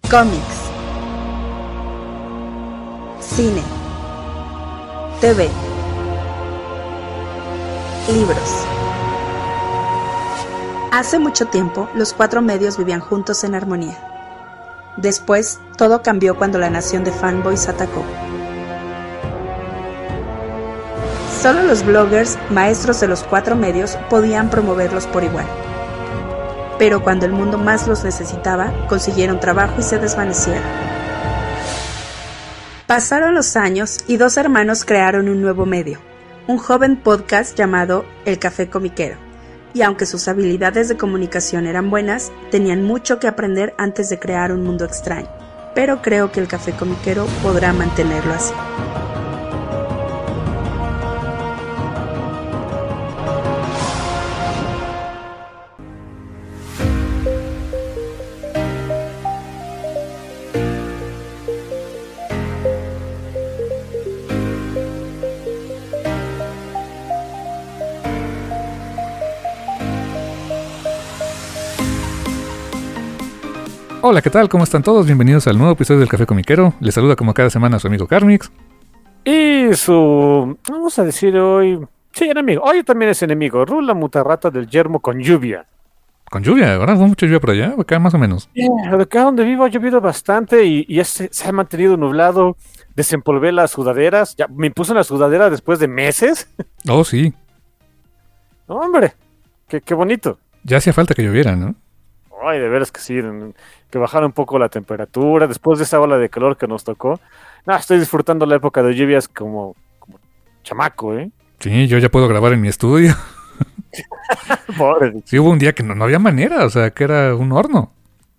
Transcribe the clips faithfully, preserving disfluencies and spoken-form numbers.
Cómics, cine, T V, libros. Hace mucho tiempo, los cuatro medios vivían juntos en armonía. Después, todo cambió cuando la nación de fanboys atacó. Solo los bloggers, maestros de los cuatro medios, podían promoverlos por igual. Pero cuando el mundo más los necesitaba, consiguieron trabajo y se desvanecieron. Pasaron los años y dos hermanos crearon un nuevo medio, un joven podcast llamado El Café Comiquero. Y aunque sus habilidades de comunicación eran buenas, tenían mucho que aprender antes de crear un mundo extraño. Pero creo que El Café Comiquero podrá mantenerlo así. Hola, ¿qué tal? ¿Cómo están todos? Bienvenidos al nuevo episodio del Café Comiquero. Les saluda como cada semana su amigo Carmix. Y su... vamos a decir hoy... sí, enemigo. Hoy también es enemigo. Rula Mutarrata del Yermo con lluvia. Con lluvia, ¿verdad? ¿No mucha lluvia por allá? Acá más o menos. Yeah, de acá donde vivo ha llovido bastante y, y ya se, se ha mantenido nublado. Desempolvé las sudaderas. Ya me puse una sudadera después de meses. Oh, sí. Hombre, qué, qué bonito. Ya hacía falta que lloviera, ¿no? Ay, de veras que sí, que bajara un poco la temperatura después de esa ola de calor que nos tocó. No, estoy disfrutando la época de lluvias como, como chamaco, ¿eh? Sí, yo ya puedo grabar en mi estudio. Pobre. Sí, hubo un día que no, no había manera, o sea, que era un horno.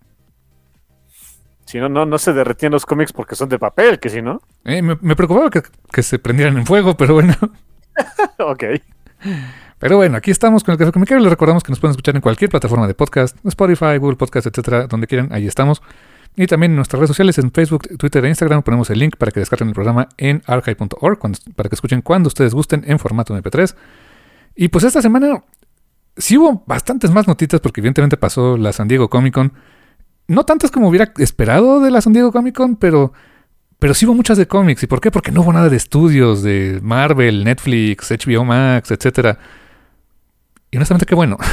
Si no, no, no se derretían los cómics porque son de papel, que si no. Eh, me, me preocupaba que, que se prendieran en fuego, pero bueno. Ok. Pero bueno, aquí estamos con el Café Comiquero. Les recordamos que nos pueden escuchar en cualquier plataforma de podcast, Spotify, Google Podcast, etcétera, donde quieran, ahí estamos. Y también en nuestras redes sociales, en Facebook, Twitter e Instagram, ponemos el link para que descarguen el programa en archive punto org, para que escuchen cuando ustedes gusten en formato eme pe tres. Y pues esta semana sí hubo bastantes más notitas porque evidentemente pasó la San Diego Comic Con. No tantas como hubiera esperado de la San Diego Comic Con, pero... Pero sí hubo muchas de cómics. ¿Y por qué? Porque no hubo nada de estudios, de Marvel, Netflix, H B O Max, etcétera. Y honestamente, qué bueno.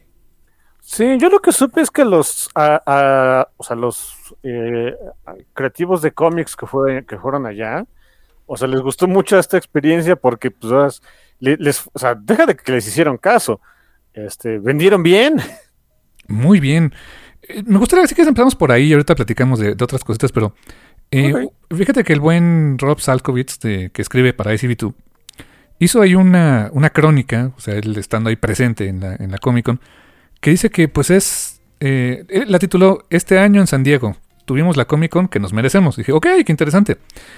Sí, yo lo que supe es que los, a, a, o sea, los eh, creativos de cómics que, fue, que fueron allá, o sea, les gustó mucho esta experiencia porque, pues, les, o sea, deja de que les hicieron caso. Este, vendieron bien. Muy bien. Eh, me gustaría decir que empezamos por ahí y ahorita platicamos de, de otras cositas, pero eh, okay. Fíjate que el buen Rob Salkovich, de, que escribe para I C B dos, hizo ahí una, una crónica, o sea, él estando ahí presente en la, en la Comic Con, que dice que pues es, eh, la tituló Este año en San Diego, tuvimos la Comic Con que nos merecemos. Dije, ok, qué interesante.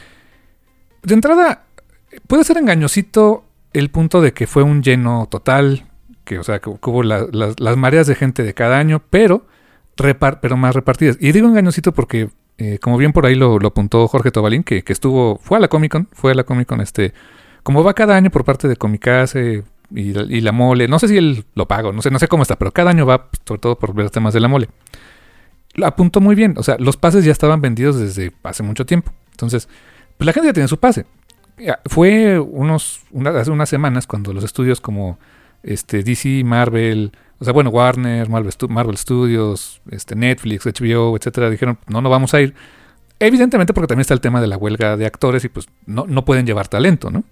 De entrada, puede ser engañosito el punto de que fue un lleno total, que o sea, que hubo la, la, las mareas de gente de cada año, pero, repar, pero más repartidas. Y digo engañosito porque, eh, como bien por ahí lo, lo apuntó Jorge Tobalín, que, que estuvo, fue a la Comic Con, fue a la Comic Con este... Como va cada año por parte de Comicase y, y la Mole, no sé si él lo paga, no sé, no sé cómo está, pero cada año va, sobre todo por ver temas de la Mole. Lo apuntó muy bien, o sea, los pases ya estaban vendidos desde hace mucho tiempo. Entonces, pues la gente ya tiene su pase. Fue unos, una, hace unas semanas cuando los estudios como este D C, Marvel, o sea, bueno, Warner, Marvel, Marvel Studios, este, Netflix, H B O, etcétera, dijeron, no, no vamos a ir. Evidentemente porque también está el tema de la huelga de actores y pues no, no pueden llevar talento, ¿no?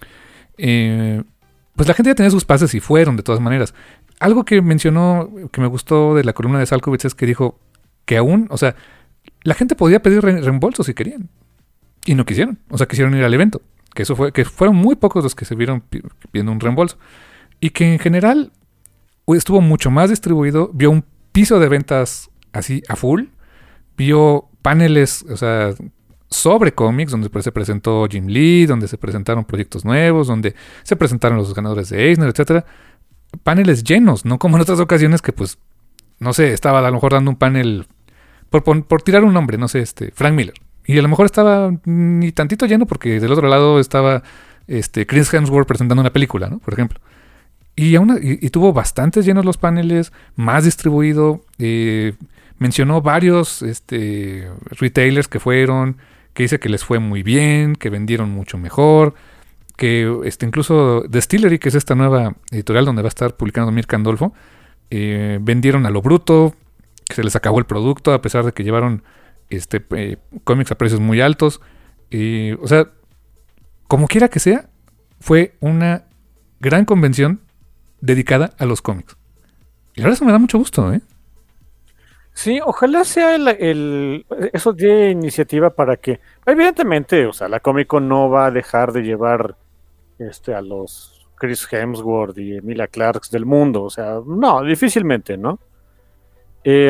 Eh, pues la gente ya tenía sus pases y fueron de todas maneras. Algo que mencionó que me gustó de la columna de Salkovich es que dijo que aún, o sea, la gente podía pedir re- reembolso si querían y no quisieron, o sea, quisieron ir al evento, que eso fue, que fueron muy pocos los que se vieron pidiendo un reembolso y que en general estuvo mucho más distribuido, vio un piso de ventas así a full, vio paneles, o sea, sobre cómics, donde se presentó Jim Lee, donde se presentaron proyectos nuevos, donde se presentaron los ganadores de Eisner, etcétera. Paneles llenos, no como en otras ocasiones que, pues, no sé, estaba a lo mejor dando un panel, por, por, por tirar un nombre, no sé, este, Frank Miller. Y a lo mejor estaba ni tantito lleno porque del otro lado estaba este, Chris Hemsworth presentando una película, ¿no? Por ejemplo. Y, aún, y, y tuvo bastantes llenos los paneles, más distribuido, eh, mencionó varios este, retailers que fueron, que dice que les fue muy bien, que vendieron mucho mejor, que este, incluso Distillery, que es esta nueva editorial donde va a estar publicando Mirka Andolfo, eh, vendieron a lo bruto, que se les acabó el producto a pesar de que llevaron este, eh, cómics a precios muy altos. Eh, o sea, como quiera que sea, fue una gran convención dedicada a los cómics. Y ahora eso me da mucho gusto, ¿eh? Sí, ojalá sea el, el eso de iniciativa para que, evidentemente, o sea, la Comic Con no va a dejar de llevar este a los Chris Hemsworth y Emilia Clarke del mundo, o sea, no, difícilmente, ¿no? Eh,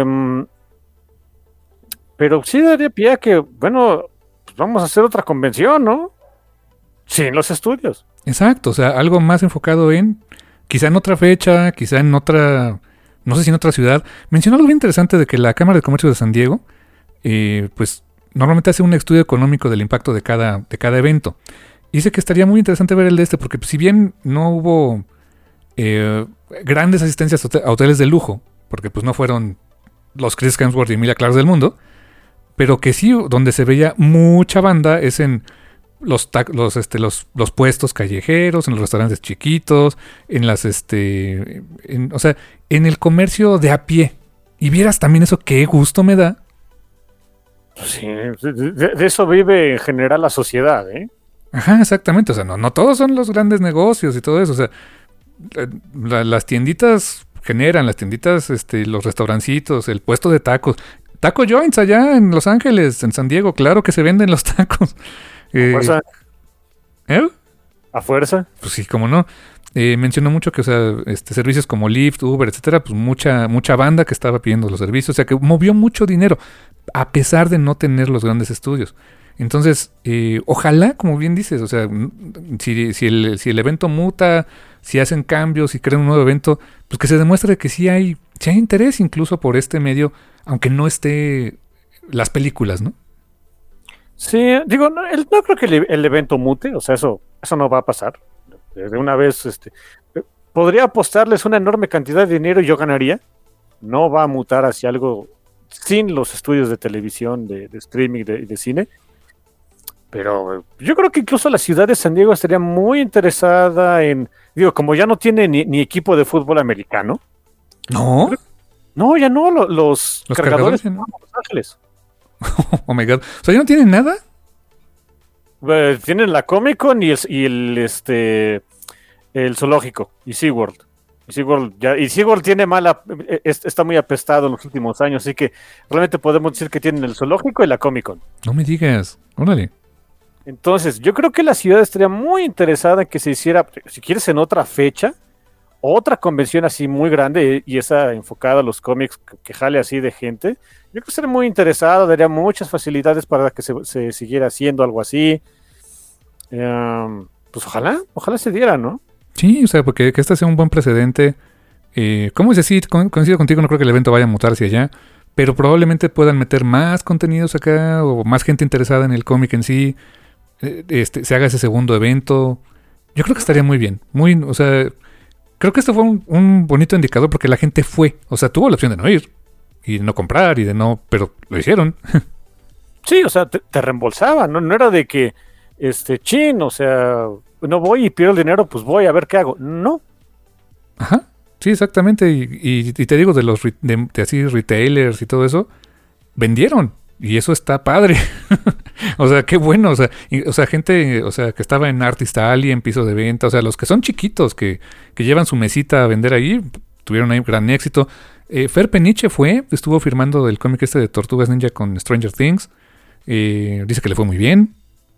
pero sí daría pie a que, bueno, pues vamos a hacer otra convención, ¿no? Sin los estudios. Exacto, o sea, algo más enfocado en, quizá en otra fecha, quizá en otra, no sé si en otra ciudad. Mencionó algo bien interesante de que la Cámara de Comercio de San Diego, eh, pues normalmente hace un estudio económico del impacto de cada, de cada evento. Y dice que estaría muy interesante ver el de este, porque si bien no hubo eh, grandes asistencias a hoteles de lujo, porque pues no fueron los Chris Hemsworth y Emilia Clarke del mundo, pero que sí, donde se veía mucha banda es en los, los, este, los, los puestos callejeros, en los restaurantes chiquitos, en las, este, en, o sea, en el comercio de a pie. Y vieras también eso, qué gusto me da. Sí, de, de eso vive en general la sociedad, ¿eh? Ajá, exactamente, o sea, no, no todos son los grandes negocios y todo eso, o sea, la, las tienditas generan, las tienditas, este, los restaurancitos, el puesto de tacos, Taco Joints allá en Los Ángeles, en San Diego, claro que se venden los tacos. Eh, ¿A fuerza? ¿Eh? ¿A fuerza? Pues sí, cómo no. Eh, mencionó mucho que, o sea, este, servicios como Lyft, Uber, etcétera, pues mucha, mucha banda que estaba pidiendo los servicios, o sea, que movió mucho dinero, a pesar de no tener los grandes estudios. Entonces, eh, ojalá, como bien dices, o sea, si, si, el, si el evento muta, si hacen cambios, si crean un nuevo evento, pues que se demuestre que sí hay, sí hay interés incluso por este medio, aunque no esté las películas, ¿no? Sí, digo, no, el, no creo que el, el evento mute, o sea, eso, eso no va a pasar. De una vez, este, podría apostarles una enorme cantidad de dinero y yo ganaría. No va a mutar hacia algo sin los estudios de televisión, de, de streaming, de, de cine. Pero yo creo que incluso la ciudad de San Diego estaría muy interesada en, digo, como ya no tiene ni, ni equipo de fútbol americano. ¿No? No, ya no, lo, los, los cargadores, cargadores ¿no? de Los Ángeles. Oh my God. O sea, ¿ya no tienen nada? Eh, tienen la Comic Con y el, y el este el zoológico y SeaWorld. Y SeaWorld, ya, y SeaWorld tiene mala, es, está muy apestado en los últimos años, así que realmente podemos decir que tienen el zoológico y la Comic Con. No me digas, órale. Entonces, yo creo que la ciudad estaría muy interesada en que se hiciera, si quieres, en otra fecha, otra convención así muy grande y esa enfocada a los cómics que, que jale así de gente. Yo creo que estaría muy interesado, daría muchas facilidades para que se, se siguiera haciendo algo así. Um, pues ojalá, ojalá se diera, ¿no? Sí, o sea, porque que este sea un buen precedente. Eh, ¿Cómo es así? Coincido contigo, no creo que el evento vaya a mutar hacia allá, pero probablemente puedan meter más contenidos acá o más gente interesada en el cómic en sí. Eh, este, se haga ese segundo evento. Yo creo que estaría muy bien. Muy, o sea, creo que esto fue un, un bonito indicador porque la gente fue. O sea, tuvo la opción de no ir y de no comprar y de no, pero lo hicieron. Sí, o sea, te, te reembolsaban, ¿no? No era de que, este, chin, o sea, no voy y pierdo el dinero, pues voy a ver qué hago. No. Ajá, sí, exactamente. Y, y, y te digo, de los de, de así retailers y todo eso, vendieron. Y eso está padre. O sea, qué bueno. O sea, y, o sea, gente, o sea, que estaba en Artist Alley, en piso de venta. O sea, los que son chiquitos, que, que llevan su mesita a vender ahí, tuvieron ahí un gran éxito. Eh, Fer Peniche fue, estuvo firmando el cómic este de Tortugas Ninja con Stranger Things. Eh, dice que le fue muy bien.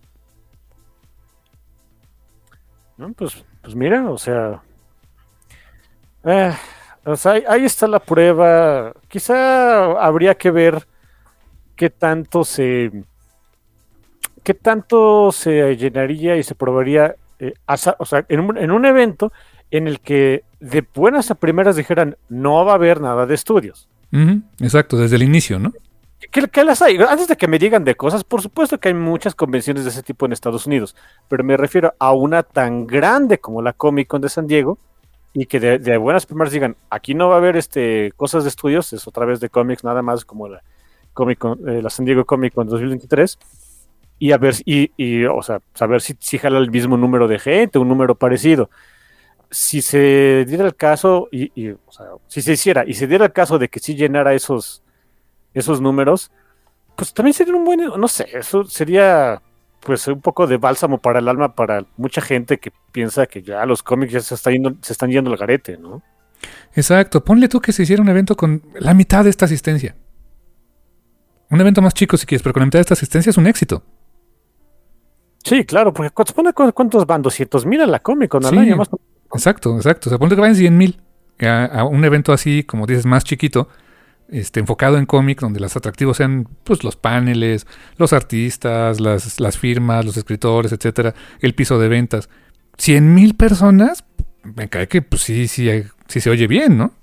No, pues, pues mira, o sea, eh, o sea, ahí, ahí está la prueba. Quizá habría que ver qué tanto se, qué tanto se llenaría y se probaría, eh, asa, o sea, en un, en un evento en el que de buenas a primeras dijeran no va a haber nada de estudios. Uh-huh, exacto, desde el inicio, ¿no? ¿Qué, ¿Qué las hay? Antes de que me digan de cosas, por supuesto que hay muchas convenciones de ese tipo en Estados Unidos, pero me refiero a una tan grande como la Comic Con de San Diego y que de, de buenas primeras digan, aquí no va a haber este cosas de estudios, es otra vez de cómics, nada más como la Comic Con, eh, la San Diego Comic Con dos mil veintitrés, y a ver, y, y o sea, saber si, si jala el mismo número de gente, un número parecido. Si se diera el caso, y, y o sea, si se hiciera, y se diera el caso de que sí llenara esos, esos números, pues también sería un buen, no sé, eso sería pues un poco de bálsamo para el alma para mucha gente que piensa que ya los cómics ya se, está yendo, se están yendo al garete, ¿no? Exacto, ponle tú que se hiciera un evento con la mitad de esta asistencia. Un evento más chico si quieres, pero con la mitad de esta asistencia es un éxito. Sí, claro, porque supone cuántos van, doscientos mil a la Comic Con al Sí, año más. exacto, exacto. O sea, ponle que vayan cien mil a, a un evento así, como dices, más chiquito, este, enfocado en cómic, donde los atractivos sean pues los paneles, los artistas, las, las firmas, los escritores, etcétera, el piso de ventas. cien mil personas, me cae que pues sí, sí, sí se oye bien, ¿no?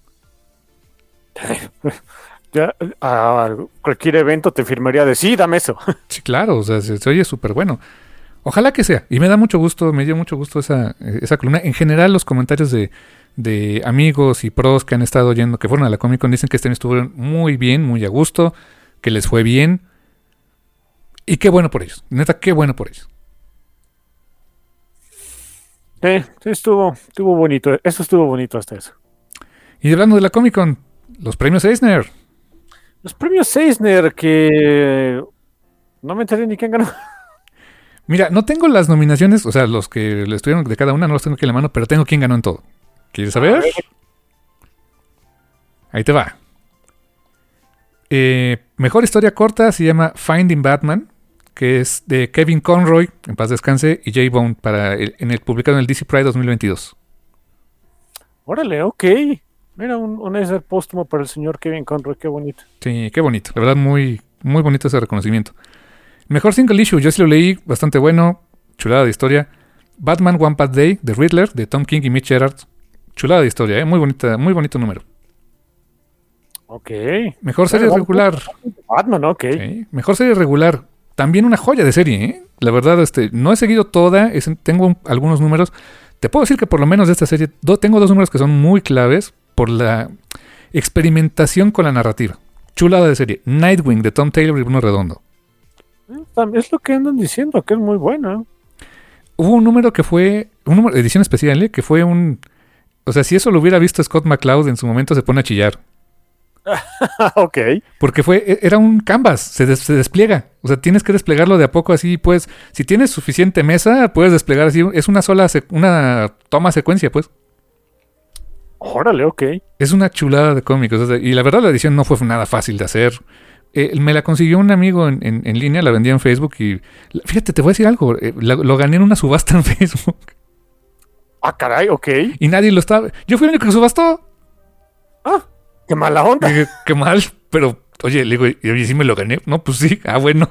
Ya, a cualquier evento te firmaría de sí, dame eso. Sí, claro, o sea, se, se oye súper bueno. Ojalá que sea. Y me da mucho gusto, me dio mucho gusto esa, esa columna. En general, los comentarios de, de amigos y pros que han estado yendo, que fueron a la Comic Con, dicen que este año estuvieron muy bien, muy a gusto, que les fue bien. Y qué bueno por ellos. Neta, qué bueno por ellos. Sí, sí, estuvo, estuvo bonito. Eso estuvo bonito hasta eso. Y hablando de la Comic Con, los premios Eisner. Los premios Eisner que no me enteré ni quién ganó. Mira, no tengo las nominaciones, o sea, los que le estuvieron de cada una, no los tengo aquí en la mano, pero tengo quién ganó en todo. ¿Quieres saber? Ahí te va. Eh, mejor historia corta se llama Finding Batman, que es de Kevin Conroy, en paz descanse, y Jay Bone, para el, en el publicado en el D C Pride dos mil veintidós. Órale, ok. Mira, un, un Eisner póstumo para el señor Kevin Conroy, qué bonito. Sí, qué bonito. La verdad, muy, muy bonito ese reconocimiento. Mejor single issue, yo sí lo leí, bastante bueno, chulada de historia. Batman One Bad Day, de Riddler, de Tom King y Mitch Gerard. Chulada de historia, ¿eh? Muy bonita, muy bonito número. Ok. Mejor serie Batman, regular. Batman, ok. Sí. Mejor serie regular. También una joya de serie, ¿eh? La verdad, este, no he seguido toda, es, tengo un, algunos números. Te puedo decir que por lo menos de esta serie, do, tengo dos números que son muy claves por la experimentación con la narrativa. Chulada de serie. Nightwing, de Tom Taylor y Bruno Redondo. Es lo que andan diciendo, que es muy buena. Hubo un número que fue, un número de edición especial, ¿eh? Que fue un... O sea, si eso lo hubiera visto Scott McCloud en su momento se pone a chillar. Ok. Porque fue, era un canvas, se, des, se despliega. O sea, tienes que desplegarlo de a poco así, pues. Si tienes suficiente mesa, puedes desplegar así. Es una sola, una toma secuencia, pues. Órale, ok. Es una chulada de cómics. O sea, y la verdad la edición no fue nada fácil de hacer. Eh, me la consiguió un amigo en, en, en línea, la vendía en Facebook y... Fíjate, te voy a decir algo. Eh, la, lo gané en una subasta en Facebook. Ah, caray, ok. Y nadie lo estaba... Yo fui el único que subastó. Ah, qué mala onda. Dije, qué mal, pero... Oye, le digo, ¿y sí me lo gané? No, pues sí. Ah, bueno.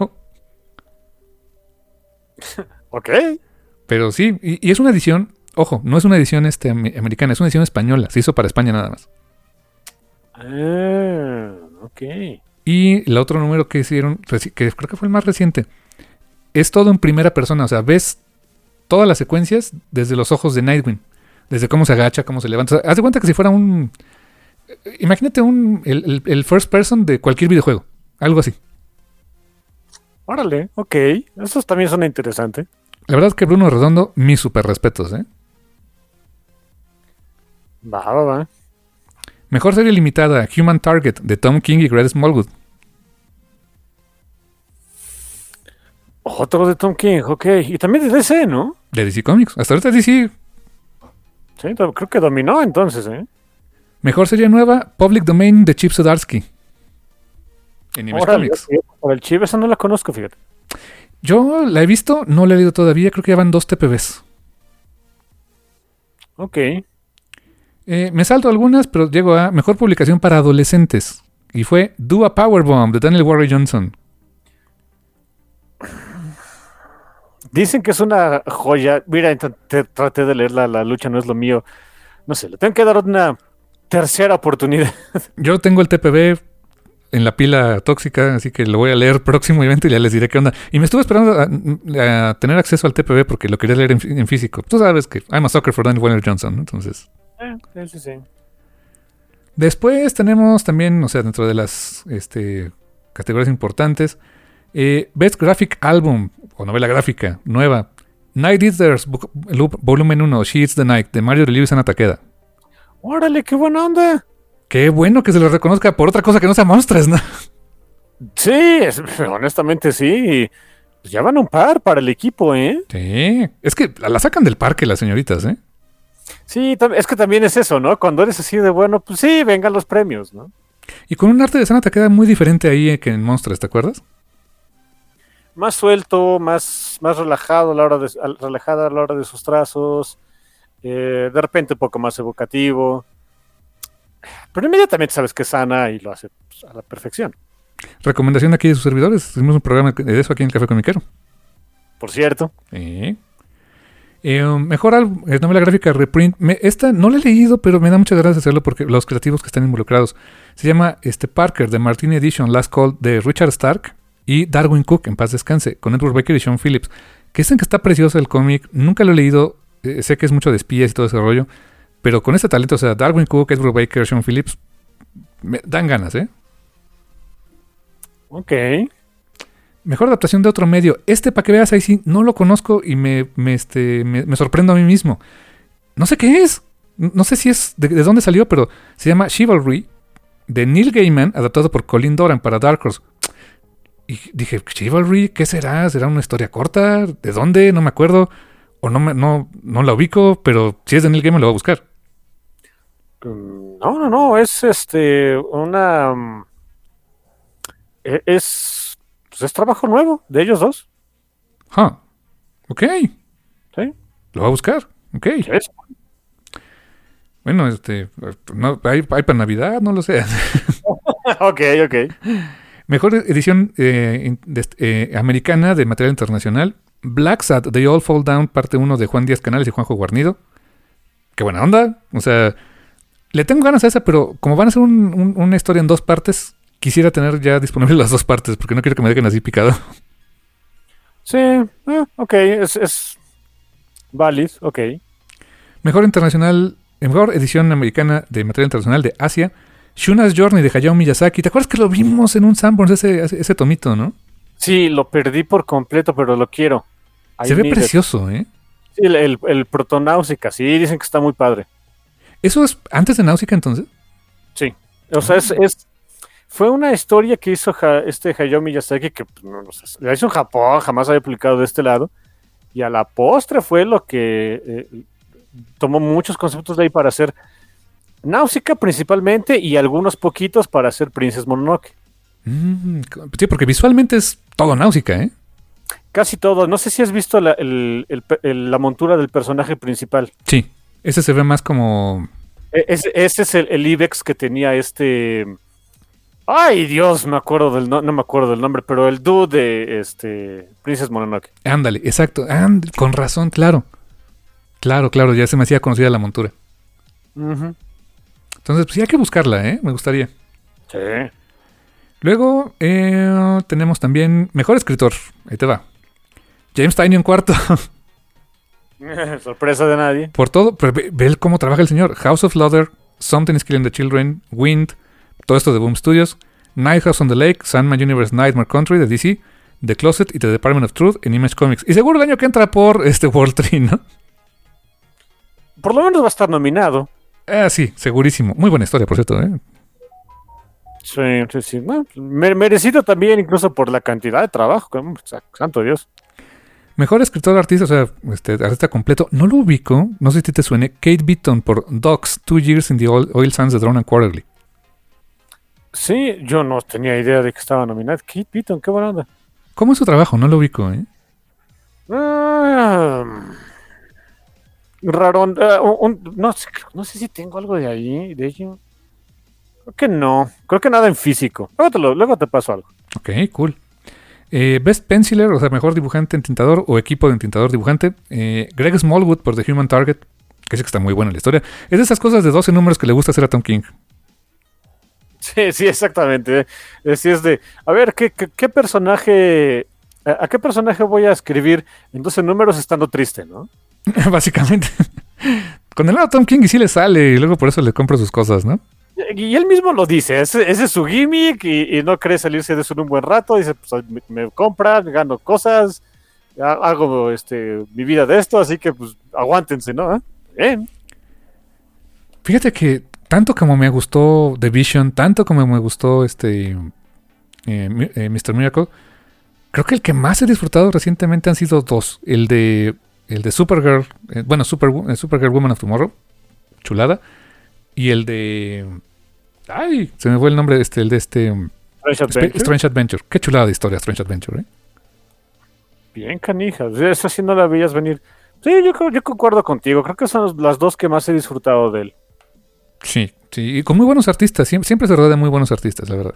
Ok. Pero sí, y, y es una edición... Ojo, no es una edición este, americana, es una edición española. Se hizo para España nada más. Ah, ok. Y el otro número que hicieron, que creo que fue el más reciente, es todo en primera persona. O sea, ves todas las secuencias desde los ojos de Nightwing. Desde cómo se agacha, cómo se levanta. O sea, haz de cuenta que si fuera un... Imagínate un el, el, el first person de cualquier videojuego. Algo así. Órale, ok. Eso también suena interesante. La verdad es que Bruno Redondo, mis super respetos, ¿eh? Va, va, va. Mejor serie limitada, Human Target, de Tom King y Greg Smallwood. Otro de Tom King, ok. Y también de D C, ¿no? De D C Comics. Hasta ahorita D C. Sí, creo que dominó entonces, ¿eh? Mejor serie nueva, Public Domain, de Chip Zdarsky. En Image Órale, Comics. Por el Chip, esa no la conozco, fíjate. Yo la he visto, no la he leído todavía. Creo que ya van dos T P Bs. Ok. Eh, me salto algunas, pero llego a mejor publicación para adolescentes. Y fue Do a Powerbomb, de Daniel Warren Johnson. Dicen que es una joya. Mira, te, traté de leerla, la lucha no es lo mío. No sé, le tengo que dar una tercera oportunidad. Yo tengo el T P B en la pila tóxica, así que lo voy a leer próximo evento y ya les diré qué onda. Y me estuve esperando a, a tener acceso al T P B porque lo quería leer en, en físico. Tú sabes que I'm a sucker for Daniel Warren Johnson, ¿no? Entonces... Eh, sí, sí, sí. Después tenemos también, o sea, dentro de las este, categorías importantes, eh, Best Graphic Album o novela gráfica nueva, Night Eaters, volumen uno, She Eats the Night, de Mario de Lewis Ana Takeda. ¡Órale, qué buena onda! Qué bueno que se lo reconozca por otra cosa que no sea monstruos, ¿no? Sí, es, honestamente sí. Pues ya van un par para el equipo, ¿eh? Sí, es que la sacan del parque las señoritas, ¿eh? Sí, es que también es eso, ¿no? Cuando eres así de bueno, pues sí, vengan los premios, ¿no? Y con un arte de Sana Takeda muy diferente ahí que en Monsters, ¿te acuerdas? Más suelto, más, más relajado a la hora de, relajada a la hora de sus trazos, eh, de repente un poco más evocativo, pero inmediatamente sabes que es Sana y lo hace pues, a la perfección. Recomendación aquí de sus servidores, hicimos un programa de eso aquí en el Café Comiquero. Por cierto. Sí. Eh, mejor álbum, eh, novela gráfica reprint. Me, esta no la he leído, pero me da muchas ganas de hacerlo porque los creativos que están involucrados. Se llama este, Parker, de Martini Edition, Last Call, de Richard Stark y Darwin Cook, en paz descanse, con Edward Baker y Sean Phillips. Que dicen que está precioso el cómic. Nunca lo he leído. Eh, sé que es mucho de espías y todo ese rollo. Pero con este talento, o sea, Darwin Cook, Edward Baker, Sean Phillips, me dan ganas, ¿eh? Ok. Mejor adaptación de otro medio. Este, para que veas, ahí sí, no lo conozco y me, me, este, me, me sorprendo a mí mismo. No sé qué es. No sé si es de, de dónde salió, pero se llama Chivalry, de Neil Gaiman, adaptado por Colin Doran para Dark Horse. Y dije, Chivalry, ¿qué será? ¿Será una historia corta? ¿De dónde? No me acuerdo. O no, me, no, no la ubico, pero si es de Neil Gaiman lo voy a buscar. No, no, no. Es este una... Es... Pues es trabajo nuevo de ellos dos. Huh. Ok. Sí. Lo voy a buscar. Ok. ¿Es? Bueno, este... No, hay, hay para Navidad, no lo sé. Ok, ok. Mejor edición eh, de, eh, americana de material internacional. Black Sad, They All Fall Down, parte uno de Juan Díaz Canales y Juanjo Guarnido. Qué buena onda. O sea, le tengo ganas a esa, pero como van a ser un, un, una historia en dos partes, quisiera tener ya disponibles las dos partes, porque no quiero que me dejen así picado. Sí, eh, ok, es, es válido, ok. Mejor internacional, mejor edición americana de material internacional de Asia. Shuna's Journey de Hayao Miyazaki. ¿Te acuerdas que lo vimos en un Sanborns ese, ese tomito, no? Sí, lo perdí por completo, pero lo quiero. I Se ve precioso, it. ¿eh? Sí, el, el, el Protonáusica, sí, dicen que está muy padre. ¿Eso es antes de Náusica, entonces? Sí, o sea, es, es fue una historia que hizo ja, este Hayao Miyazaki, que no, no sé, la hizo en Japón, jamás había publicado de este lado, y a la postre fue lo que eh, tomó muchos conceptos de ahí para hacer Náusica principalmente, y algunos poquitos para hacer Princess Mononoke. Mm, sí, porque visualmente es todo Náusica, ¿eh? Casi todo. No sé si has visto la, el, el, el, la montura del personaje principal. Sí, ese se ve más como... Ese, ese es el, el Ibex que tenía este... Ay, Dios, me acuerdo del no, no me acuerdo del nombre, pero el dude de este Princess Mononoke. Ándale, exacto. And, con razón, claro. Claro, claro, ya se me hacía conocida la montura. Uh-huh. Entonces, pues sí hay que buscarla, ¿eh? Me gustaría. Sí. Luego eh, tenemos también Mejor Escritor. Ahí te va. James Tynion cuarto. Sorpresa de nadie. Por todo, pero ve, ve cómo trabaja el señor. House of Lauder, Something is Killing the Children, Wind, todo esto de Boom Studios, Night House on the Lake, Sandman Universe Nightmare Country de D C, The Closet y The Department of Truth en Image Comics. Y seguro el año que entra por este World Tree, ¿no? Por lo menos va a estar nominado. Ah, sí, segurísimo. Muy buena historia, por cierto, ¿eh? Sí, sí, sí. Bueno, merecido también, incluso por la cantidad de trabajo. Santo Dios. Mejor escritor artista, o sea, este, artista completo. No lo ubico, no sé si te suene. Kate Beaton por Docs, Two Years in the Oil, Oil Sands de Drone and Quarterly. Sí, yo no tenía idea de que estaba nominado. Kate Beaton, qué buena onda. ¿Cómo es su trabajo? No lo ubico, ¿eh? Uh, raro. Uh, un, no, no sé si tengo algo de ahí, de ello. Creo que no. Creo que nada en físico. Luego te, lo, luego te paso algo. Ok, cool. Eh, Best Penciler, o sea, mejor dibujante entintador o equipo de entintador dibujante. Eh, Greg Smallwood por The Human Target, que sé que está muy buena la historia. Es de esas cosas de doce números que le gusta hacer a Tom King. Sí, sí, exactamente. Así es de, a ver, ¿qué, qué, qué personaje, a, a qué personaje voy a escribir en doce números estando triste, ¿no? Básicamente. con el lado Tom King y sí le sale, y luego por eso le compro sus cosas, ¿no? Y él mismo lo dice, ese, ese es su gimmick y, y no cree salirse de eso en un buen rato. Dice, pues me, me compran, gano cosas, hago este, mi vida de esto, así que pues aguántense, ¿no? ¿Eh? Bien. Fíjate que tanto como me gustó The Vision, tanto como me gustó este eh, eh, mister Miracle, creo que el que más he disfrutado recientemente han sido dos. El de el de Supergirl, eh, bueno, Super, eh, Supergirl Woman of Tomorrow, chulada. Y el de... Ay, se me fue el nombre, este, el de este... Strange Adventure. Strange Adventure. Qué chulada de historia, Strange Adventure, ¿eh? Bien, canija. Esa sí no la veías venir. Sí, yo, yo concuerdo contigo. Creo que son las dos que más he disfrutado de él. Sí, sí. Y con muy buenos artistas. Siempre, siempre se rodea de muy buenos artistas, la verdad.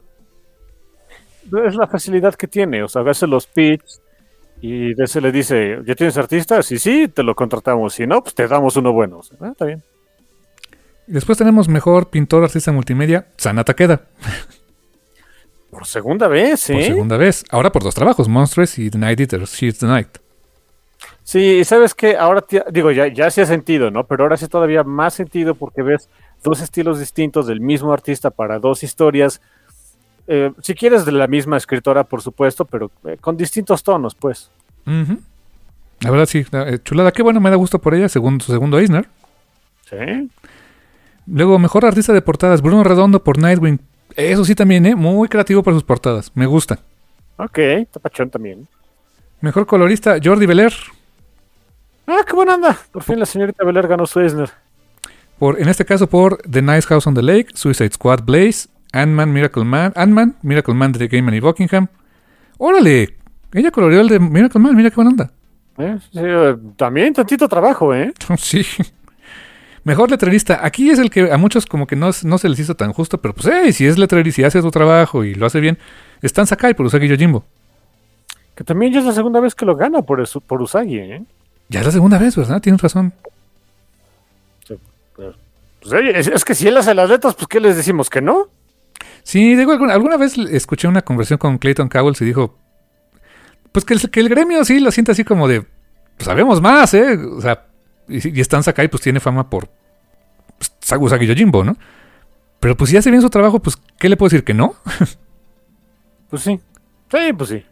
Es la facilidad que tiene. O sea, a veces los pitch y de ese le dice, ¿ya tienes artistas? Sí, sí, te lo contratamos. Si no, pues te damos uno bueno. O sea, ah, está bien. Y después tenemos mejor pintor artista multimedia, Sana Takeda. Por segunda vez, ¿eh? Por segunda vez. Ahora por dos trabajos, Monstrous y The Night Eater, She's the Night. Sí, y sabes que ahora, te, digo, ya, ya sí ha sentido, ¿no? Pero ahora sí todavía más sentido porque ves dos estilos distintos del mismo artista para dos historias. Eh, si quieres de la misma escritora, por supuesto, pero eh, con distintos tonos, pues. Uh-huh. La verdad sí, eh, chulada. Qué bueno, me da gusto por ella, según su segundo Eisner. Sí. Luego, mejor artista de portadas, Bruno Redondo por Nightwing. Eso sí también, ¿eh? Muy creativo para sus portadas. Me gusta. Ok, tapachón también. Mejor colorista, Jordi Belair. Ah, qué buena anda. Por fin la señorita Belair ganó su Eisner. Por, en este caso por The Nice House on the Lake, Suicide Squad Blaze, Ant-Man, Miracle Man, Ant-Man, Miracle Man de Gaiman y Buckingham. ¡Órale! Ella coloreó el de Miracle Man, mira qué buena onda. Eh, sí, eh, también tantito trabajo, ¿eh? Sí. Mejor letrerista. Aquí es el que a muchos como que no, no se les hizo tan justo, pero pues, hey, si es letrerista y hace su trabajo y lo hace bien, Stan Sakai por Usagi Yojimbo. Que también ya es la segunda vez que lo gana por, eso, por Usagi, ¿eh? Ya es la segunda vez, ¿verdad? Tienes razón. Sí, pues, pues, oye, es, es que si él hace las letras, pues ¿qué les decimos? ¿Que no? Sí, digo, alguna, alguna vez escuché una conversación con Clayton Cowles y dijo, pues que el, que el gremio sí lo siente así como de, pues sabemos más, ¿eh? O sea, y, y Stan Sakai pues tiene fama por pues, Usagi Yojimbo, ¿no? Pero pues si hace bien su trabajo, pues ¿qué le puedo decir? ¿Que no? Pues sí. Sí, pues sí.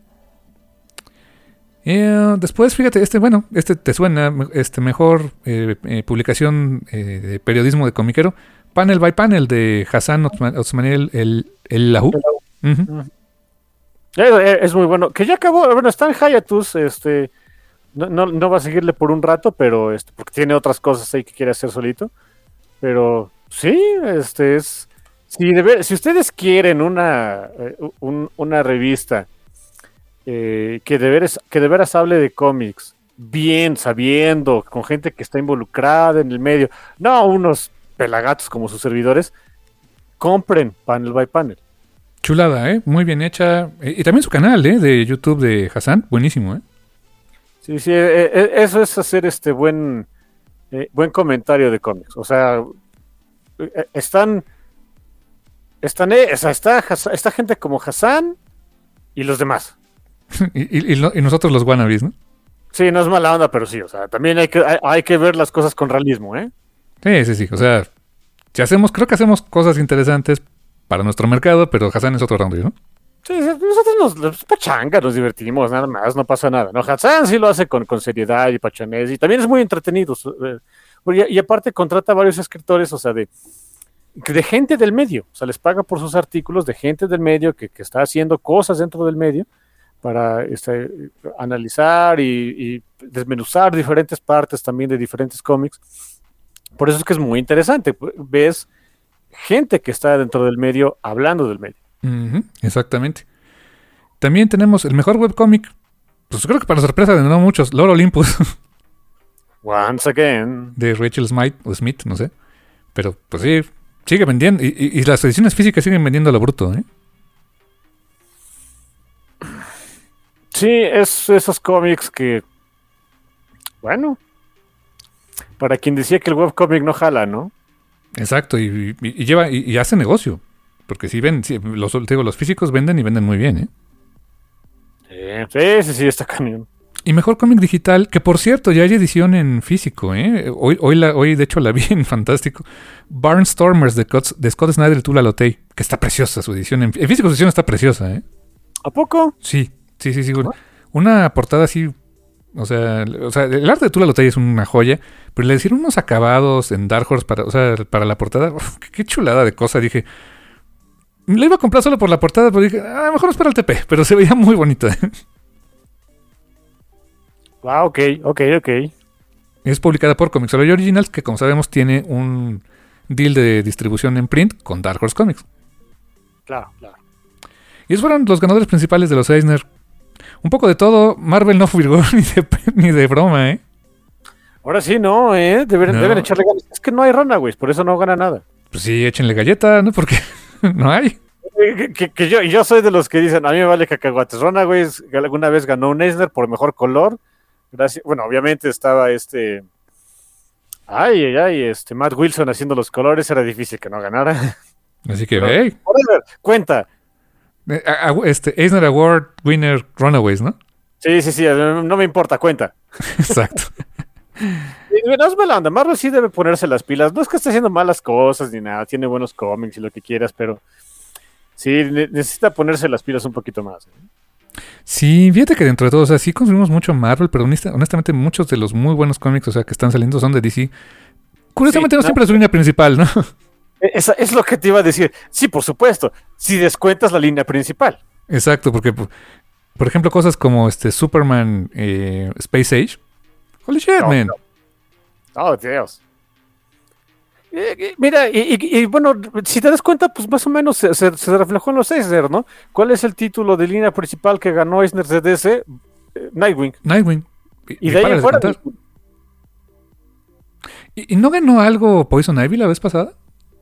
Eh, después, fíjate, este, bueno, este te suena, este mejor eh, eh, publicación eh, de periodismo de comiquero, Panel by Panel de Hassan Otsmane el, el, el Lahu. Uh-huh. Uh-huh. Es, es muy bueno. Que ya acabó, bueno, está en hiatus, este, no, no, no va a seguirle por un rato, pero este, porque tiene otras cosas ahí que quiere hacer solito. Pero sí, este es, si, de ver, si ustedes quieren una, un, una revista eh, que, de veras, que de veras hable de cómics, bien, sabiendo, con gente que está involucrada en el medio, no unos pelagatos como sus servidores, compren Panel by Panel. Chulada, ¿eh? Muy bien hecha. Y también su canal, ¿eh? De YouTube de Hassan. Buenísimo, ¿eh? Sí, sí, eh, eso es hacer este buen, eh, buen comentario de cómics. O sea, eh, están, están, eh, o sea, está, está gente como Hassan y los demás. y, y, y, y nosotros los wannabes, ¿no? Sí, no es mala onda, pero sí, o sea, también hay que, hay, hay que ver las cosas con realismo, ¿eh? Sí, sí, sí. O sea, si hacemos, creo que hacemos cosas interesantes para nuestro mercado, pero Hassan es otro round, ¿no? Sí, nosotros nos, nos pachanga, nos divertimos, nada más, no pasa nada, ¿no? Hassan sí lo hace con, con seriedad y pachanés, y también es muy entretenido. Y, y aparte contrata a varios escritores, o sea, de, de gente del medio, o sea, les paga por sus artículos de gente del medio que, que está haciendo cosas dentro del medio para este, analizar y, y desmenuzar diferentes partes también de diferentes cómics. Por eso es que es muy interesante. Ves gente que está dentro del medio hablando del medio. Uh-huh, exactamente. También tenemos el mejor webcómic. Pues creo que para sorpresa de no muchos, Lord Olympus. Once again. De Rachel Smith, o Smith, no sé. Pero pues sí, sigue vendiendo. Y, y, y las ediciones físicas siguen vendiendo a lo bruto, ¿eh? Sí, es esos cómics que, bueno, para quien decía que el webcómic no jala, ¿no? Exacto, y, y, y lleva y, y hace negocio. Porque si ven, si, los, digo, los físicos venden y venden muy bien, ¿eh? Sí, sí, sí, sí, está cañón. Y mejor cómic digital, que por cierto, ya hay edición en físico, ¿eh? Hoy, hoy, la, hoy de hecho, la vi en Fantástico. Barnstormers de, Scott, de Scott Snyder y Tula Lotay, que está preciosa su edición. En, en físico su edición está preciosa, ¿eh? ¿A poco? Sí, sí, sí, sí. ¿Ah? Una portada así, o sea, o sea, el arte de Tula Lotay es una joya, pero le hicieron unos acabados en Dark Horse para, o sea, para la portada. Uf, qué, qué chulada de cosa, dije. Le iba a comprar solo por la portada, pero dije, ah, mejor espera el T P, pero se veía muy bonita, ¿eh? Ah, ok, ok, ok. Es publicada por Comixology Originals, que como sabemos tiene un deal de distribución en print con Dark Horse Comics. Claro, claro. Y esos fueron los ganadores principales de los Eisner. Un poco de todo, Marvel no figuró ni de, ni de broma, ¿eh? Ahora sí, no, ¿eh? Deben, no. deben echarle ganas. Es que no hay Runaways, por eso no gana nada. Pues sí, échenle galleta, ¿no? Porque no hay. Que, que, que yo, yo soy de los que dicen, a mí me vale cacahuates. Runaways alguna vez ganó un Eisner por mejor color. Gracias. Bueno, obviamente estaba este... Ay, ay, ay, este Matt Wilson haciendo los colores, era difícil que no ganara. Así que, Pero, hey. Whatever, cuenta. Este, Eisner Award winner Runaways, ¿no? Sí, sí, sí, no me importa, cuenta. Exacto. No es mala onda, Marvel sí debe ponerse las pilas. No es que esté haciendo malas cosas ni nada, tiene buenos cómics y lo que quieras, pero sí necesita ponerse las pilas un poquito más. ¿eh? Sí, fíjate que dentro de todo, o sea, sí consumimos mucho Marvel, pero honestamente muchos de los muy buenos cómics, o sea, que están saliendo son de D C. Curiosamente sí, no, no siempre es su línea principal, ¿no? Esa es lo que te iba a decir. Sí, por supuesto, si descuentas la línea principal. Exacto, porque, por ejemplo, cosas como este Superman eh, Space Age. Holy shit, no, man. No. Oh, Dios. Eh, mira, y, y, y bueno, si te das cuenta, pues más o menos se, se, se reflejó en los Eisner, ¿no? ¿Cuál es el título de línea principal que ganó Eisner de D C? Eh, Nightwing. Nightwing. Y, y de ahí afuera. ¿Y, ¿Y no ganó algo Poison Ivy la vez pasada?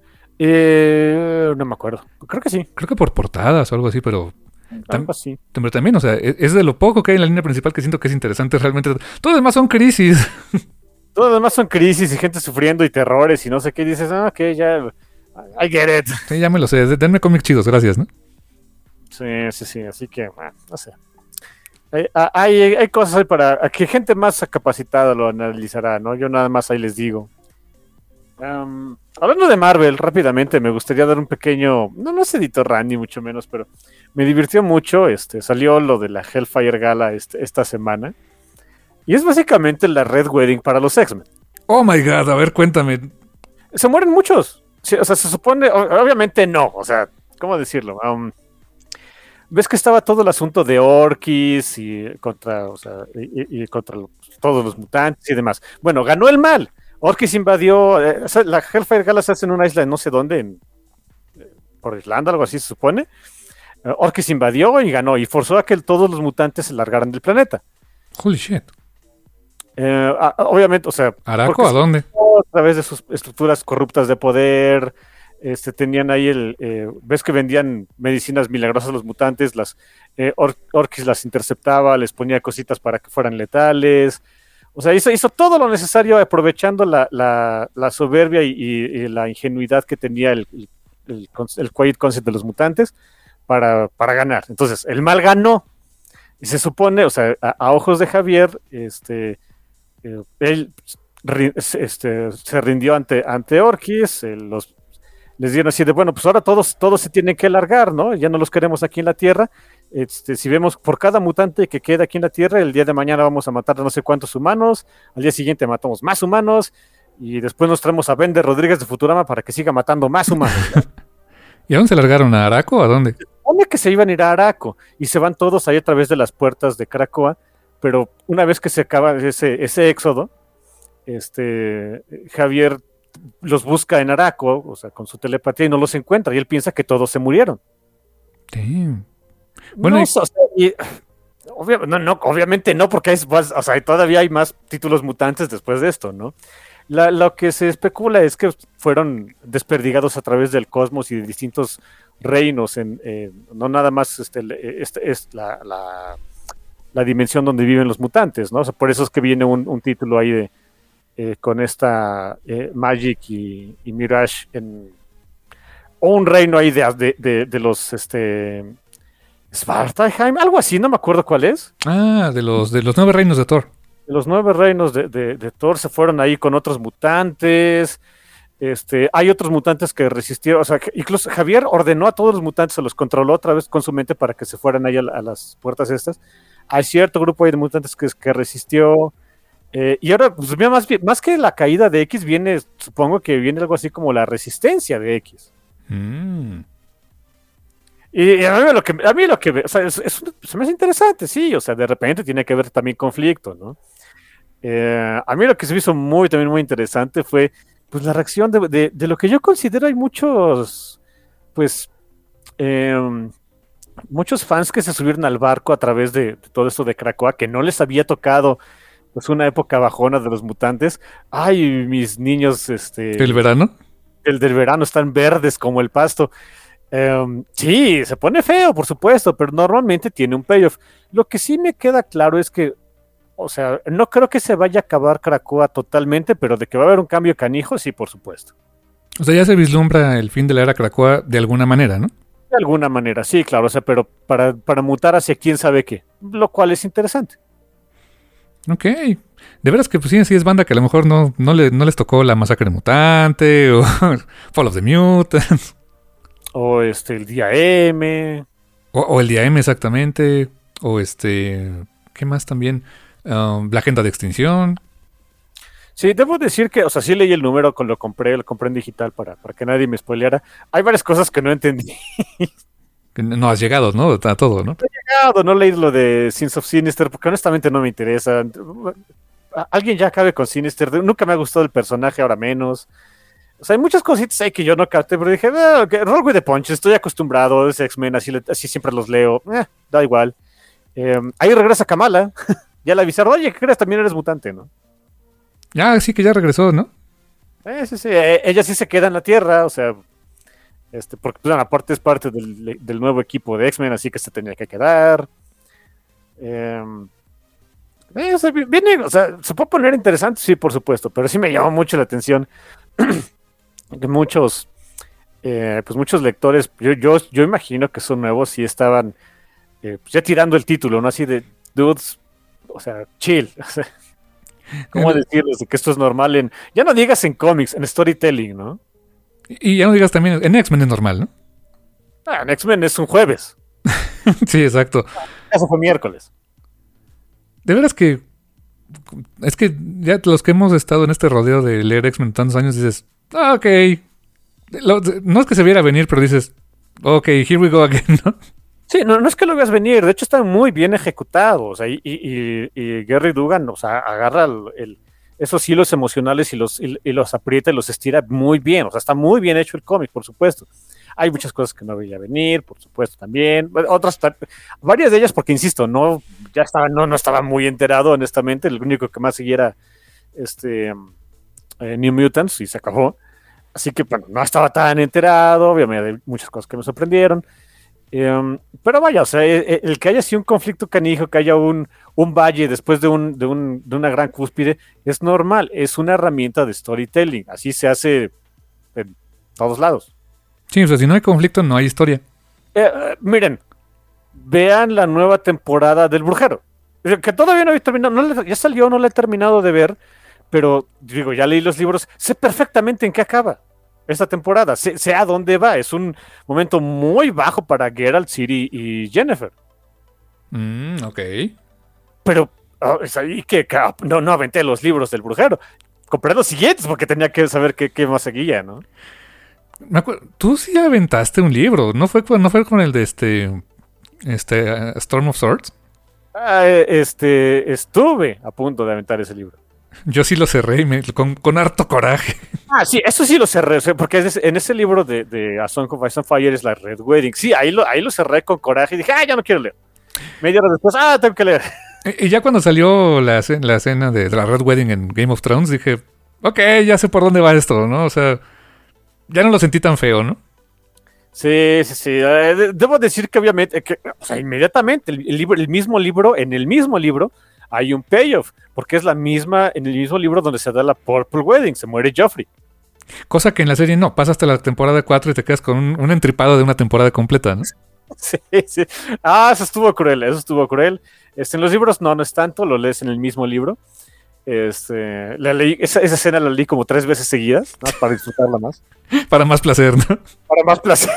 Eh, no me acuerdo. Creo que sí. Creo que por portadas o algo así, pero... Algo así. Pero también, o sea, es de lo poco que hay en la línea principal que siento que es interesante realmente. Todo lo demás son crisis. Todo lo demás son crisis y gente sufriendo y terrores y no sé qué. Y dices, ah, ok, ya, I get it. Sí, ya me lo sé. Denme cómics chidos, gracias, ¿no? Sí, sí, sí. Así que, bueno, no sé. Hay, hay, hay cosas ahí para que gente más capacitada lo analizará, ¿no? Yo nada más ahí les digo. Um, hablando de Marvel, rápidamente, me gustaría dar un pequeño, no, no es editor Randy, mucho menos, pero me divirtió mucho. Este, salió lo de la Hellfire Gala este, esta semana. Y es básicamente la Red Wedding para los X-Men. Oh my god, a ver, cuéntame. Se mueren muchos. Sí, o sea, se supone, obviamente no. O sea, ¿cómo decirlo? Um, ves que estaba todo el asunto de Orkis y contra, o sea, y, y contra los, todos los mutantes y demás. Bueno, ganó el mal. Orkis invadió. Eh, o sea, la Hellfire Gala se hace en una isla de no sé dónde, en, eh, por Irlanda, algo así se supone. Uh, Orkis invadió y ganó y forzó a que todos los mutantes se largaran del planeta. Holy shit. Eh, obviamente, o sea... ¿Araco a dónde? A través de sus estructuras corruptas de poder, este, tenían ahí el... Eh, ves que vendían medicinas milagrosas a los mutantes, las eh, Or Orkis las interceptaba, les ponía cositas para que fueran letales. O sea, hizo, hizo todo lo necesario aprovechando la, la, la soberbia y, y, y la ingenuidad que tenía el, el, el, el Quiet Concept de los mutantes para, para ganar. Entonces, el mal ganó. Y se supone, o sea, a, a ojos de Javier, este... Eh, él este, se rindió ante, ante Orkis, eh, los, les dieron así de, bueno, pues ahora todos, todos se tienen que largar, ¿no? Ya no los queremos aquí en la Tierra. Este, si vemos por cada mutante que queda aquí en la Tierra, el día de mañana vamos a matar a no sé cuántos humanos, al día siguiente matamos más humanos, y después nos traemos a Bender Rodríguez de Futurama para que siga matando más humanos, ¿no? ¿Y a dónde se largaron? ¿A Araco o a dónde? Se supone que se iban a ir a Araco, y se van todos ahí a través de las puertas de Krakoa. Pero una vez que se acaba ese, ese éxodo, este, Javier los busca en Araco, o sea, con su telepatía, y no los encuentra, y él piensa que todos se murieron. Damn. Bueno, no, y... o sea, y, obvia, no, no, obviamente no, porque hay, o sea, todavía hay más títulos mutantes después de esto, ¿no? La, lo que se especula es que fueron desperdigados a través del cosmos y de distintos reinos, en, eh, no nada más este, este, este, la... la la dimensión donde viven los mutantes, ¿no? O sea, por eso es que viene un, un título ahí de eh, con esta eh, Magic y, y Mirage en o un reino ahí de, de, de, de los este Svartalheim, algo así, no me acuerdo cuál es. Ah, de los, de los nueve reinos de Thor. Los nueve reinos de, de, de Thor se fueron ahí con otros mutantes. Este, hay otros mutantes que resistieron, o sea, que incluso Javier ordenó a todos los mutantes, se los controló otra vez con su mente para que se fueran ahí a, a las puertas estas. Hay cierto grupo ahí de mutantes que, que resistió. Eh, y ahora, pues mira, más, más que la caída de X, viene, supongo que viene algo así como la resistencia de X. Mm. Y, y a mí lo que, a mí lo que, o sea, es, es, se me hace interesante, sí, o sea, de repente tiene que haber también conflicto, ¿no? Eh, a mí lo que se me hizo muy, también muy interesante fue, pues, la reacción de, de, de lo que yo considero hay muchos, pues, eh, muchos fans que se subieron al barco a través de, de todo esto de Krakoa, que no les había tocado, pues, una época bajona de los mutantes. Ay, mis niños, este... ¿El verano? El del verano están verdes como el pasto. Um, sí, se pone feo, por supuesto, pero normalmente tiene un payoff. Lo que sí me queda claro es que, o sea, no creo que se vaya a acabar Krakoa totalmente, pero de que va a haber un cambio canijo, sí, por supuesto. O sea, ya se vislumbra el fin de la era Krakoa de alguna manera, ¿no? De alguna manera, sí, claro, o sea, pero para, para mutar hacia quién sabe qué, lo cual es interesante. Ok. De veras que pues sí, sí es banda que a lo mejor no, no, le, no les tocó la masacre mutante o Fall of the Mutants. O este, el día M. O, o el día M exactamente. O este, ¿qué más también? Um, la agenda de extinción. Sí, debo decir que, o sea, sí leí el número, lo compré, lo compré en digital para, para que nadie me spoileara. Hay varias cosas que no entendí. Que no has llegado, ¿no? A todo, ¿no? No he llegado, no leí lo de Sins of Sinister, porque honestamente no me interesa. Alguien ya acabe con Sinister. Nunca me ha gustado el personaje, ahora menos. O sea, hay muchas cositas ahí que yo no capté, pero dije, ah, okay, roll with the punch, estoy acostumbrado, es X-Men, así, así siempre los leo. Eh, da igual. Eh, ahí regresa Kamala. Ya la avisaron, oye, ¿qué crees? También eres mutante, ¿no? Ah, sí que ya regresó, ¿no? Eh, sí, sí, eh, ella sí se queda en la Tierra, o sea, este, porque pues, aparte es parte del, del nuevo equipo de X-Men, así que se tenía que quedar. Eh, eh, o sea, viene, o sea, se puede poner interesante, sí, por supuesto, pero sí me llamó mucho la atención que muchos, eh, pues muchos lectores, yo, yo, yo imagino que son nuevos y estaban eh, pues ya tirando el título, ¿no? Así de, dudes, o sea, chill, o sea, ¿cómo decirles que esto es normal en, ya no digas en cómics, en storytelling, ¿no? Y ya no digas también, en X-Men es normal, ¿no? Ah, en X-Men es un jueves. Sí, exacto. Eso fue miércoles. De veras que, es que ya los que hemos estado en este rodeo de leer X-Men tantos años, dices, ah, ok. Lo, no es que se viera venir, pero dices, ok, here we go again, ¿no? Sí, no, no es que lo veas venir, de hecho está muy bien ejecutado, o sea, y, y, y Gary Dugan, o sea, agarra el, el, esos hilos emocionales y los, y, y los aprieta y los estira muy bien, o sea, está muy bien hecho el cómic, por supuesto. Hay muchas cosas que no veía venir, por supuesto, también, otras, varias de ellas, porque insisto, no, ya estaba, no, no estaba muy enterado, honestamente, el único que más seguía era este, eh, New Mutants y se acabó, así que, bueno, no estaba tan enterado, obviamente hay muchas cosas que me sorprendieron. Um, pero vaya, o sea, el, el que haya sido un conflicto canijo, que haya un, un valle después de, un, de, un, de una gran cúspide, es normal, es una herramienta de storytelling, así se hace en todos lados. Sí, o sea, si no hay conflicto, no hay historia. Eh, eh, miren, vean la nueva temporada del Brujero, que todavía no he terminado, no le, ya salió, no la he terminado de ver, pero digo, ya leí los libros, sé perfectamente en qué acaba esta temporada, sé, sé a dónde va. Es un momento muy bajo para Geralt, Ciri y Yennefer. Mm, ok. Pero oh, es ahí que, que no, no aventé los libros del Brujero. Compré los siguientes porque tenía que saber qué, qué más seguía, ¿no? Me acuerdo, tú sí aventaste un libro, ¿no fue, no fue con el de este, este uh, Storm of Swords? Ah, este, estuve a punto de aventar ese libro. Yo sí lo cerré y me, con, con harto coraje. Ah, sí, eso sí lo cerré, porque es, en ese libro de, de A Song of Ice and Fire es la Red Wedding. Sí, ahí lo, ahí lo cerré con coraje y dije, ah, ya no quiero leer. Media hora después, ah, tengo que leer. Y, y ya cuando salió la, la escena de, de la Red Wedding en Game of Thrones, dije, ok, ya sé por dónde va esto, ¿no? O sea, ya no lo sentí tan feo, ¿no? Sí, sí, sí. Eh, debo decir que obviamente, que, o sea, inmediatamente, el, el, libro, el mismo libro, en el mismo libro, hay un payoff, porque es la misma, en el mismo libro donde se da la Purple Wedding, se muere Joffrey. Cosa que en la serie no, pasas hasta la temporada cuatro y te quedas con un, un entripado de una temporada completa, ¿no? Sí, sí. Ah, eso estuvo cruel, eso estuvo cruel. Este, en los libros no, no es tanto, lo lees en el mismo libro. Este, la leí, esa, esa escena la leí como tres veces seguidas, ¿no? Para disfrutarla más. Para más placer, ¿no? Para más placer.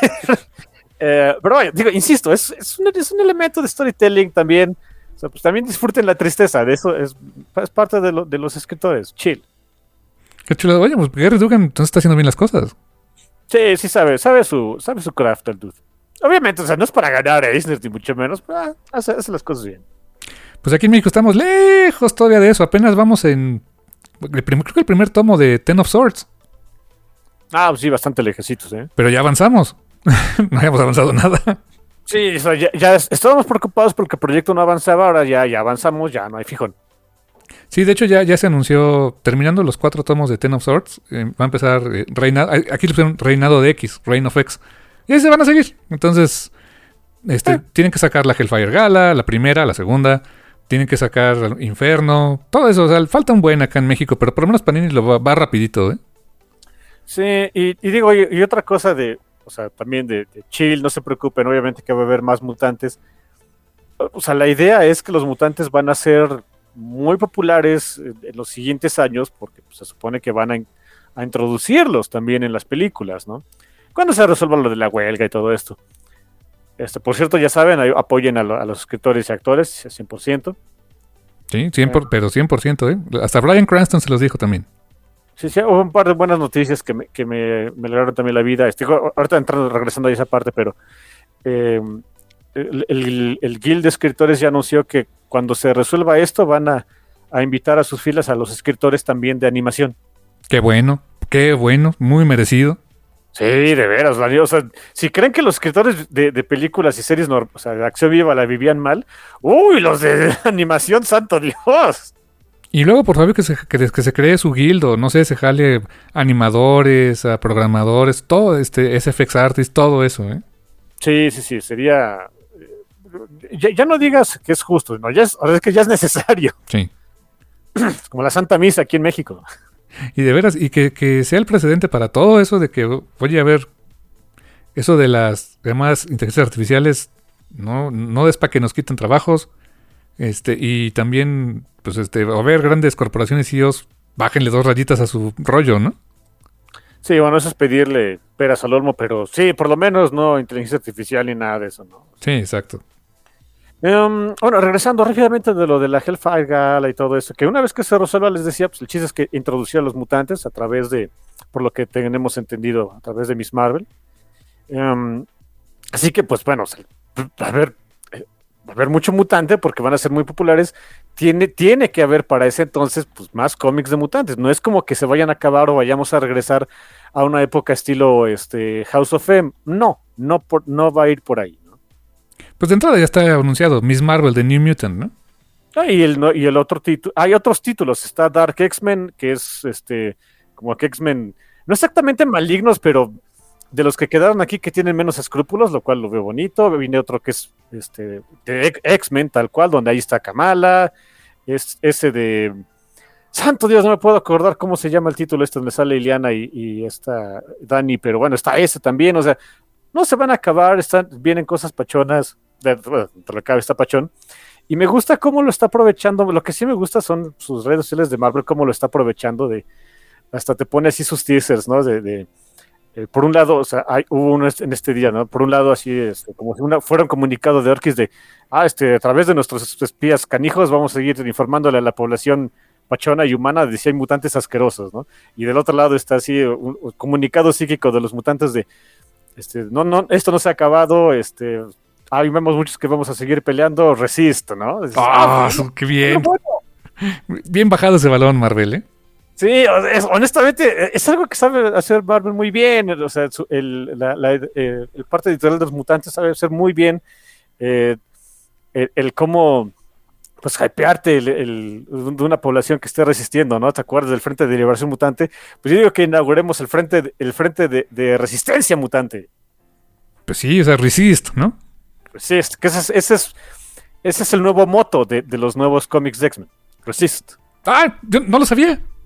eh, pero vaya, digo, insisto, es, es, un, es un elemento de storytelling también. O sea, pues también disfruten la tristeza, de eso es, es parte de, lo, de los escritores. Chill. Qué chulo. Oye, pues Gary Dugan entonces está haciendo bien las cosas. Sí, sí sabe, sabe su, sabe su craft el dude. Obviamente, o sea, no es para ganar a Eisner ni mucho menos, pero ah, hace, hace las cosas bien. Pues aquí en México estamos lejos todavía de eso. Apenas vamos en... El primer, creo que el primer tomo de Ten of Swords. Ah, pues sí, bastante lejecitos, ¿eh? Pero ya avanzamos. No habíamos avanzado nada. Sí, o sea, ya, ya estábamos preocupados porque el proyecto no avanzaba, ahora ya, ya avanzamos, ya no hay fijón. Sí, de hecho ya, ya se anunció, terminando los cuatro tomos de Ten of Swords, eh, va a empezar eh, Reinado, aquí le pusieron Reinado de X, Reign of X. Y ahí se van a seguir. Entonces, este, eh. tienen que sacar la Hellfire Gala, la primera, la segunda... Tienen que sacar Inferno, todo eso. O sea, falta un buen acá en México, pero por lo menos Panini lo va, va rapidito, ¿eh? Sí, y, y digo, y, y otra cosa de, o sea, también de, de chill, no se preocupen, obviamente que va a haber más mutantes. O sea, la idea es que los mutantes van a ser muy populares en los siguientes años, porque pues, se supone que van a, a introducirlos también en las películas, ¿no? Cuando se resuelva lo de la huelga y todo esto. Este, por cierto, ya saben, apoyen a, lo, a los escritores y actores, cien por ciento. Sí, cien por ciento, pero cien por ciento, ¿eh? Hasta Bryan Cranston se los dijo también. Sí, sí, hubo un par de buenas noticias que me, que me, me alegraron también la vida. Estoy ahorita entrando, regresando a esa parte, pero eh, el, el, el Guild de Escritores ya anunció que cuando se resuelva esto van a, a invitar a sus filas a los escritores también de animación. Qué bueno, qué bueno, muy merecido. Sí, de veras, o sea, si creen que los escritores de, de películas y series, o sea, de acción viva la vivían mal, uy, los de animación, santo Dios. Y luego, por favor, que se, que, que se cree su guildo, no sé, se jale animadores, a programadores, todo, este, S F X Artists, todo eso, ¿eh? Sí, sí, sí, sería... Ya, ya no digas que es justo, no, ya es, es que ya es necesario. Sí. Como la Santa Misa aquí en México. Y de veras, y que, que sea el precedente para todo eso de que, oye, a ver, eso de las llamadas inteligencias artificiales, no, no es para que nos quiten trabajos, este, y también, pues, este, a ver, grandes corporaciones y C E Os, bájenle dos rayitas a su rollo, ¿no? Sí, bueno, eso es pedirle peras al olmo, pero sí, por lo menos no inteligencia artificial ni nada de eso, ¿no? Sí, exacto. Um, bueno, regresando rápidamente de lo de la Hellfire Gala y todo eso, que una vez que se resuelva, les decía, pues el chiste es que introducía a los mutantes a través de, por lo que tenemos entendido, a través de Miss Marvel. Um, así que, pues bueno, a ver, va a haber mucho mutante porque van a ser muy populares. Tiene, tiene que haber para ese entonces pues, más cómics de mutantes. No es como que se vayan a acabar o vayamos a regresar a una época estilo este, House of M. No, no, por, no va a ir por ahí. Pues de entrada ya está anunciado Miss Marvel de New Mutant, ¿no? Ah, y el, y el otro título, hay otros títulos, está Dark X-Men, que es este, como que X-Men, no exactamente malignos, pero de los que quedaron aquí que tienen menos escrúpulos, lo cual lo veo bonito. Viene otro que es este de X-Men, tal cual, donde ahí está Kamala, es ese de... Santo Dios, no me puedo acordar cómo se llama el título este donde sale Ileana y, y está Dani, pero bueno, está ese también, o sea, no se van a acabar, están, vienen cosas pachonas, de, bueno, te lo cabe, está pachón. Y me gusta cómo lo está aprovechando. Lo que sí me gusta son sus redes sociales de Marvel, cómo lo está aprovechando. De hasta te pone así sus teasers, ¿no? De, de eh, por un lado, o sea, hay, hubo uno en este día, ¿no? Por un lado, así, este, como si una, fuera un comunicado de Orkis de, ah, este, a través de nuestros espías canijos vamos a seguir informándole a la población pachona y humana de si hay mutantes asquerosos, ¿no? Y del otro lado está así un, un comunicado psíquico de los mutantes de, este, no, no, esto no se ha acabado, este... Ah, y vemos muchos que vamos a seguir peleando, resisto, ¿no? Dices, ah, oh, bueno, qué bien. Bueno. Bien bajado ese balón, Marvel, ¿eh? Sí, es, honestamente, es algo que sabe hacer Marvel muy bien. O sea, el, la, la, eh, el parte editorial de los mutantes sabe hacer muy bien eh, el, el cómo, pues, hypearte el, el, de una población que esté resistiendo, ¿no? ¿Te acuerdas del Frente de Liberación Mutante? Pues yo digo que inauguremos el Frente, el frente de, de Resistencia Mutante. Pues sí, o sea, resist, ¿no? Sí, que ese es, ese es, ese es el nuevo moto de, de los nuevos cómics de X-Men. Resist. Ah, yo no lo sabía.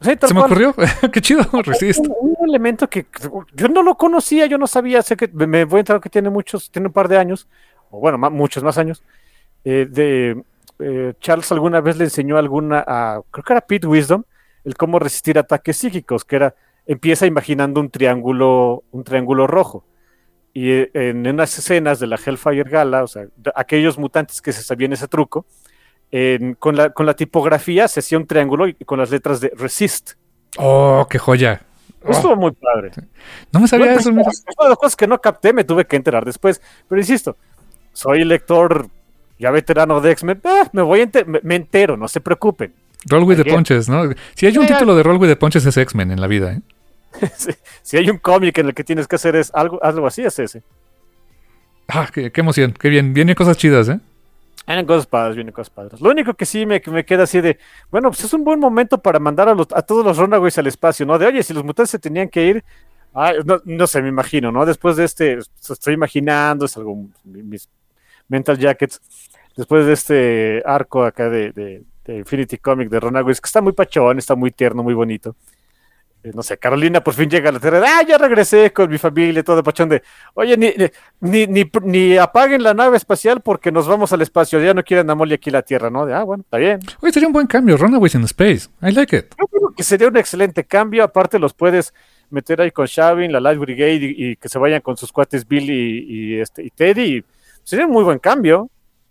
Sí, tal Se me cual. ocurrió. Qué chido, Resist. Un, un elemento que yo no lo conocía, yo no sabía, sé que me, me voy a enterar que tiene muchos, tiene un par de años, o bueno, ma- muchos más años. Eh, de eh, Charles alguna vez le enseñó alguna a, creo que era Pete Wisdom, el cómo resistir ataques psíquicos, que era, empieza imaginando un triángulo, un triángulo rojo. Y eh, en unas escenas de la Hellfire Gala, o sea, de aquellos mutantes que se sabían ese truco, en- con, la, con la tipografía se hacía un triángulo y con las letras de Resist. Oh, qué joya. Oh, Estuvo muy padre. no me sabía Bueno, eso. pues, Mira. es una de las cosas que no capté, me tuve que enterar después. Pero insisto, soy lector ya veterano de X-Men, eh, me voy a enter- me, me entero, no se preocupen. Roll with the Again. Punches, ¿no? Si hay un Eh, título de Roll with the Punches es X-Men en la vida, ¿eh? si, si hay un cómic en el que tienes que hacer es algo, algo así, es ese. Ah, qué, qué emoción, qué bien. Vienen cosas chidas, ¿eh? Vienen cosas padres, vienen cosas padres. Lo único que sí me, que me queda así de, bueno, pues es un buen momento para mandar a, los, a todos los Runaways al espacio, ¿no? De, oye, si los mutantes se tenían que ir, ay, no, no sé, me imagino, ¿no? Después de este, estoy imaginando, es algo, mis mental jackets, después de este arco acá de, de, de Infinity Comic de Runaways, que está muy pachón, está muy tierno, muy bonito. Eh, no sé, Carolina por fin llega a la Tierra, ah, ya regresé con mi familia, todo pachón de, oye, ni, ni, ni, ni apaguen la nave espacial porque nos vamos al espacio, ya no quieren a Molly aquí la Tierra, ¿no? De, ah, bueno, está bien. Oye, sería un buen cambio. Runaways in Space. I like it. Yo creo que sería un excelente cambio, aparte los puedes meter ahí con Shavin, la Light Brigade y, y que se vayan con sus cuates Billy y, y, este, y Teddy, y sería un muy buen cambio.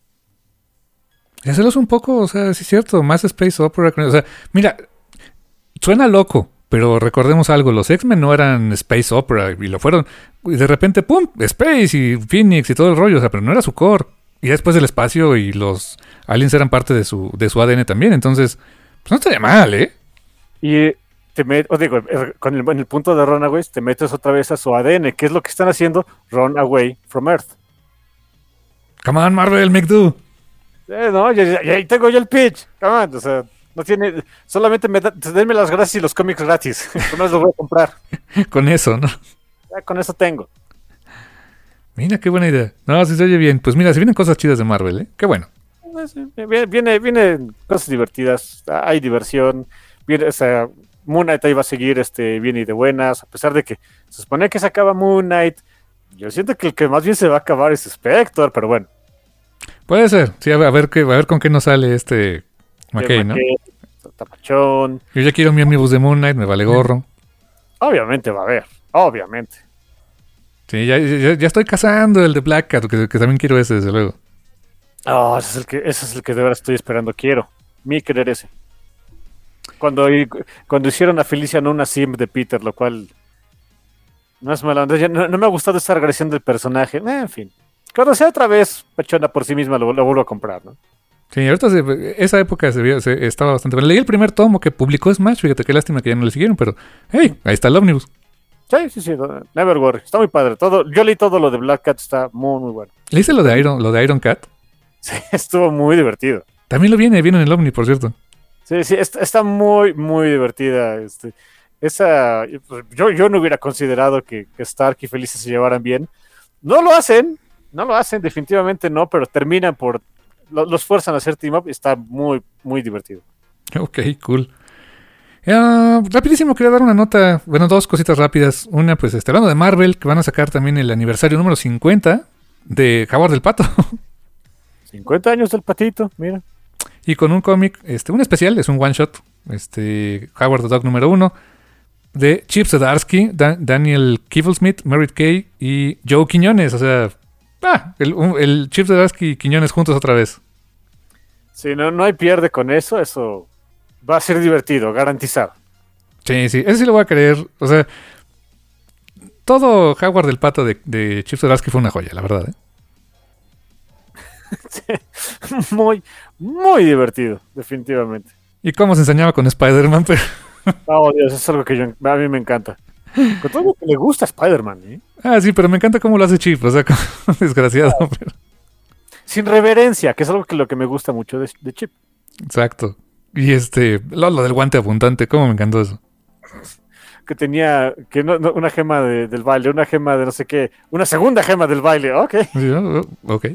Y hacerlos un poco, o sea, sí es cierto, más Space Opera. O sea, mira, suena loco, pero recordemos algo, los X-Men no eran Space Opera y lo fueron, y de repente, ¡pum!, Space y Phoenix y todo el rollo, o sea, pero no era su core. Y después del espacio y los aliens eran parte de su, de su A D N también, entonces, pues no estaría mal, ¿eh? Y te met, o digo, con el, en el punto de Runaways, te metes otra vez a su A D N, que es lo que están haciendo, Run Away from Earth. Come on, Marvel, make do. Eh, no, ya, ya, ya tengo yo el pitch, come on, o sea, no tiene, solamente me da, denme las gracias y los cómics gratis, no los voy a comprar. Con eso, ¿no? Ya, con eso tengo. Mira, qué buena idea. No, si se oye bien. Pues mira, si vienen cosas chidas de Marvel, ¿eh? Qué bueno. Viene, viene, viene cosas divertidas, hay diversión, viene, o sea, Moon Knight ahí va a seguir este, bien y de buenas, a pesar de que se supone que se acaba Moon Knight, yo siento que el que más bien se va a acabar es Spectre, pero bueno. Puede ser. Sí, a ver, a ver, qué, a ver con qué nos sale este McKay, ¿no? McKay, Tapachón. Yo ya quiero mi omnibus de Moon Knight, me vale gorro. Obviamente va a haber, obviamente. Sí, ya, ya, ya estoy cazando el de Black Cat, que, que también quiero ese, desde luego. Oh, ese es el que, ese es el que de verdad estoy esperando, quiero. Mi querer ese. Cuando, cuando hicieron a Felicia no una sim de Peter, lo cual no es mala onda. Ya no, no me ha gustado estar agradeciendo el personaje. Eh, en fin. Cuando sea otra vez pachona por sí misma, lo, lo vuelvo a comprar, ¿no? Sí, ahorita se, esa época se, vio, se estaba bastante bueno. Leí el primer tomo que publicó Smash, fíjate qué lástima que ya no le siguieron, pero hey, ahí está el ómnibus. Sí, sí, sí, never worry. Está muy padre. Todo, yo leí todo lo de Black Cat, está muy, muy bueno. ¿Leíste lo de Iron, lo de Iron Cat? Sí, estuvo muy divertido. También lo viene, viene en el Omni, por cierto. Sí, sí, está, está muy, muy divertida. Este, esa, pues, yo, yo no hubiera considerado que, que Stark y Felicia se llevaran bien. No lo hacen, no lo hacen, definitivamente no, pero terminan por, lo, los fuerzan a hacer team up y está muy, muy divertido. Ok, cool. Uh, rapidísimo, quería dar una nota, bueno, dos cositas rápidas. Una, pues, este, hablando de Marvel, que van a sacar también el aniversario número cincuenta de Howard del Pato. cincuenta años del patito, mira. Y con un cómic, este, un especial, es un one shot, este, Howard the Dog número uno, de Chip Zdarsky, Da- Daniel Kibblesmith, Merritt Kay y Joe Quiñones, o sea, ah, el, un- el Chip Zdarsky y Quiñones juntos otra vez. Sí, no, no hay pierde con eso, eso va a ser divertido, garantizado. Sí, sí, ese sí lo voy a creer, o sea, todo Howard del Pato de, de Chip Zdarsky fue una joya, la verdad, ¿eh? Sí, muy, muy divertido, definitivamente. Y cómo se enseñaba con Spider-Man, pero... Oh, Dios, es algo que yo, a mí me encanta. Con todo lo que le gusta a Spider-Man, ¿eh? Ah, sí, pero me encanta cómo lo hace Chip, o sea, como desgraciado, pero... Sin reverencia, que es algo que lo que me gusta mucho de, de Chip. Exacto. Y este, lo, lo del guante abundante, cómo me encantó eso. Que tenía que no, no, una gema de, del baile, una gema de no sé qué, una segunda gema del baile, ok. Sí, oh, oh, ok.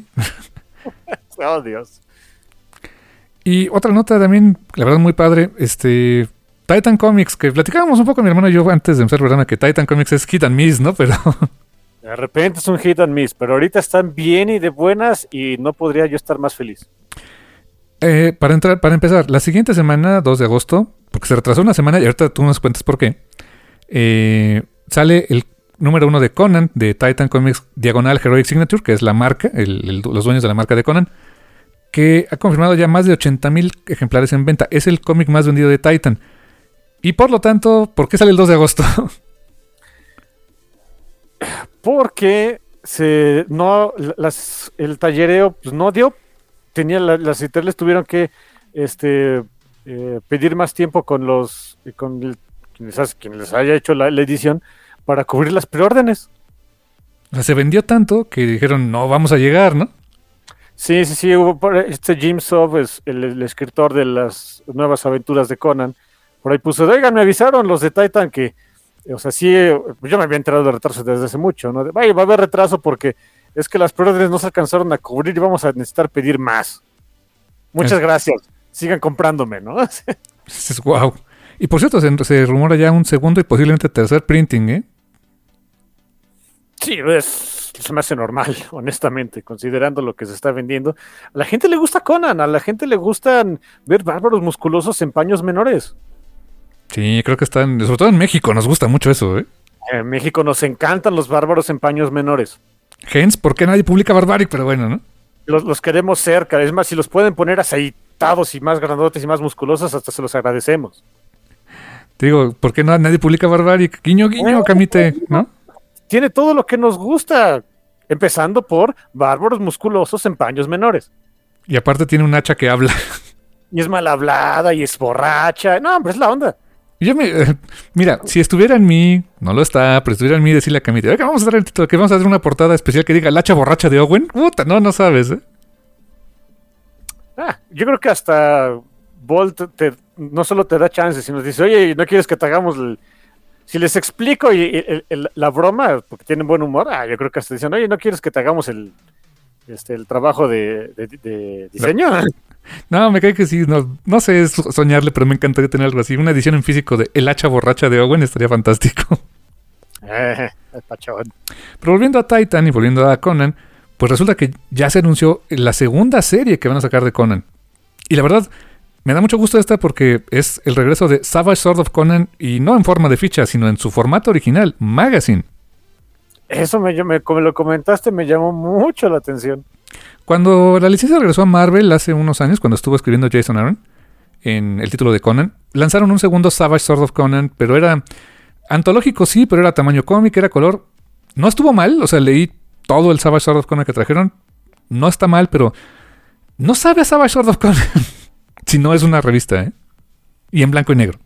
Oh, Dios. Y otra nota también, la verdad muy padre, este, Titan Comics, que platicábamos un poco mi hermano y yo antes de empezar el programa, que Titan Comics es hit and miss, ¿no? Pero de repente es un hit and miss, pero ahorita están bien y de buenas y no podría yo estar más feliz. Eh, para entrar, para empezar, la siguiente semana, dos de agosto, porque se retrasó una semana y ahorita tú nos cuentas por qué, eh, sale el número uno de Conan, de Titan Comics Diagonal Heroic Signature, que es la marca, el, el, los dueños de la marca de Conan, que ha confirmado ya más de ochenta mil ejemplares en venta. Es el cómic más vendido de Titan. Y por lo tanto, ¿por qué sale el dos de agosto? Porque se, no, las, el tallereo pues, no dio. Tenía la, las editoriales tuvieron que este, eh, pedir más tiempo con los con el, quienes, quienes les haya hecho la, la edición para cubrir las preórdenes. O sea, se vendió tanto que dijeron, no vamos a llegar, ¿no? Sí, sí, sí. Hubo por, este Jim Sov, es el, el escritor de las nuevas aventuras de Conan, por ahí puso, oigan, me avisaron los de Titan que, o sea, sí, pues yo me había enterado de retraso desde hace mucho, ¿no? De, vaya, va a haber retraso porque es que las preórdenes no se alcanzaron a cubrir y vamos a necesitar pedir más. Muchas es, gracias. Sigan comprándome, ¿no? Es wow. Y por cierto, se, se rumora ya un segundo y posiblemente tercer printing, ¿eh? Sí, es, se me hace normal, honestamente, considerando lo que se está vendiendo. A la gente le gusta Conan, a la gente le gustan ver bárbaros musculosos en paños menores. Sí, creo que están, sobre todo en México, nos gusta mucho eso, ¿eh? En México nos encantan los bárbaros en paños menores. Hence, ¿por qué nadie publica Barbaric? Pero bueno, ¿no? Los, los queremos cerca, es más, si los pueden poner aceitados y más grandotes y más musculosos, hasta se los agradecemos. Te digo, ¿por qué no, nadie publica Barbaric? Guiño, guiño, Camite, ¿no? Tiene todo lo que nos gusta, empezando por bárbaros musculosos en paños menores. Y aparte tiene un hacha que habla. Y es mal hablada y es borracha. No, hombre, es la onda. Yo me, eh, mira, si estuviera en mí, no lo está, pero estuviera en mí decirle a Camite, oiga, vamos a hacer el título, que vamos a hacer una portada especial que diga el hacha borracha de Owen. Puta, no, no sabes, ¿eh? Ah, yo creo que hasta Bolt te, no solo te da chances, sino dice, oye, ¿no quieres que te hagamos el... Si les explico y, y, el, el, la broma, porque tienen buen humor, ah, yo creo que hasta dicen, oye, ¿no quieres que te hagamos el, este, el trabajo de, de, de diseño? No. No, me cae que sí, no, no sé soñarle, pero me encantaría tener algo así. Una edición en físico de El hacha borracha de Owen estaría fantástico. Eh, el pachón. Pero volviendo a Titan y volviendo a Conan, pues resulta que ya se anunció la segunda serie que van a sacar de Conan. Y la verdad, me da mucho gusto esta porque es el regreso de Savage Sword of Conan y no en forma de ficha, sino en su formato original, Magazine. Eso, me, me, como lo comentaste, me llamó mucho la atención. Cuando la licencia regresó a Marvel hace unos años, cuando estuvo escribiendo Jason Aaron en el título de Conan, lanzaron un segundo Savage Sword of Conan, pero era antológico, sí, pero era tamaño cómic, era color. No estuvo mal, o sea, leí todo el Savage Sword of Conan que trajeron. No está mal, pero no sabe a Savage Sword of Conan si no es una revista, ¿eh? Y en blanco y negro.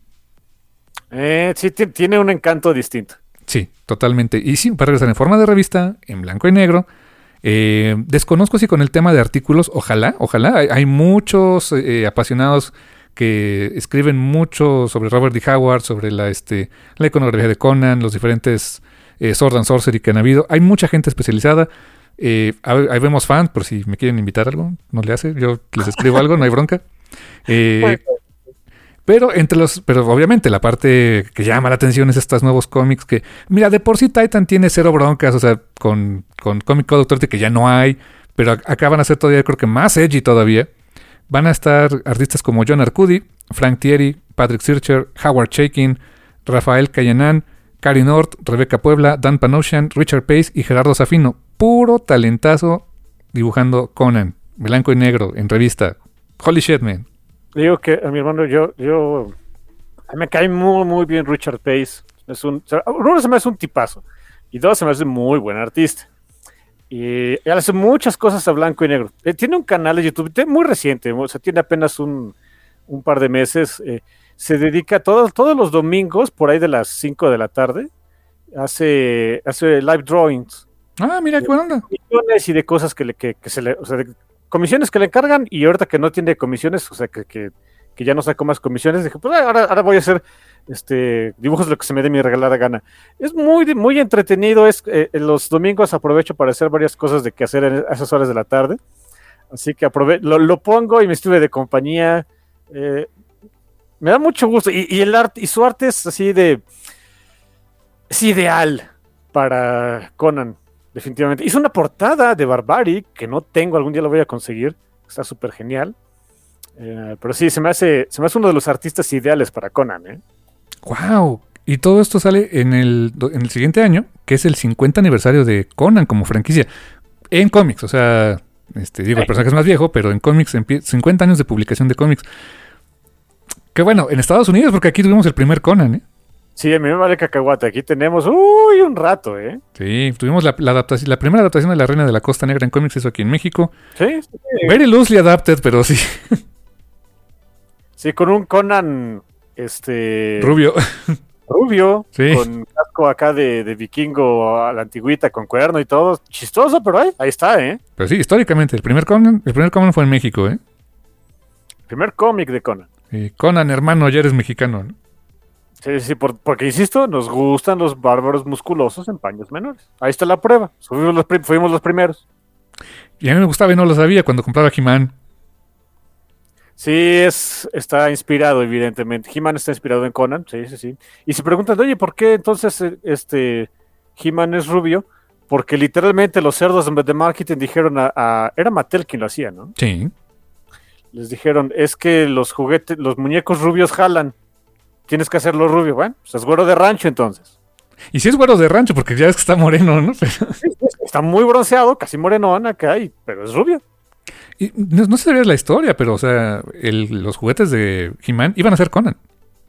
Eh, sí, t- tiene un encanto distinto. Sí, totalmente. Y sí, va a regresar en forma de revista, en blanco y negro. Eh, desconozco si con el tema de artículos, ojalá, ojalá. Hay, hay muchos eh, apasionados que escriben mucho sobre Robert D. Howard, sobre la, este, la iconografía de Conan, los diferentes eh, Sword and Sorcery que han habido. Hay mucha gente especializada. Eh, ahí, ahí vemos fans, por si me quieren invitar algo, no le hace. Yo les escribo algo, no hay bronca. Eh, Pero entre los, pero obviamente la parte que llama la atención es estos nuevos cómics que, mira, de por sí Titan tiene cero broncas, o sea, con, con Comic Code Authority que ya no hay, pero acá van a ser todavía, creo que más edgy todavía. Van a estar artistas como John Arcudi, Frank Thierry, Patrick Zircher, Howard Chaykin, Rafael Callanan, Cary North, Rebecca Puebla, Dan Panosian, Richard Pace y Gerardo Safino. Puro talentazo dibujando Conan, blanco y negro, en revista. Holy shit, man. Digo que a mi hermano, yo, yo, a mí me cae muy, muy bien Richard Pace. Es un, o sea, uno se me hace un tipazo y dos se me hace muy buen artista. Y él hace muchas cosas a blanco y negro. Eh, tiene un canal de YouTube muy reciente, o sea, tiene apenas un, un par de meses. Eh, se dedica todos, todos los domingos, por ahí de las cinco de la tarde, hace, hace live drawings. Ah, mira qué buena onda. Y de cosas que, le, que, que se le, o sea, de comisiones que le encargan, y ahorita que no tiene comisiones, o sea, que, que, que ya no saco más comisiones, dije, pues ahora, ahora voy a hacer este dibujos de lo que se me dé mi regalada gana. Es muy, muy entretenido, es eh, los domingos aprovecho para hacer varias cosas de que hacer en esas horas de la tarde, así que aprove lo, lo pongo y me estuve de compañía. Eh, Me da mucho gusto. Y, y el arte, y su arte es así de. Es ideal para Conan, definitivamente. Hizo una portada de Barbaric que no tengo, algún día lo voy a conseguir. Está súper genial. Eh, pero sí, se me hace, se me hace uno de los artistas ideales para Conan, ¿eh? ¡Wow! Y todo esto sale en el, en el siguiente año, que es el cincuenta aniversario de Conan como franquicia. En cómics, o sea, este, digo, el personaje es más viejo, pero en cómics, cincuenta años de publicación de cómics. Que bueno, en Estados Unidos, porque aquí tuvimos el primer Conan, ¿eh? Sí, a mí me vale cacahuate. Aquí tenemos, uy, un rato, ¿eh? Sí, tuvimos la, la adaptación, la primera adaptación de La Reina de la Costa Negra en cómics, eso aquí en México. Sí, sí. Very loosely adapted, pero sí. Sí, con un Conan, este... Rubio. Rubio, sí. Con casco acá de, de vikingo a la antigüita, con cuerno y todo. Chistoso, pero ahí, ahí está, ¿eh? Pero sí, históricamente, el primer Conan, el primer Conan fue en México, ¿eh? Primer cómic de Conan. Eh, Conan, hermano, ya eres mexicano, ¿no? Sí, sí, por, porque insisto, nos gustan los bárbaros musculosos en paños menores. Ahí está la prueba. Fuimos los, fuimos los primeros. Y a mí me gustaba y no lo sabía cuando compraba He-Man. Sí, es, está inspirado, evidentemente. He-Man está inspirado en Conan, sí, sí, sí. Y se preguntan, oye, ¿por qué entonces este He-Man es rubio? Porque literalmente los cerdos de marketing dijeron a, a... Era Mattel quien lo hacía, ¿no? Sí. Les dijeron, es que los juguetes, los muñecos rubios jalan. Tienes que hacerlo rubio. Bueno, pues es güero de rancho entonces. Y si es güero de rancho, porque ya es que está moreno, ¿no? Pero... Está muy bronceado, casi morenón acá, y, pero es rubio. Y no, no sé si sabías la historia, pero, o sea, el, los juguetes de He-Man iban a ser Conan.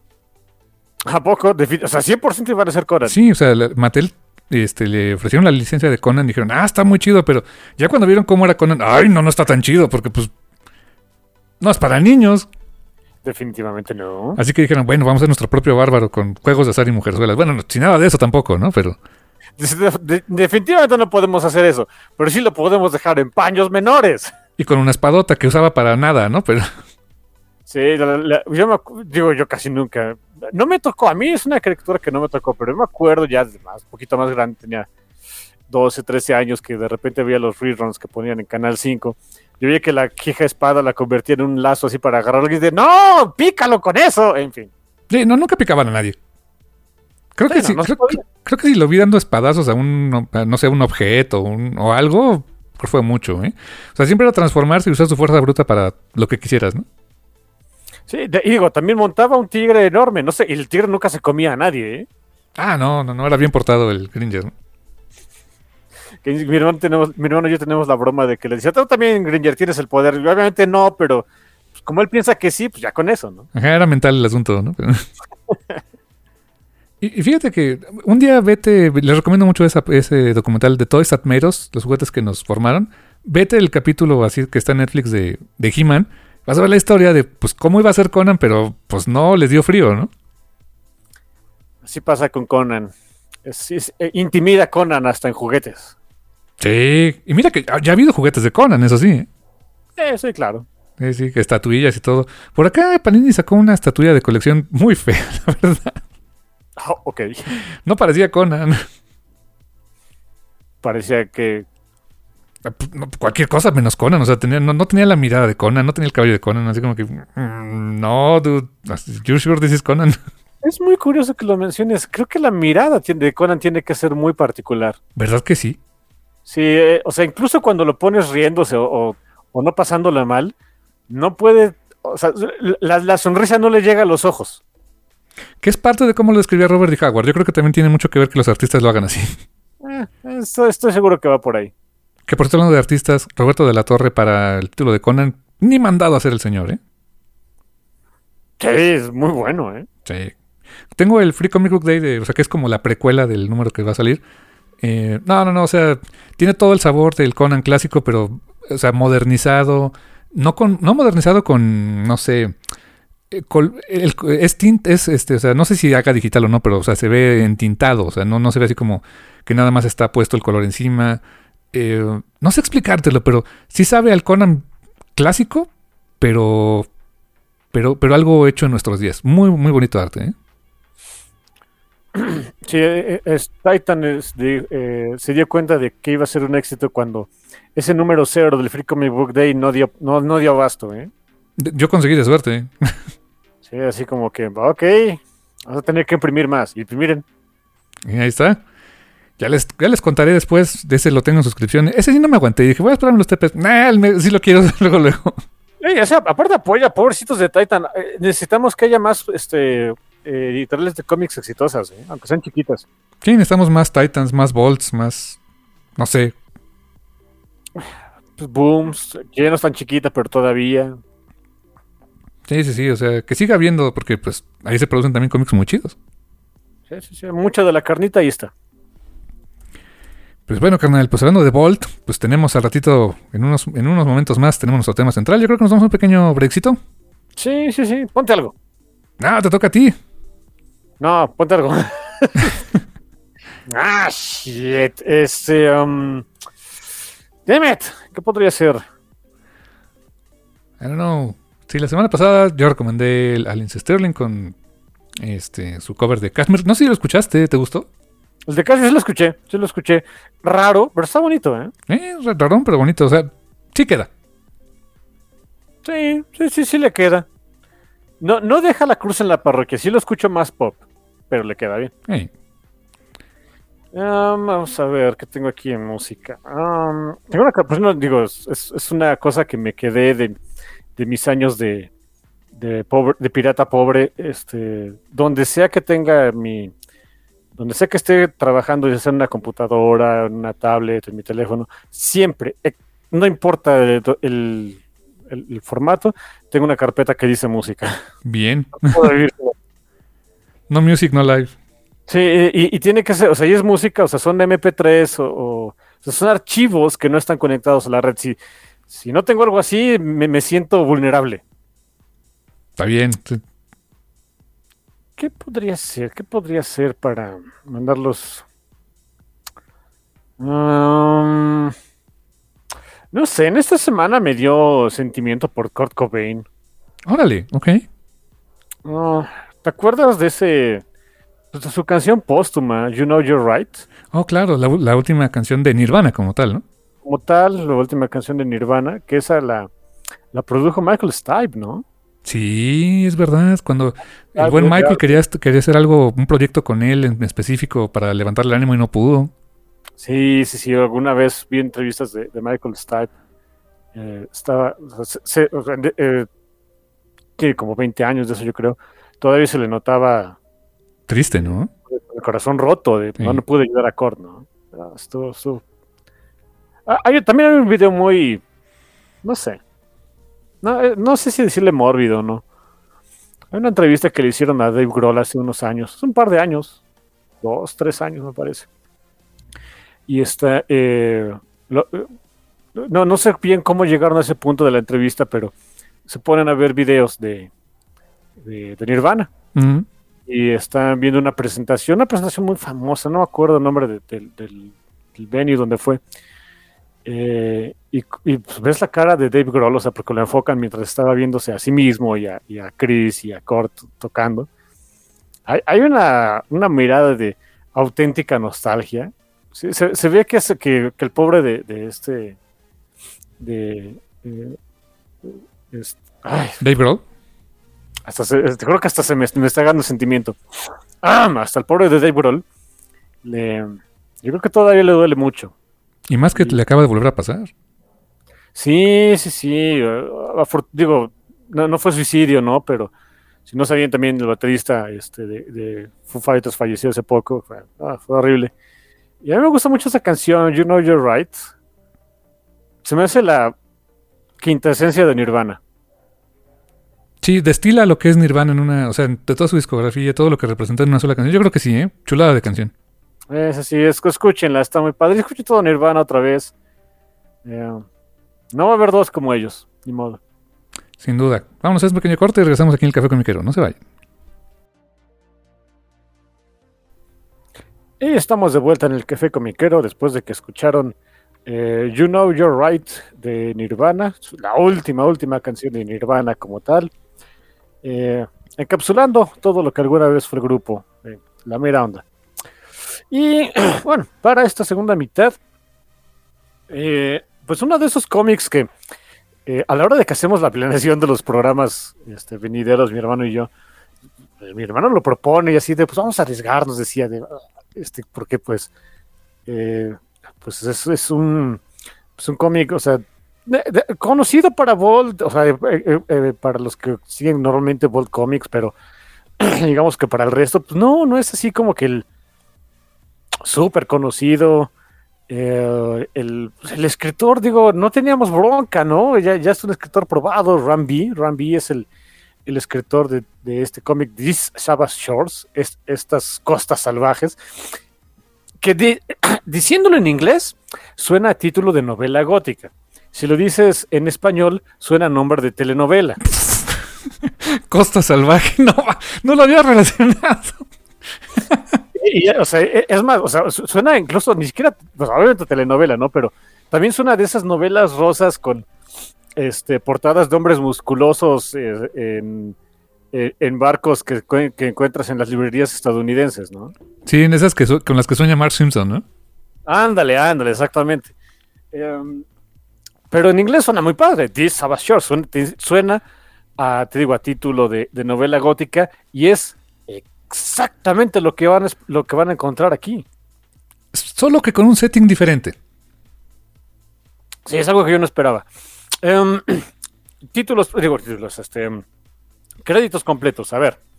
¿A poco? O sea, cien por ciento iban a ser Conan. Sí, o sea, la, Mattel este, le ofrecieron la licencia de Conan y dijeron, ah, está muy chido, pero ya cuando vieron cómo era Conan, ay, no, no está tan chido, porque pues no es para niños. Definitivamente no. Así que dijeron, bueno, vamos a hacer nuestro propio bárbaro con juegos de azar y mujerzuelas. Bueno, no, sin nada de eso tampoco, ¿no? Pero... De, de, definitivamente no podemos hacer eso, pero sí lo podemos dejar en paños menores. Y con una espadota que usaba para nada, ¿no? Pero... Sí, la, la, yo me digo, yo casi nunca... No me tocó, a mí es una caricatura que no me tocó, pero yo me acuerdo ya de más, un poquito más grande, tenía doce, trece años, que de repente veía los reruns que ponían en Canal cinco. Yo veía que la quija espada la convertía en un lazo así para agarrarlo y dice, ¡no! ¡Pícalo con eso! En fin. Sí, no, nunca picaban a nadie. Creo que sí, no creo, creo, creo que si lo vi dando espadazos a un, a, no sé, un objeto un, o algo, pues fue mucho, ¿eh? O sea, siempre era transformarse y usar su fuerza bruta para lo que quisieras, ¿no? Sí, de, y digo, también montaba un tigre enorme, no sé, y el tigre nunca se comía a nadie, ¿eh? Ah, no, no, no, era bien portado el Gringer, ¿no? Que mi hermano, tenemos, mi hermano y yo tenemos la broma de que le decía, tú también, Gringer, tienes el poder. Y obviamente no, pero pues, como él piensa que sí, pues ya con eso, ¿no? Ajá, era mental el asunto, ¿no? y, y fíjate que un día vete, les recomiendo mucho esa, ese documental de Toys That Made Us, los juguetes que nos formaron. Vete el capítulo así que está en Netflix de, de He-Man. Vas a ver la historia de pues cómo iba a ser Conan, pero pues no les dio frío, ¿no? Así pasa con Conan. Es, es, eh, intimida a Conan hasta en juguetes. Sí, y mira que ya ha habido juguetes de Conan, eso sí. ¿eh? Eh, sí, claro. Sí, sí, estatuillas y todo. Por acá Panini sacó una estatuilla de colección muy fea, la verdad. Oh, ok. No parecía Conan. Parecía que... Cualquier cosa menos Conan, o sea, tenía, no, no tenía la mirada de Conan, no tenía el cabello de Conan, así como que... Mm, no, dude, you sure this is Conan? Es muy curioso que lo menciones. Creo que la mirada de Conan tiene que ser muy particular. ¿Verdad que sí? Sí, eh, o sea, incluso cuando lo pones riéndose o, o, o no pasándola mal, no puede, o sea, la, la sonrisa no le llega a los ojos. Que es parte de cómo lo describía Robert D. Howard. Yo creo que también tiene mucho que ver que los artistas lo hagan así. Eh, estoy, estoy seguro que va por ahí. Que por estar hablando de artistas, Roberto de la Torre para el título de Conan, ni mandado a hacer el señor, ¿eh? Sí, es muy bueno, ¿eh? Sí. Tengo el Free Comic Book Day, de, o sea, que es como la precuela del número que va a salir. Eh, no, no, no, o sea, tiene todo el sabor del Conan clásico, pero, o sea, modernizado. No con, no modernizado con, no sé, eh, col, el, es tint, es este, o sea, no sé si haga digital o no, pero, o sea, se ve entintado, o sea, no, no se ve así como que nada más está puesto el color encima. Eh, no sé explicártelo, pero sí sabe al Conan clásico, pero, pero, pero algo hecho en nuestros días. Muy, muy bonito arte, ¿eh? Sí, es, Titan es de, eh, se dio cuenta de que iba a ser un éxito cuando ese número cero del Free Comic Book Day no dio, no, no dio abasto, ¿eh? Yo conseguí de suerte, ¿eh? Sí, así como que, ok, vamos a tener que imprimir más. Y miren. Y ahí está. Ya les, ya les contaré después. De ese lo tengo en suscripción. Ese sí no me aguanté. Dije, voy a esperarme los T Ps. Nah, me, sí lo quiero luego, luego. Ey, o sea, aparte apoya, pobrecitos de Titan. Eh, necesitamos que haya más este, eh, editoriales de cómics exitosas, ¿eh? Aunque sean chiquitas. Sí, necesitamos más Titans, más Bolts, más... No sé. Pues Booms, que ya no es tan chiquita, pero todavía. Sí, sí, sí. O sea, que siga habiendo, porque pues ahí se producen también cómics muy chidos. Sí, sí, sí. Mucha de la carnita ahí está. Pues bueno, carnal, pues hablando de Bolt, pues tenemos al ratito, en unos, en unos momentos más, tenemos nuestro tema central. Yo creo que nos damos un pequeño brexito. Sí, sí, sí. Ponte algo. Ah, te toca a ti. No, ponte algo. ah, shit. Este, um... Damn it. ¿Qué podría ser? I don't know. Sí, la semana pasada yo recomendé el- a Lindsey Sterling con este su cover de Kashmir. No sé si lo escuchaste, ¿te gustó? El de Casio sí lo escuché, sí lo escuché. Raro, pero está bonito, ¿eh? Eh, rarón, pero bonito. O sea, sí queda. Sí, sí, sí, sí le queda. No, no deja la cruz en la parroquia, sí lo escucho más pop, pero le queda bien. Eh, Um, vamos a ver qué tengo aquí en música. Um, tengo una, pues no, digo, es, es- es una cosa que me quedé de, de mis años de, de, pobre, de pirata pobre. Este, donde sea que tenga mi, donde sea que esté trabajando, ya sea en una computadora, en una tablet, en mi teléfono, siempre, eh, no importa el, el- el- el formato, tengo una carpeta que dice música. bien. No puedo vivir sin- No music, no live. Sí, y, y tiene que ser, o sea, y es música, o sea, son M P tres o, o- o sea, son archivos que no están conectados a la red. Si, si no tengo algo así, me, me siento vulnerable. Está bien. Sí. ¿Qué podría ser? ¿Qué podría ser para mandarlos? Um, no sé, en esta semana me dio sentimiento por Kurt Cobain. Órale, ok. Oh, ¿te acuerdas de ese, de su canción póstuma, You Know You're Right? Oh, claro, la, u- la última canción de Nirvana como tal, ¿no? Como tal, la última canción de Nirvana, que esa la, la produjo Michael Stipe, ¿no? Sí, es verdad. Cuando el Ah, buen ya, Michael ya. quería, quería hacer algo, un proyecto con él en específico para levantarle el ánimo y no pudo. Sí, sí, sí, alguna vez vi entrevistas de, de Michael Stipe. Eh, estaba, o sea, se- se- o sea, de- eh, que como veinte años de eso yo creo. Todavía se le notaba Triste, ¿no? el corazón roto de Sí. no, no pude ayudar a Kurt, ¿no? Ah, estuvo- estuvo- Ah, hay- también hay un video muy, no sé, no, eh, no sé si decirle mórbido o no. Hay una entrevista que le hicieron a Dave Grohl hace unos años, hace un par de años, dos, tres años me parece. Y está, eh, lo- eh, no, no sé bien cómo llegaron a ese punto de la entrevista, pero se ponen a ver videos de, de, de Nirvana Ujú. y están viendo una presentación, una presentación muy famosa, no me acuerdo el nombre de- del, del, del venue donde fue. Eh, y y, pues, ves la cara de Dave Grohl, o sea, porque lo enfocan mientras estaba viéndose a sí mismo y a, y a Chris y a Kurt tocando. Hay, hay una, una mirada de auténtica nostalgia. Sí, se, se ve que, hace- que, que el pobre de, de este. De. eh, es- ay, Dave Grohl. hasta se- te creo que hasta se me, me está dando sentimiento. Ah, hasta el pobre de Dave Grohl. Le, yo creo que todavía le duele mucho. Y más que le acaba de volver a pasar. Sí, sí, sí. eh, afor- digo, no, no fue suicidio, ¿no? Pero si no sabían también el baterista este, de, de Foo Fighters falleció hace poco. Fue, ah, fue horrible. Y a mí me gusta mucho esa canción, You Know You're Right. Se me hace la quintesencia de Nirvana. Sí, destila lo que es Nirvana en una... O sea, de toda su discografía, todo lo que representa en una sola canción. Yo creo que sí, ¿eh? Chulada de canción. Es así, es, escúchenla, está muy padre. Escuchen todo Nirvana otra vez. Eh, no va a haber dos como ellos, ni modo. Sin duda. Vámonos a este pequeño corte y regresamos aquí en el Café Comiquero. No se vayan. Y estamos de vuelta en el Café Comiquero después de que escucharon eh, You Know You're Right de Nirvana, la última, última canción de Nirvana como tal, eh, encapsulando todo lo que alguna vez fue el grupo, eh, la mera onda. Y bueno, para esta segunda mitad, eh, pues uno de esos cómics que eh, a la hora de que hacemos la planeación de los programas este, venideros, mi hermano y yo, eh, mi hermano lo propone y así de, pues vamos a arriesgarnos, decía, de, este, porque pues, eh, pues es, es un, es un cómic, o sea, de, de, conocido para Bolt, o sea, eh, eh, eh, para los que siguen normalmente Bolt Comics, pero digamos que para el resto, pues no, no es así como que el súper conocido. Eh, el, el escritor, digo, no teníamos bronca, ¿no? Ya, ya es un escritor probado, Ram V. Ram V es el, el escritor de, de este cómic, These Savage Shores, es, estas costas salvajes, que de, diciéndolo en inglés suena a título de novela gótica. Si lo dices en español, suena a nombre de telenovela. Costa Salvaje, no, no lo había relacionado. Y, o sea, es más, o sea, suena incluso ni siquiera, pues obviamente telenovela, ¿no? Pero también suena de esas novelas rosas con este portadas de hombres musculosos eh, en, eh, en barcos que, que encuentras en las librerías estadounidenses, ¿no? Sí, en esas que su- con las que sueña Mark Simpson, ¿no? Ándale, ándale, exactamente. Um, pero en inglés suena muy padre. This Savage Shore suena, suena a, te digo, a título de, de novela gótica y es exactamente lo que van a, lo que van a encontrar aquí. Solo que con un setting diferente. Sí, es algo que yo no esperaba. Um, títulos, digo, títulos, este, um, créditos completos. A ver,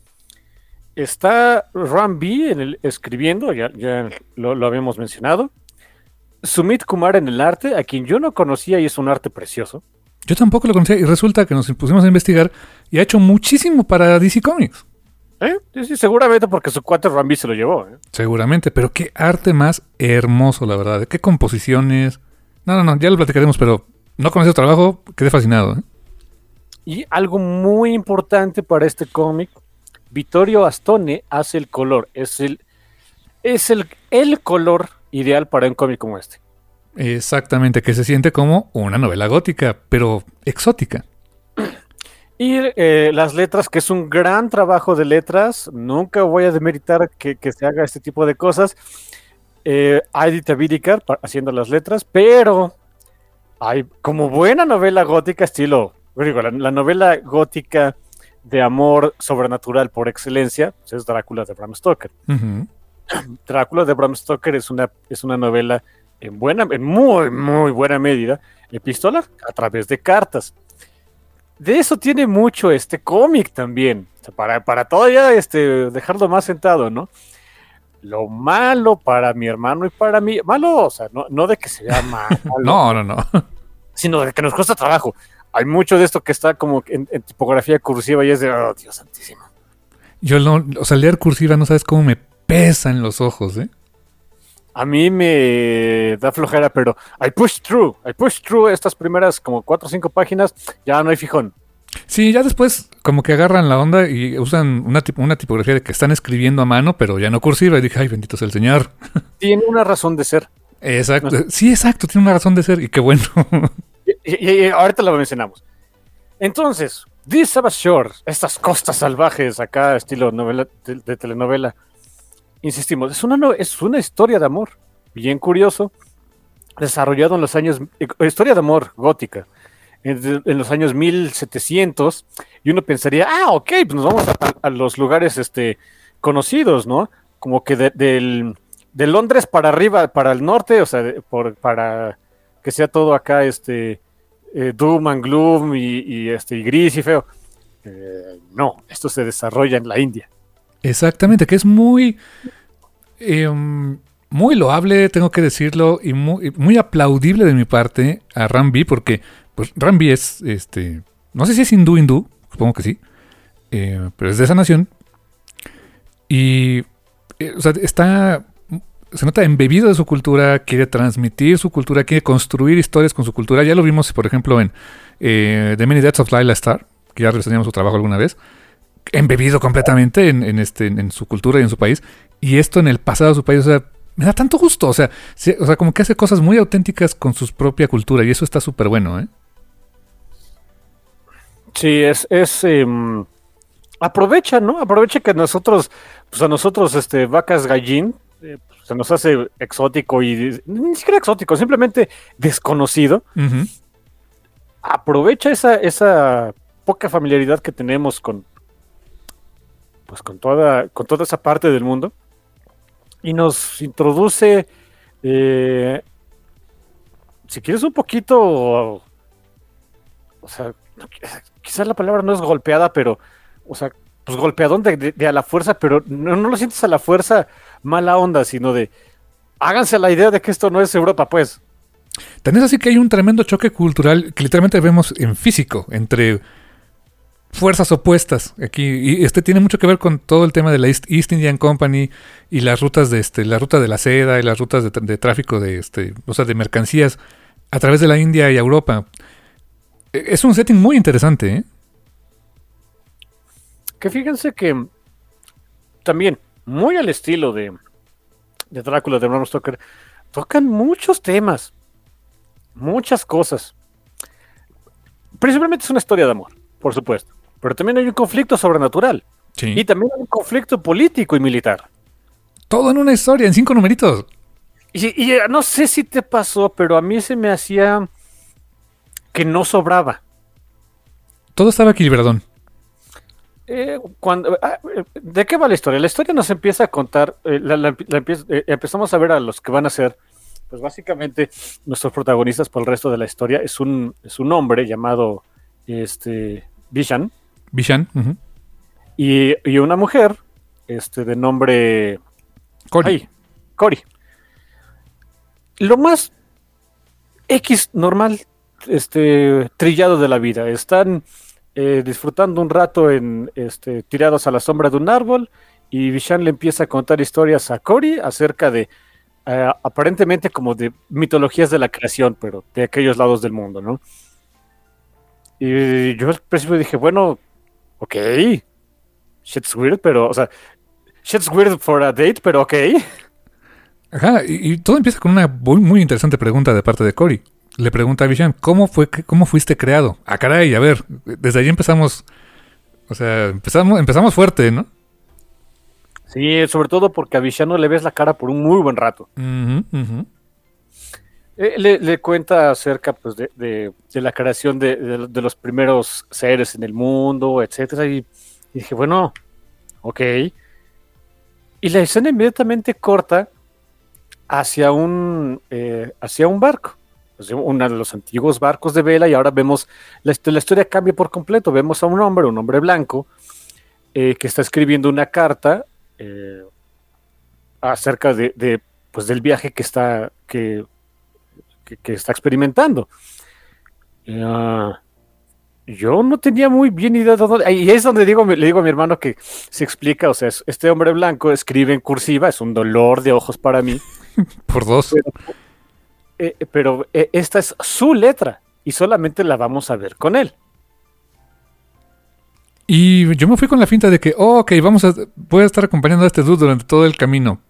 está Ram V en el, escribiendo, ya, ya lo, lo habíamos mencionado. Sumit Kumar en el arte, a quien yo no conocía y es un arte precioso. Yo tampoco lo conocía y resulta que nos pusimos a investigar y ha hecho muchísimo para D C Comics. ¿Eh? Sí, sí, seguramente porque su cuate Ram V se lo llevó. ¿eh? Seguramente, pero qué arte más hermoso, la verdad. Qué composiciones. No, no, no, ya lo platicaremos, pero no conocía su trabajo, quedé fascinado. ¿eh? Y algo muy importante para este cómic, Vittorio Astone hace el color. Es el, es el, el color ideal para un cómic como este. Exactamente, que se siente como una novela gótica, pero exótica. Y eh, las letras, que es un gran trabajo de letras, nunca voy a demeritar que, que se haga este tipo de cosas. Eh, Adi Tavidikar haciendo las letras, pero hay como buena novela gótica, estilo, digo, la, la novela gótica de amor sobrenatural por excelencia, pues es Drácula de Bram Stoker. Uh-huh. Drácula de Bram Stoker es una, es una novela en buena, en muy, muy buena medida, epistolar, a través de cartas. De eso tiene mucho este cómic también, o sea, para, para todavía este, dejarlo más sentado, ¿no? Lo malo para mi hermano y para mí, malo, o sea, no, no de que se vea malo, no, no, no, sino de que nos cuesta trabajo. Hay mucho de esto que está como en, en tipografía cursiva y es de, oh, Dios santísimo. Yo no, o sea, leer cursiva no sabes cómo me pesa en los ojos, ¿eh? A mí me da flojera, pero I push through, I push through estas primeras como cuatro o cinco páginas, ya no hay fijón. Sí, ya después como que agarran la onda y usan una, tip- una tipografía de que están escribiendo a mano, pero ya no cursiva. Y dije, ay, bendito sea el Señor. Tiene una razón de ser. Exacto. No. Sí, exacto, tiene una razón de ser y qué bueno. y, y, y ahorita lo mencionamos. Entonces, These Savage Shores, estas costas salvajes acá, estilo novela de, de telenovela, insistimos, es una, no, es una historia de amor, bien curioso, desarrollado en los años, eh, historia de amor gótica, en, en los años mil setecientos, y uno pensaría, ah, ok, pues nos vamos a, a los lugares este, conocidos, ¿no? Como que de, del, de Londres para arriba, para el norte, o sea, de, por, para que sea todo acá, este, eh, doom and gloom, y, y, este, y gris y feo. Eh, no, esto se desarrolla en la India. Exactamente, que es muy, eh, muy loable, tengo que decirlo, y muy, muy aplaudible de mi parte a Ram V, porque pues Ram V es, este, no sé si es hindú hindú, supongo que sí, eh, pero es de esa nación, y eh, o sea, está, se nota embebido de su cultura, quiere transmitir su cultura, quiere construir historias con su cultura. Ya lo vimos, por ejemplo, en eh, The Many Deaths of Lila Starr, que ya reseñamos su trabajo alguna vez, embebido completamente en, en, este, en, en su cultura y en su país, y esto en el pasado de su país, o sea, me da tanto gusto, o sea, se, o sea como que hace cosas muy auténticas con su propia cultura, y eso está súper bueno, ¿eh? Sí, es, es eh, aprovecha, ¿no? Aprovecha que nosotros, pues a nosotros, este, vacas gallín, eh, pues, se nos hace exótico y ni siquiera exótico, simplemente desconocido. Uh-huh. aprovecha esa, esa poca familiaridad que tenemos con, pues con toda, con toda esa parte del mundo y nos introduce, eh, si quieres un poquito, o sea, quizás la palabra no es golpeada, pero, o sea, pues golpeadón de, de, de a la fuerza, pero no, no lo sientes a la fuerza mala onda, sino de háganse la idea de que esto no es Europa, pues. Tan es así que hay un tremendo choque cultural que literalmente vemos en físico entre fuerzas opuestas aquí, y este tiene mucho que ver con todo el tema de la East, East Indian Company y las rutas de este, la ruta de la seda y las rutas de, de tráfico de este, o sea, de mercancías a través de la India y Europa. Es un setting muy interesante, ¿eh? Que fíjense que también, muy al estilo de, de Drácula de Bram Stoker, tocan muchos temas, muchas cosas. Principalmente es una historia de amor, por supuesto, pero también hay un conflicto sobrenatural. Sí. Y también hay un conflicto político y militar. Todo en una historia, en cinco numeritos. Y, y no sé si te pasó, pero a mí se me hacía que no sobraba. Todo estaba equilibradón. Eh, cuando, ah, ¿de qué va la historia? La historia nos empieza a contar, eh, la, la, la empieza, eh, empezamos a ver a los que van a ser, pues básicamente nuestros protagonistas por el resto de la historia. Es un, es un hombre llamado este, Vishan. Vishan. Uh-huh. y, y una mujer este, de nombre Cori. Ay, Cori. Lo más X normal, este, trillado de la vida. Están Eh, disfrutando un rato en este, tirados a la sombra de un árbol, y Vishan le empieza a contar historias a Cori acerca de eh, aparentemente como de mitologías de la creación, pero de aquellos lados del mundo, ¿no? Y yo al principio dije, bueno, ok, shit's weird, pero, o sea, shit's weird for a date, pero ok. Ajá, y, y todo empieza con una muy, muy interesante pregunta de parte de Cori. Le pregunta a Vishan, ¿cómo fue, cómo fuiste creado? Ah, caray, a ver, desde ahí empezamos, o sea, empezamos, empezamos fuerte, ¿no? Sí, sobre todo porque a Vishan no le ves la cara por un muy buen rato. Uh-huh, uh-huh. Eh, le, le cuenta acerca, pues, de, de, de la creación de, de, de los primeros seres en el mundo, etcétera, y, y dije, bueno, ok. Y la escena inmediatamente corta hacia un, eh, hacia un barco. Uno de los antiguos barcos de vela, y ahora vemos, la, la historia cambia por completo. Vemos a un hombre, un hombre blanco, eh, que está escribiendo una carta eh, acerca de, de, pues, del viaje que está, que, que, que está experimentando. Uh, yo no tenía muy bien idea de dónde, y es donde digo, le digo a mi hermano que se explica, o sea, este hombre blanco escribe en cursiva, es un dolor de ojos para mí. Por dos. Pero, Eh, pero eh, esta es su letra y solamente la vamos a ver con él. Y yo me fui con la finta de que, oh, ok, vamos a, voy a estar acompañando a este dude durante todo el camino.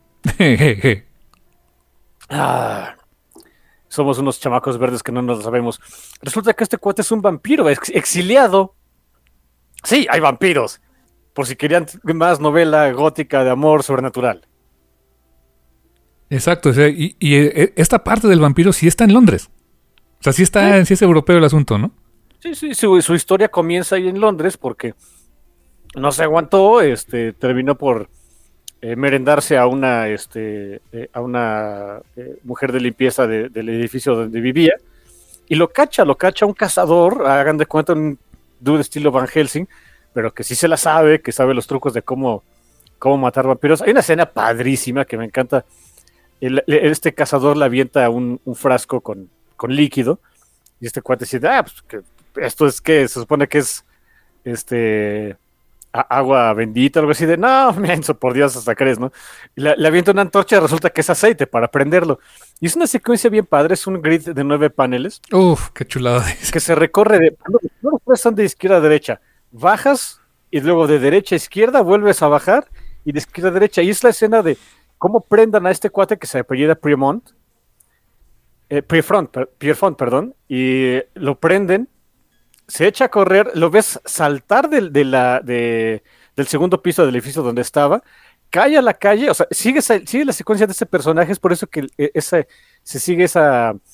ah, somos unos chamacos verdes que no nos lo sabemos. Resulta que este cuate es un vampiro ex exiliado. Sí, hay vampiros. Por si querían más novela gótica de amor sobrenatural. Exacto, o sea, y, y esta parte del vampiro sí está en Londres. O sea, sí está, sí, sí es europeo el asunto, ¿no? Sí, sí, su, su historia comienza ahí en Londres porque no se aguantó, este, terminó por eh, merendarse a una, este, eh, a una eh, mujer de limpieza de, del edificio donde vivía, y lo cacha, lo cacha un cazador, hagan de cuenta un dude estilo Van Helsing, pero que sí se la sabe, que sabe los trucos de cómo, cómo matar vampiros. Hay una escena padrísima que me encanta. El, este cazador le avienta un, un frasco con, con líquido, y este cuate dice, ah, pues que esto es que se supone que es este a, agua bendita, algo así de, no, menso, por Dios, hasta crees, ¿no? Y le, le avienta una antorcha y resulta que es aceite para prenderlo. Y es una secuencia bien padre, es un grid de nueve paneles. Uf, qué chulada. Que se recorre de, no los tres son de izquierda a derecha, bajas y luego de derecha a izquierda vuelves a bajar y de izquierda a derecha. Y es la escena de cómo prendan a este cuate que se apellida Piermont, eh, Pierfont, per, Pierfont, perdón, y lo prenden, se echa a correr, lo ves saltar de, de la, de, del segundo piso del edificio donde estaba, cae a la calle, o sea, sigue, sigue la secuencia de este personaje, es por eso que esa, se sigue esa,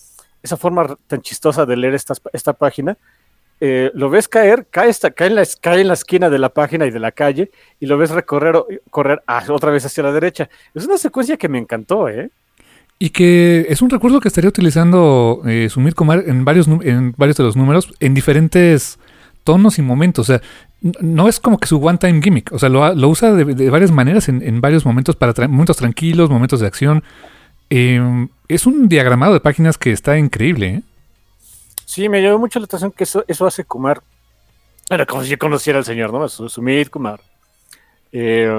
esa forma tan chistosa de leer esta, esta página. Eh, lo ves caer, cae, esta, cae, en la, cae en la esquina de la página y de la calle, y lo ves recorrer correr ah, otra vez hacia la derecha. Es una secuencia que me encantó, ¿eh? Y que es un recurso que estaría utilizando eh, Sumit Kumar en varios, en varios de los números, en diferentes tonos y momentos. O sea, no es como que su one-time gimmick. O sea, lo, lo usa de, de varias maneras en, en varios momentos, para tra- momentos tranquilos, momentos de acción. Eh, es un diagramado de páginas que está increíble, ¿eh? Sí, me llamó mucho la atención que eso, eso hace Kumar. Era como si yo conociera al señor, ¿no? Sumit Kumar. Eh,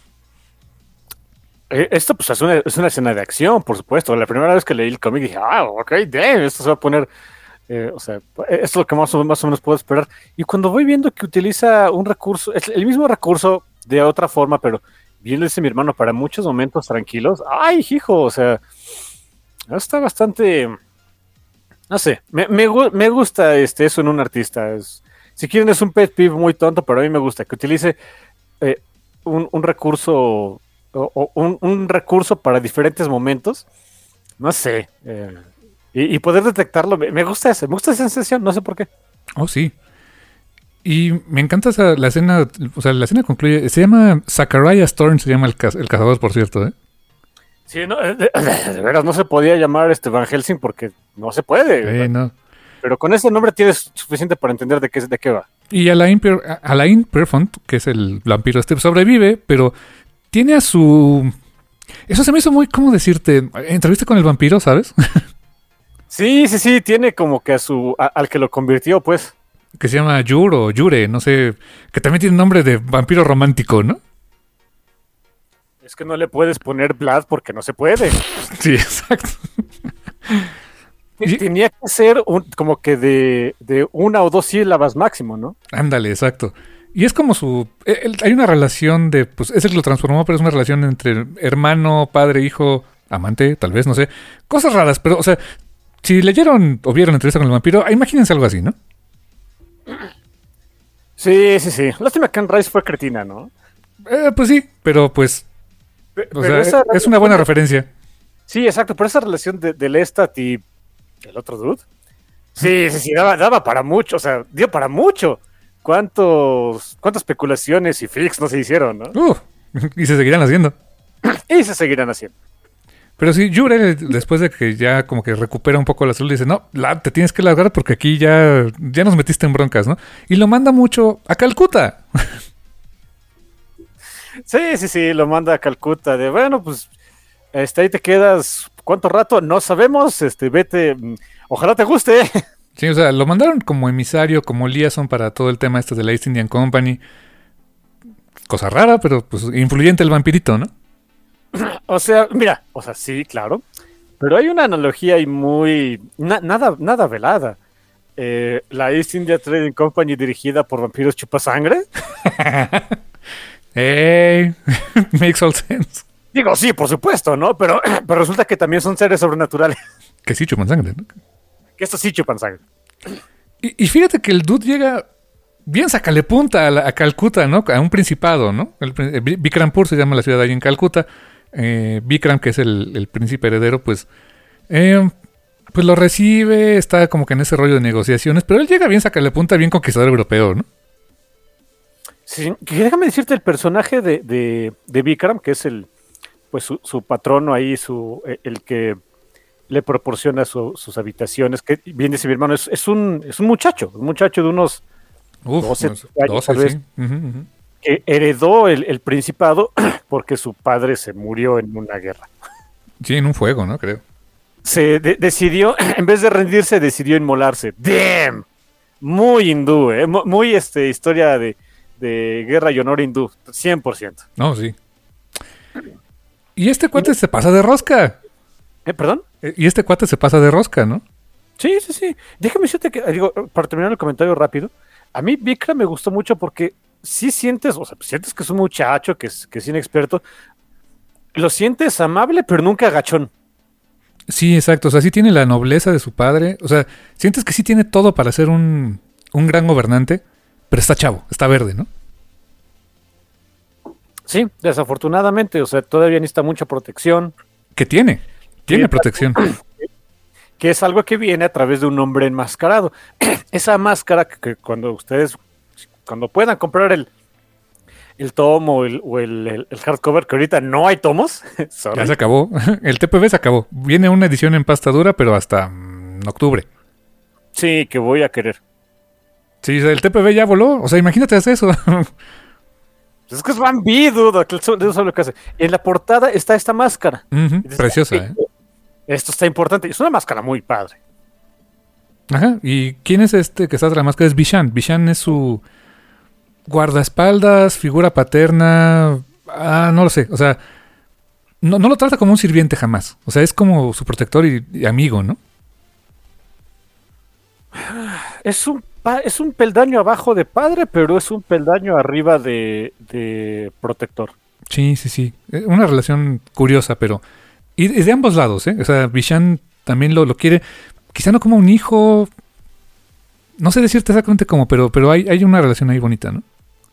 esto pues es una, es una escena de acción, por supuesto. La primera vez que leí el cómic dije, ah, ok, damn, esto se va a poner... Eh, o sea, esto es lo que más o, más o menos puedo esperar. Y cuando voy viendo que utiliza un recurso, es el mismo recurso de otra forma, pero bien lo dice mi hermano, para muchos momentos tranquilos. ¡Ay, hijo! O sea, está bastante... No sé, me, me, me gusta este, eso en un artista. Es, si quieren, es un pet peeve muy tonto, pero a mí me gusta que utilice eh, un, un recurso o, o un, un recurso para diferentes momentos. No sé. Eh, y, y poder detectarlo, me, me gusta eso, me gusta esa sensación, no sé por qué. Oh, sí. Y me encanta esa, la escena, o sea, la escena concluye, se llama Zachariah Storm, se llama el, caz, el cazador, por cierto, ¿eh? Sí, no, de, de veras no se podía llamar este Van Helsing porque no se puede. Eh, no. Pero con ese nombre tienes suficiente para entender de qué, de qué va. Y Alain, per, Alain Perfont, que es el vampiro este, sobrevive, pero tiene a su... Eso se me hizo muy, ¿cómo decirte? Entrevista con el vampiro, ¿sabes? Sí, sí, sí, tiene como que a su... A, al que lo convirtió, pues. Que se llama Yur o Yure, no sé... Que también tiene nombre de vampiro romántico, ¿no? Es que no le puedes poner Vlad porque no se puede. Sí, exacto. Tenía que ser un, como que de, de una o dos sílabas máximo, ¿no? Ándale, exacto. Y es como su... Él, hay una relación de... Pues es el que lo transformó, pero es una relación entre hermano, padre, hijo, amante, tal vez, no sé. Cosas raras, pero, o sea, si leyeron o vieron la entrevista con el vampiro, imagínense algo así, ¿no? Sí, sí, sí. Lástima que Anne Rice fue cretina, ¿no? Eh, pues sí, pero pues... O pero sea, es una buena referencia. Sí, exacto, pero esa relación de, de Lestat y el otro dude. Sí, sí, sí, daba, daba para mucho, o sea, dio para mucho. ¿Cuántos, cuántas especulaciones y fix no se hicieron, no? Uh, y se seguirán haciendo. Y se seguirán haciendo. Pero sí, Yure, después de que ya como que recupera un poco la salud, dice, no, la, te tienes que largar porque aquí ya, ya nos metiste en broncas, ¿no? Y lo manda mucho a Calcuta. Sí, sí, sí, lo manda a Calcuta. De bueno, pues este, ahí te quedas. ¿Cuánto rato? No sabemos. Este, vete. Ojalá te guste. Sí, o sea, lo mandaron como emisario, como liaison para todo el tema este de la East Indian Company. Cosa rara, pero pues influyente el vampirito, ¿no? O sea, mira, o sea, sí, claro. Pero hay una analogía ahí muy. Na, nada, nada velada. Eh, la East India Trading Company dirigida por vampiros chupasangre. Hey, makes all sense. Digo, sí, por supuesto, ¿no? Pero, pero resulta que también son seres sobrenaturales. Que sí chupan sangre, ¿no? Que estos sí chupan sangre. Y, y fíjate que el dude llega bien sacale punta a, la, a Calcuta, ¿no? A un principado, ¿no? El, el, Bikrampur se llama la ciudad ahí en Calcuta. Eh, Bikram, que es el, el príncipe heredero, pues... Eh, pues lo recibe, está como que en ese rollo de negociaciones, pero él llega bien sacale punta, bien conquistador europeo, ¿no? Sí, déjame decirte el personaje de, de, de Bikram, que es el pues su, su patrono ahí, su el que le proporciona su, sus habitaciones, que bien dice mi hermano, es, es un es un muchacho, un muchacho de unos Uf, doce años, doce, tal vez, sí. uh-huh, uh-huh. que heredó el, el principado porque su padre se murió en una guerra. Sí, en un fuego, ¿no? Creo. Se de, decidió, en vez de rendirse, decidió inmolarse. ¡Damn! Muy hindú, ¿eh? Muy, muy este, historia de de guerra y honor hindú, cien por ciento. No, sí. Y este cuate ¿Y? se pasa de rosca. ¿Eh, perdón? Y este cuate se pasa de rosca, ¿no? Sí, sí, sí. Déjame decirte que, digo, para terminar el comentario rápido, a mí Bikram me gustó mucho porque sí sientes, o sea, sientes que es un muchacho, que es, que es inexperto, lo sientes amable, pero nunca agachón. Sí, exacto. O sea, sí tiene la nobleza de su padre. O sea, sientes que sí tiene todo para ser un, un gran gobernante. Pero está chavo, está verde, ¿no? Sí, desafortunadamente, o sea, todavía necesita mucha protección. ¿Qué tiene? Tiene sí, protección. que es algo que viene a través de un hombre enmascarado. Esa máscara que, que cuando ustedes, cuando puedan comprar el, el tomo o, el, o el, el, el hardcover, que ahorita no hay tomos. Ya se acabó. El T P B se acabó. Viene una edición en pasta dura, pero hasta mmm, octubre. Sí, que voy a querer. Sí, el T P B ya voló. O sea, imagínate hacer eso. Es que es Van B, dudo. Eso es lo que hace. En la portada está esta máscara. Uh-huh. Dices, preciosa, ¿eh? Esto está importante. Es una máscara muy padre. Ajá. ¿Y quién es este que está tras la máscara? Es Bishan. Bishan es su guardaespaldas, figura paterna. Ah, no lo sé. O sea, no, no lo trata como un sirviente jamás. O sea, es como su protector y, y amigo, ¿no? Es un, es un peldaño abajo de padre, pero es un peldaño arriba de, de protector. Sí, sí, sí. Una relación curiosa, pero... Y es de ambos lados, ¿eh? O sea, Bishan también lo, lo quiere, quizá no como un hijo, no sé decirte exactamente cómo, pero, pero hay, hay una relación ahí bonita, ¿no?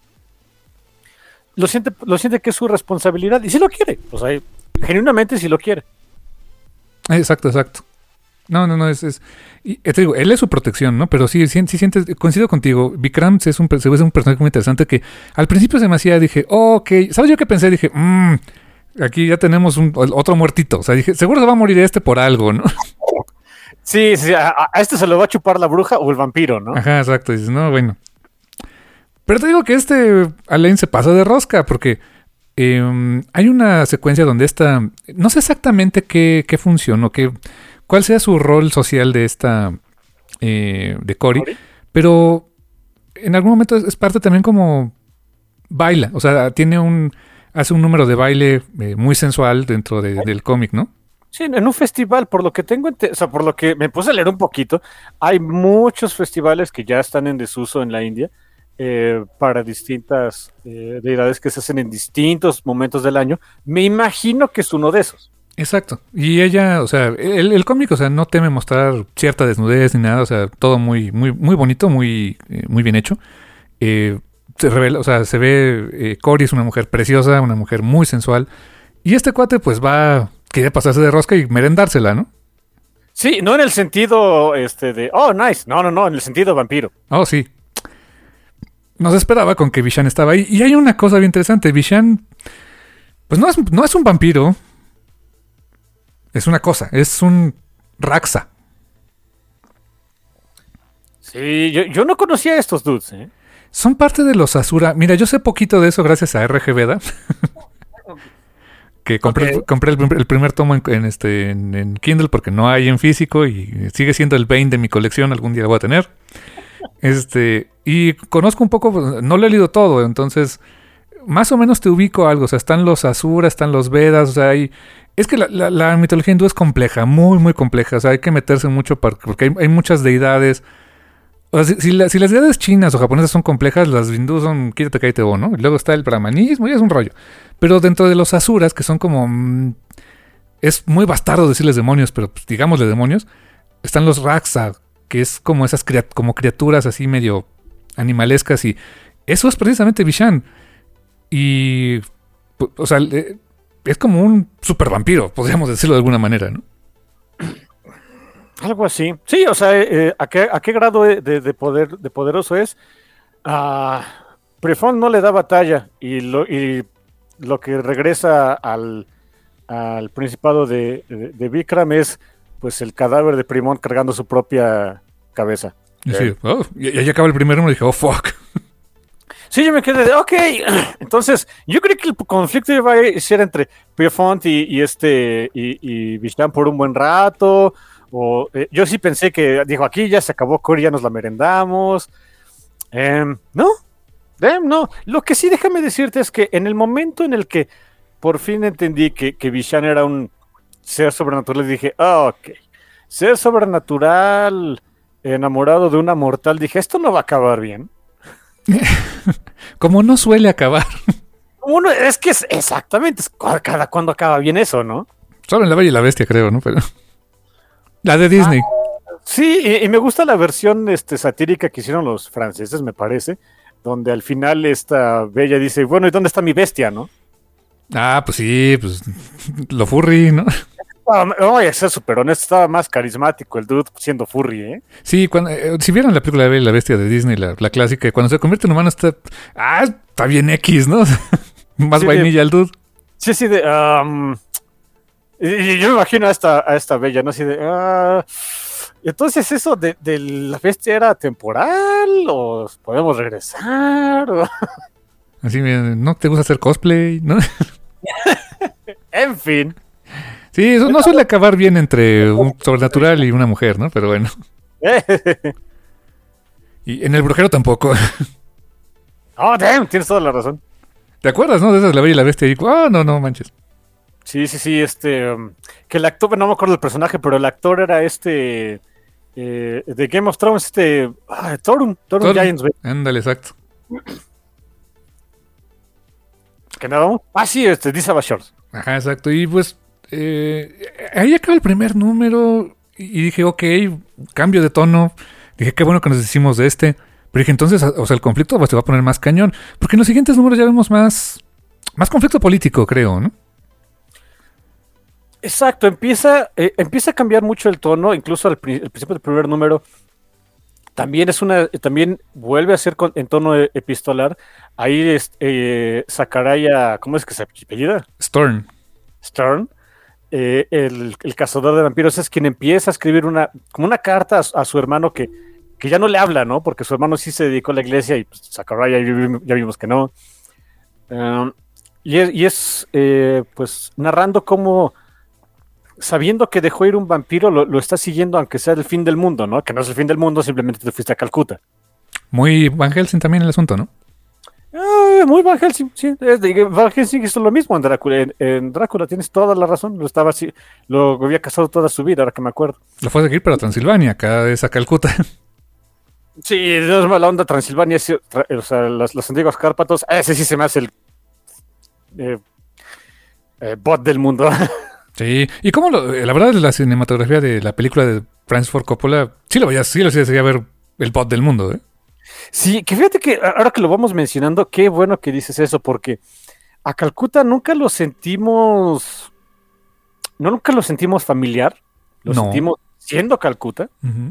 Lo siente, lo siente que es su responsabilidad, y sí lo quiere, o sea, genuinamente sí lo quiere. Exacto, exacto. No, no, no, es... es y, te digo, él es su protección, ¿no? Pero sí, sí, sí sientes, coincido contigo, Vikram es un, es un personaje muy interesante que al principio se me hacía, dije, oh, ok, ¿sabes yo qué pensé? Dije, mmm... Aquí ya tenemos un, otro muertito. O sea, dije, seguro se va a morir este por algo, ¿no? Sí, sí, a, a este se lo va a chupar la bruja o el vampiro, ¿no? Ajá, exacto. Dices, no, bueno. Pero te digo que este Alain se pasa de rosca porque eh, hay una secuencia donde esta... No sé exactamente qué, qué función o qué, cuál sea su rol social de esta... Eh, de Cory, ¿Cory? Pero en algún momento es, es parte también como... Baila, o sea, tiene un... Hace un número de baile eh, muy sensual dentro de, del cómic, ¿no? Sí, en un festival, por lo que tengo, ente- o sea, por lo que me puse a leer un poquito, hay muchos festivales que ya están en desuso en la India eh, para distintas eh, deidades que se hacen en distintos momentos del año. Me imagino que es uno de esos. Exacto. Y ella, o sea, el, el cómic, o sea, no teme mostrar cierta desnudez ni nada, o sea, todo muy, muy, muy bonito, muy, eh, muy bien hecho. Eh, Se revela, o sea, se ve, eh, Cory es una mujer preciosa, una mujer muy sensual, y este cuate pues va, quiere pasarse de rosca y merendársela, ¿no? Sí, no en el sentido este de, oh, nice, no, no, no, en el sentido vampiro. Oh, sí. Nos esperaba con que Bishan estaba ahí, y hay una cosa bien interesante, Bishan, pues no es, no es un vampiro, es una cosa, es un Raxa. Sí, yo, yo no conocía a estos dudes, ¿eh? Son parte de los Asura. Mira, yo sé poquito de eso gracias a R G Veda. Que compré, okay. compré el, el primer tomo en, en, este, en, en Kindle porque no hay en físico y sigue siendo el Bane de mi colección. Algún día lo voy a tener. Este, y conozco un poco, no lo he leído todo, entonces más o menos te ubico algo. O sea, están los Asura, están los Vedas, o sea, hay... Es que la, la, la mitología hindú es compleja, muy, muy compleja. O sea, hay que meterse mucho para, porque hay, hay muchas deidades. O sea, si, si, la, si las deidades chinas o japonesas son complejas, las hindúes son quítate, cállate vos, ¿no? Y luego está el brahmanismo y es un rollo. Pero dentro de los asuras, que son como... Mmm, es muy bastardo decirles demonios, pero pues, digámosle demonios, están los Raxa, que es como esas criat- como criaturas así medio animalescas, y eso es precisamente Bishan. Y... O sea, es como un super vampiro, podríamos decirlo de alguna manera, ¿no? Algo así. Sí, o sea, eh, ¿a, qué, ¿a qué grado de, de, poder, de poderoso es? Uh, Prefont no le da batalla y lo, y lo que regresa al, al principado de, de, de Vikram es pues el cadáver de Primont cargando su propia cabeza. Y sí, oh, y ahí acaba el primer uno y dije, oh, fuck. Sí, yo me quedé de, ok, entonces yo creí que el conflicto iba a ser entre Prefont y, y este y, y Bishan por un buen rato. O, eh, yo sí pensé que, dijo, aquí ya se acabó Cory, ya nos la merendamos. Eh, no, eh, no. Lo que sí, déjame decirte, es que en el momento en el que por fin entendí que, que Bishan era un ser sobrenatural, dije, oh, ok, ser sobrenatural enamorado de una mortal, dije, esto no va a acabar bien. Como no suele acabar. Uno, es que es exactamente, es cada cuando acaba bien eso, ¿no? Solo en La Bella y la Bestia, creo, ¿no? Pero... La de Disney. Ah, sí, y, y me gusta la versión este, satírica que hicieron los franceses, me parece, donde al final esta Bella dice, bueno, ¿y dónde está mi bestia, no? Ah, pues sí, pues lo furry, ¿no? estaba, no, ese super honesto, estaba más carismático el dude siendo furry, ¿eh? Sí, cuando, eh, si vieron la película de Bella y la Bestia de Disney, la, la clásica, cuando se convierte en humano está... Ah, está bien X, ¿no? Más Sí, vainilla de, el dude. sí, sí, de... Um, y, y yo me imagino a esta, a esta Bella, ¿no? Así de... Uh, entonces, ¿eso de, de la bestia era temporal? ¿O podemos regresar? ¿O? Así, ¿no te gusta hacer cosplay? ¿No? En fin. Sí, eso no suele acabar bien entre un sobrenatural y una mujer, ¿no? Pero bueno. Y en El Brujero tampoco. Oh, damn, tienes toda la razón. ¿Te acuerdas, no? De esa de La Bella y la Bestia. Y, oh, no, no manches. Sí, sí, sí, este... Um, que el actor, no me acuerdo del personaje, pero el actor era este... Eh, de Game of Thrones, este... Ah, Thorum, Thorum Giants, güey. Ándale, exacto. ¿Que nada más? Ah, sí, este, Disa Bashores. Ajá, exacto. Y pues... Eh, ahí acaba el primer número. Y dije, ok, cambio de tono. Dije, qué bueno que nos hicimos de este. Pero dije, entonces, o sea, el conflicto pues, se va a poner más cañón. Porque en los siguientes números ya vemos más... Más conflicto político, creo, ¿no? Exacto, empieza, eh, empieza a cambiar mucho el tono, incluso al pri- el principio del primer número. También es una, también vuelve a ser con, en tono e- epistolar. Ahí es, eh, Sakaraya, ¿cómo es que se apellida? Stern. Stern, eh, el, el cazador de vampiros, es quien empieza a escribir una, como una carta a, a su hermano que, que ya no le habla, ¿no? Porque su hermano sí se dedicó a la iglesia y pues, Sakaraya ya, vimos- ya vimos que no. Um, y es, y es eh, pues narrando cómo, sabiendo que dejó ir un vampiro, lo, lo está siguiendo aunque sea el fin del mundo, ¿no? Que no es el fin del mundo, simplemente te fuiste a Calcuta. Muy Van Helsing también el asunto, ¿no? Ah, muy Van Helsing, sí. Es de- Van Helsing hizo lo mismo en Drácula. En, en Drácula tienes toda la razón. Lo estaba así, lo había casado toda su vida, ahora que me acuerdo. Lo fue a seguir para Transilvania, acá es a Calcuta. Sí, no es mala onda Transilvania, sí, tra- o sea, los, los antiguos Cárpatos, ese sí se me hace el eh, eh, bot del mundo. Sí, y como lo, la verdad la cinematografía de la película de Francis Ford Coppola, sí lo veía, sí lo hacía ver el bot del mundo, ¿eh? Sí, que fíjate que ahora que lo vamos mencionando, qué bueno que dices eso, porque a Calcuta nunca lo sentimos, no nunca lo sentimos familiar, lo No. sentimos siendo Calcuta. Uh-huh.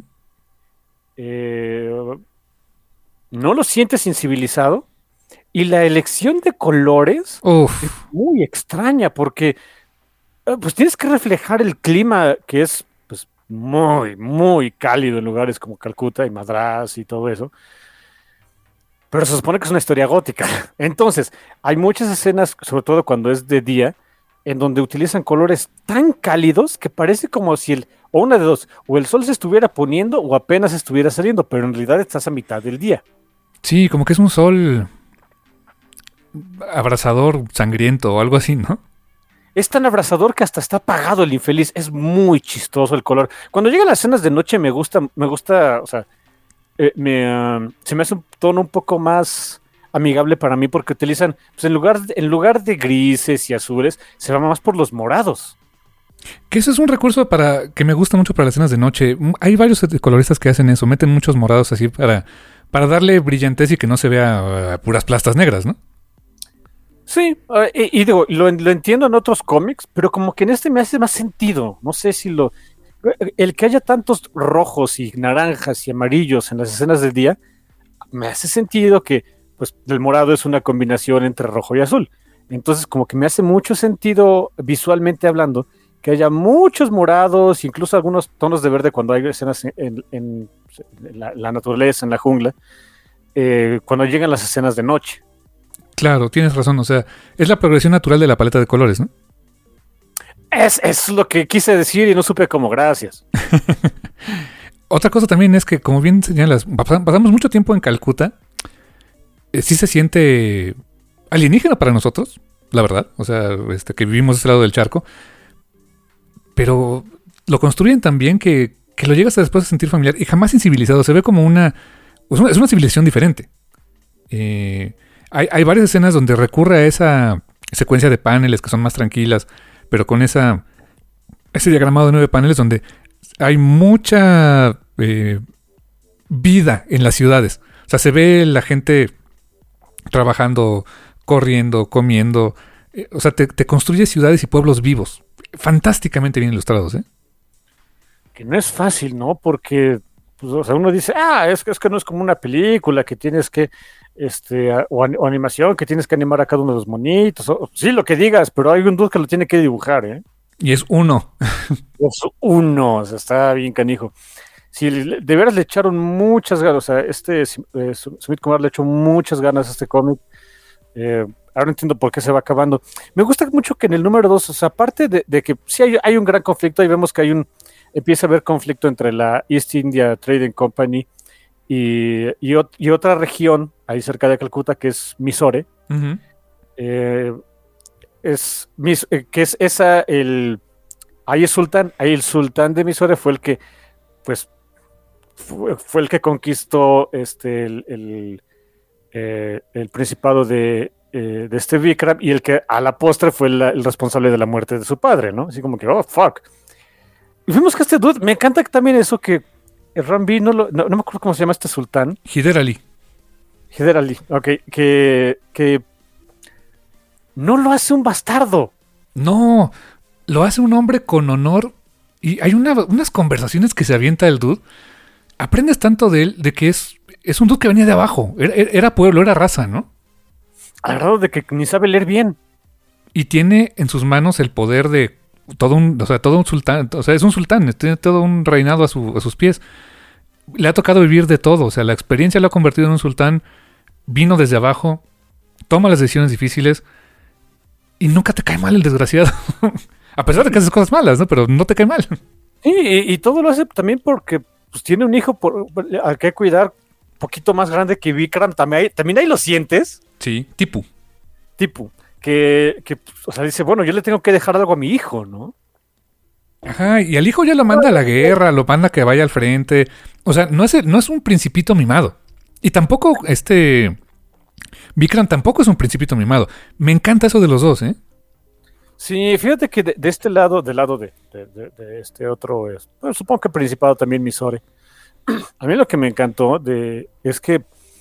Eh, no lo sientes sensibilizado y la elección de colores Uf, es muy extraña porque eh, pues tienes que reflejar el clima que es pues, muy, muy cálido en lugares como Calcuta y Madrás y todo eso. Pero se supone que es una historia gótica. Entonces, hay muchas escenas, sobre todo cuando es de día, en donde utilizan colores tan cálidos que parece como si el, o una de dos, o el sol se estuviera poniendo o apenas estuviera saliendo, pero en realidad estás a mitad del día. sí, como que es un sol abrasador, sangriento o algo así, ¿no? Es tan abrasador que hasta está apagado el infeliz. Es muy chistoso el color. Cuando llegan las escenas de noche me gusta, me gusta, o sea, eh, me, uh, se me hace un tono un poco más amigable para mí porque utilizan, pues en lugar, de, en lugar de grises y azules, se va más por los morados. Que eso es un recurso para que me gusta mucho para las escenas de noche. Hay varios coloristas que hacen eso, meten muchos morados así para, para darle brillantez y que no se vea uh, puras plastas negras, ¿no? Sí, uh, y, y digo, lo, lo entiendo en otros cómics, pero como que en este me hace más sentido. No sé si lo... El que haya tantos rojos y naranjas y amarillos en las escenas del día, me hace sentido que pues el morado es una combinación entre rojo y azul. Entonces como que me hace mucho sentido visualmente hablando que haya muchos morados, incluso algunos tonos de verde cuando hay escenas en, en, en la, la naturaleza, en la jungla, eh, cuando llegan las escenas de noche. Claro, tienes razón, o sea, es la progresión natural de la paleta de colores, ¿no? Es, es lo que quise decir y no supe cómo, gracias. Otra cosa también es que, como bien señalas, pasamos mucho tiempo en Calcuta. Eh, sí se siente alienígena para nosotros, la verdad. O sea, este, que vivimos de este lado del charco. Pero lo construyen tan bien que, que lo llegas a después a sentir familiar y jamás sensibilizado. Se ve como una... Es una, es una civilización diferente. Eh, hay, hay varias escenas donde recurre a esa secuencia de paneles que son más tranquilas, pero con esa ese diagramado de nueve paneles donde hay mucha eh, vida en las ciudades. O sea, se ve la gente trabajando, corriendo, comiendo. Eh, o sea, te, te construye ciudades y pueblos vivos. fantásticamente bien ilustrados, ¿eh? Que no es fácil, ¿no? Porque pues, o sea, uno dice, ah, es que, es que no es como una película que tienes que, este, o, o animación, que tienes que animar a cada uno de los monitos, o, sí, lo que digas, pero hay un dude que lo tiene que dibujar, ¿eh? Y es uno. Es uno, o sea, está bien canijo. Sí, de veras le echaron muchas ganas, o sea, este eh, Sumit Kumar le echó muchas ganas a este cómic. Eh, ahora entiendo por qué se va acabando. Me gusta mucho que en el número dos, o sea, aparte de, de que sí hay, hay un gran conflicto, ahí vemos que hay un, empieza a haber conflicto entre la East India Trading Company y, y, y otra región ahí cerca de Calcuta que es Mysore. Uh-huh. Eh, es, eh, que es esa, el, ahí es sultán, ahí el sultán de Mysore fue el que, pues, fue, fue el que conquistó este, el, el, eh, el principado de, eh, de este Vikram y el que a la postre fue el, el responsable de la muerte de su padre, ¿no? Así como que, oh, fuck. Y vimos que este dude, me encanta también eso que Rambi, no, lo, no, no me acuerdo cómo se llama este sultán. Hyder Ali. Hyder Ali, ok, que, que no lo hace un bastardo. No, lo hace un hombre con honor y hay una, unas conversaciones que se avienta el dude. Aprendes tanto de él, de que es, es un dude que venía de abajo. Era, era pueblo, era raza, ¿no? Al grado de que ni sabe leer bien. Y tiene en sus manos el poder de todo un, o sea, todo un sultán. O sea, es un sultán, tiene todo un reinado a, su, a sus pies. Le ha tocado vivir de todo. O sea, la experiencia lo ha convertido en un sultán. Vino desde abajo, toma las decisiones difíciles y nunca te cae mal el desgraciado. A pesar de que haces cosas malas, ¿no? Pero no te cae mal. Sí, y, y todo lo hace también porque pues tiene un hijo por, al que cuidar un poquito más grande que Vikram. También ahí, también ahí lo sientes. Sí, Tipu. Tipu. Que, que, o sea, dice, bueno, yo le tengo que dejar algo a mi hijo, ¿no? Ajá, y al hijo ya lo manda a la guerra, lo manda a que vaya al frente. O sea, no es, no es un principito mimado. Y tampoco este... Vikram tampoco es un principito mimado. Me encanta eso de los dos, ¿eh? Sí, fíjate que de, de este lado, del lado de, de, de, de este otro, es, bueno, supongo que principado también Mysore. A mí lo que me encantó de, es que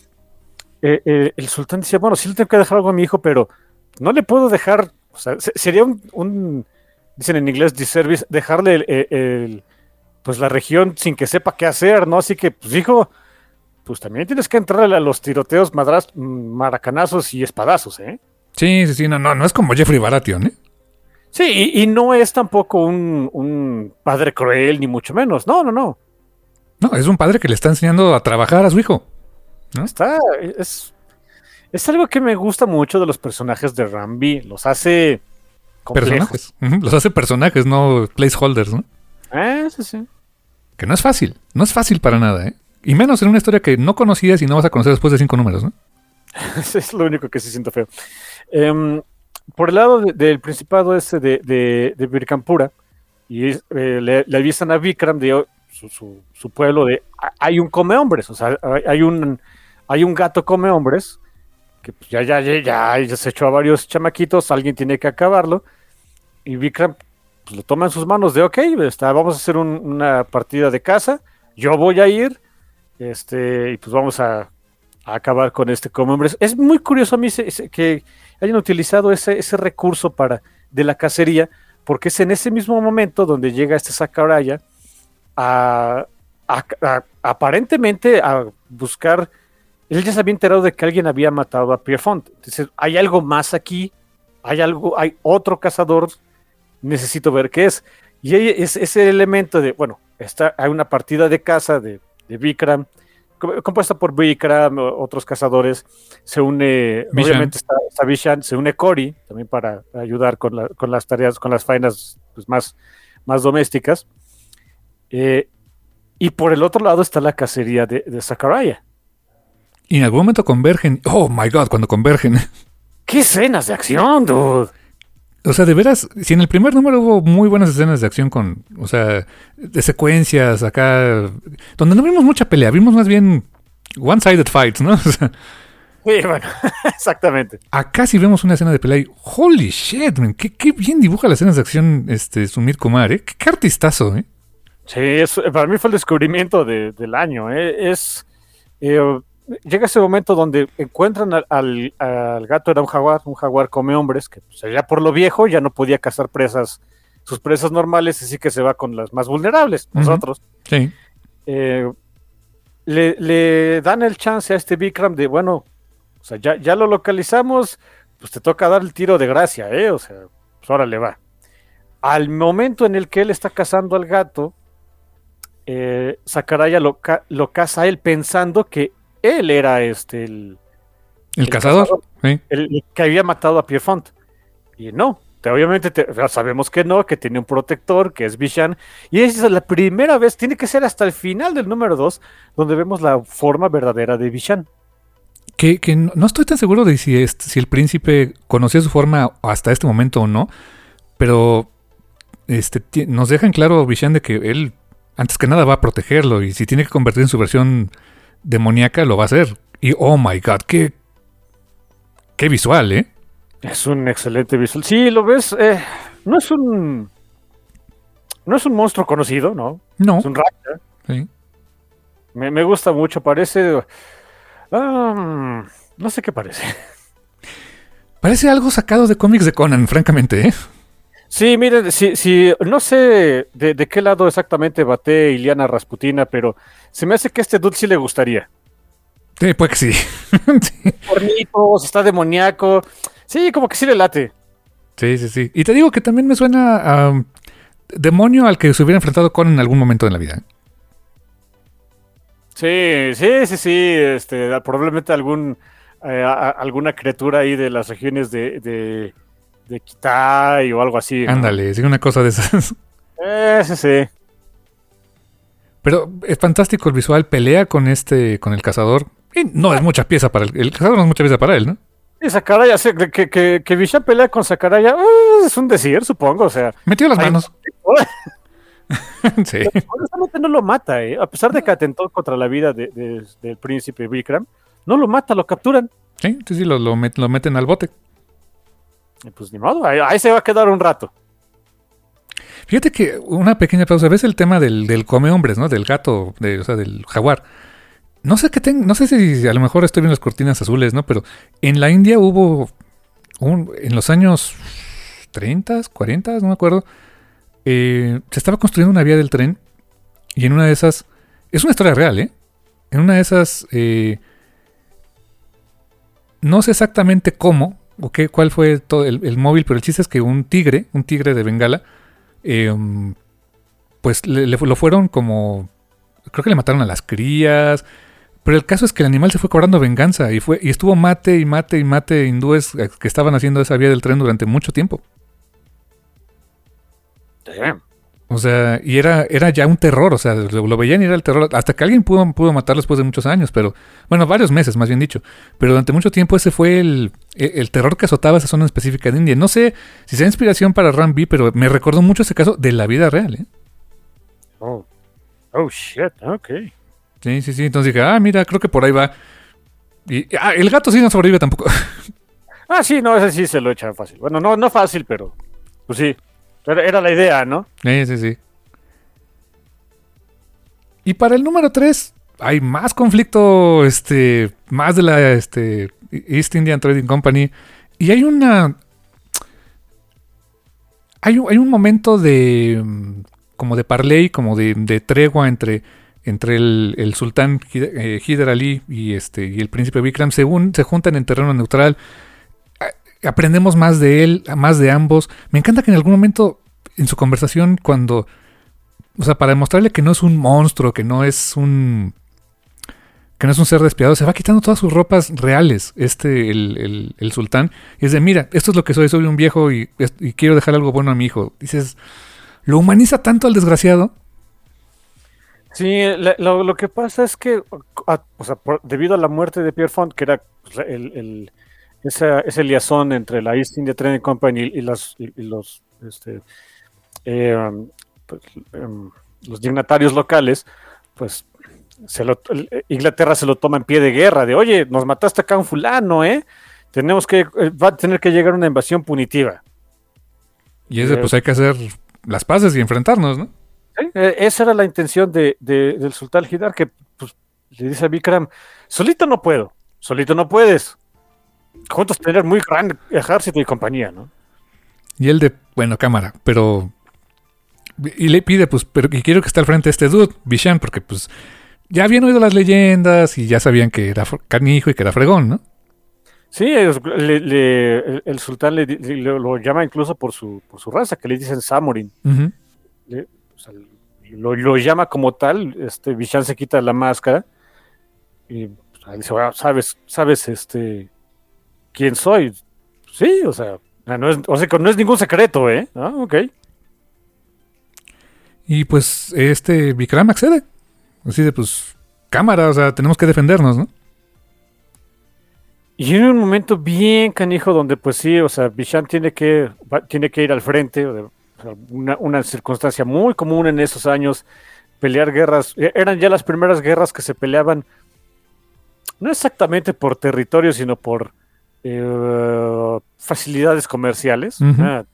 eh, eh, el sultán decía, bueno, sí le tengo que dejar algo a mi hijo, pero no le puedo dejar, o sea, se, sería un, un, dicen en inglés, disservice, dejarle el, el, el, pues la región sin que sepa qué hacer, ¿no? Así que, pues hijo, pues también tienes que entrarle a los tiroteos, madras, maracanazos y espadazos, ¿eh? Sí, sí, sí, no, no, no es como Jeffrey Baratheon, ¿eh? Sí, y, y no es tampoco un, un padre cruel, ni mucho menos. No, no, no. No, es un padre que le está enseñando a trabajar a su hijo, ¿no? Está, es, es algo que me gusta mucho de los personajes de Rambi. Los hace complejos. Personajes. Uh-huh. Los hace personajes, no placeholders, ¿no? Eh, sí, sí. Que no es fácil. No es fácil para nada, ¿eh? Y menos en una historia que no conocías y no vas a conocer después de cinco números, ¿no? Es lo único que sí siento feo. Um, por el lado de, del principado ese de, de, de Virkampura, y eh, le, le avisan a Vikram de su, su, su pueblo de hay un come hombres, o sea, hay un, hay un gato come hombres, que pues ya, ya, ya, ya, ya se echó a varios chamaquitos, alguien tiene que acabarlo, y Vikram pues, lo toma en sus manos de ok, está, vamos a hacer un, una partida de caza, yo voy a ir, este, y pues vamos a a acabar con este come hombres. Es muy curioso a mí se, se, que hayan utilizado ese, ese recurso para, de la cacería, porque es en ese mismo momento donde llega este Sakuraya a, a, a aparentemente a buscar, él ya se había enterado de que alguien había matado a Pierrefonds. Entonces, hay algo más aquí, hay algo, hay otro cazador, necesito ver qué es. Y hay es, ese elemento de, bueno, está, hay una partida de caza de, de Vikram, compuesta por Vikram, otros cazadores, se une, Vishan. Obviamente está, está Vishan, se une Cory, también para ayudar con, la, con las tareas, con las faenas pues, más, más domésticas, eh, y por el otro lado está la cacería de, de Sakuraya. Y en algún momento convergen, oh my god, cuando convergen. ¡Qué escenas de acción, dude! O sea, de veras, si en el primer número hubo muy buenas escenas de acción con, o sea, de secuencias acá, donde no vimos mucha pelea, vimos más bien one-sided fights, ¿no? O sea, sí, bueno, exactamente. Acá sí vemos una escena de pelea y, holy shit, man, qué, qué bien dibuja las escenas de acción este Sumit Kumar, ¿eh? Qué, qué artistazo, ¿eh? Sí, es, para mí fue el descubrimiento de, del año, ¿eh? Es... Eh, llega ese momento donde encuentran al, al, al gato, era un jaguar, un jaguar come hombres, que pues, ya por lo viejo ya no podía cazar presas sus presas normales, así que se va con las más vulnerables, Ujú. nosotros. Sí. Eh, le, le dan el chance a este Vikram de, bueno, o sea, ya, ya lo localizamos, pues te toca dar el tiro de gracia, ¿eh? O sea, pues ahora le va. Al momento en el que él está cazando al gato, eh, Sakaraya lo, ca lo caza a él pensando que él era este el, El, el cazador. cazador, Sí. el, el que había matado a Pierrefont. Y no, te, obviamente te, sabemos que no, que tiene un protector, que es Bishan. Y esa es la primera vez, tiene que ser hasta el final del número dos, donde vemos la forma verdadera de Bishan. Que, que no, no estoy tan seguro de si, es, si el príncipe conocía su forma hasta este momento o no, pero este, ti- nos dejan claro Bishan de que él, antes que nada, va a protegerlo y si tiene que convertir en su versión demoníaca, lo va a hacer. Y oh my god, qué, qué visual, ¿eh? Es un excelente visual. Sí, lo ves, eh, no es un... No es un monstruo conocido, ¿no? No. Es un raptor. Sí. Me, me gusta mucho, parece... Um, no sé qué parece. Parece algo sacado de cómics de Conan, francamente, ¿eh? Sí, miren, si, si, no sé de, de qué lado exactamente bate Iliana Rasputina, pero se me hace que a este dude sí le gustaría. Sí, pues que sí. Sí. Hornitos, está demoníaco. Sí, como que sí le late. Sí, sí, sí. Y te digo que también me suena a um, demonio al que se hubiera enfrentado Conan en algún momento de la vida. Sí, sí, sí, sí. Este, probablemente algún eh, a- a- alguna criatura ahí de las regiones de, de, de Kitai o algo así, ¿no? Ándale, sí, una cosa de esas. Eh, sí, sí. Pero es fantástico el visual, pelea con este, con el cazador. Y no es mucha pieza para él. El cazador no es mucha pieza para él, ¿no? Y Sakaraya, sí, que, que, que Vishan pelea con Sakaraya, eh, es un decir, supongo, o sea. Metió las Ay, manos. Sí. Honestamente no lo mata, ¿eh? A pesar de que atentó contra la vida de, de- del príncipe Vikram, no lo mata, lo capturan. Sí, sí, sí, lo, lo, met- lo meten al bote. Y pues ni modo, ahí, ahí se va a quedar un rato. Fíjate que una pequeña pausa. ¿Ves el tema del, del come hombres, ¿no? Del gato, de, o sea, del jaguar. No sé qué ten, no sé si a lo mejor estoy viendo las cortinas azules, ¿no? Pero en la India hubo un, en los años treinta, cuarenta, no me acuerdo. Eh, se estaba construyendo una vía del tren y en una de esas, es una historia real, ¿eh? En una de esas, eh, no sé exactamente cómo o qué, cuál fue todo el, el móvil, pero el chiste es que un tigre, un tigre de Bengala, eh, um, pues le, le- lo fueron como, creo que le mataron a las crías, pero el caso es que el animal se fue cobrando venganza y fue y estuvo mate y mate y mate hindúes eh, que estaban haciendo esa vía del tren durante mucho tiempo. Damn. O sea, y era, era ya un terror, o sea, lo, lo veían y era el terror, hasta que alguien pudo, pudo matarlo después de muchos años, pero, bueno, varios meses, más bien dicho, pero durante mucho tiempo ese fue el, el, el terror que azotaba esa zona específica de India. No sé si sea inspiración para Ram V, pero me recordó mucho ese caso de la vida real, ¿eh? Oh. Oh, shit, ok. Sí, sí, sí, entonces dije, ah, mira, creo que por ahí va. Y, ah, el gato sí no sobrevive tampoco. Ah, sí, no, ese sí se lo echa fácil. Bueno, no, no fácil, pero pues sí. Era, era la idea, ¿no? Sí, sí, sí. Y para el número tres hay más conflicto, este, más de la este, East Indian Trading Company. Y hay una... Hay un, hay un momento de... mm, como de parley, como de, de tregua entre, entre el, el sultán Hid- eh, Hyder Ali y, este, y el príncipe Vikram. Según se juntan en terreno neutral. A- Aprendemos más de él, más de ambos. Me encanta que en algún momento en su conversación, cuando... O sea, para demostrarle que no es un monstruo, que no es un... Que no es un ser despiadado, se va quitando todas sus ropas reales, este, el, el, el sultán. Y es de, mira, esto es lo que soy, soy un viejo y, y quiero dejar algo bueno a mi hijo. Dices, lo humaniza tanto al desgraciado. Sí, la- lo, lo que pasa es que, a- o sea, por- debido a la muerte de Pierrefont, que era pues, el, el- esa, ese liazón entre la East India Trading Company y, y las, y, y los, este, eh, um, pues, um, los dignatarios locales, pues se lo- el- Inglaterra se lo toma en pie de guerra, de oye, nos mataste acá un fulano, ¿eh? Tenemos que, eh, va a tener que llegar una invasión punitiva. Y es de, pues hay que hacer las paces y enfrentarnos, ¿no? Sí, eh, esa era la intención de, de- del sultán Hidar, que pues, le dice a Vikram, solito no puedo, solito no puedes. Juntos tener muy gran ejército y compañía, ¿no? Y él de, bueno, cámara, pero y le pide, pues, pero y quiero que esté al frente de este dude, Bishan, porque pues ya habían oído las leyendas y ya sabían que era canijo y que era fregón, ¿no? Sí, le, le, el, el sultán le, le, lo llama incluso por su, por su raza, que le dicen Samurin. Uh-huh. Le, o sea, lo, lo llama como tal, este Bishan se quita la máscara y pues, dice, bueno, sabes, sabes, este, quién soy. Sí, o sea, no es, o sea, no es ningún secreto, ¿eh? Ah, ok. Y pues este Vikram accede. Así de, pues, cámara, o sea, tenemos que defendernos, ¿no? Y en un momento bien canijo donde, pues sí, o sea, Bishan tiene que, va, tiene que ir al frente, o sea, una, una circunstancia muy común en esos años, pelear guerras, eran ya las primeras guerras que se peleaban, no exactamente por territorio, sino por eh, facilidades comerciales, Uh-huh. ah,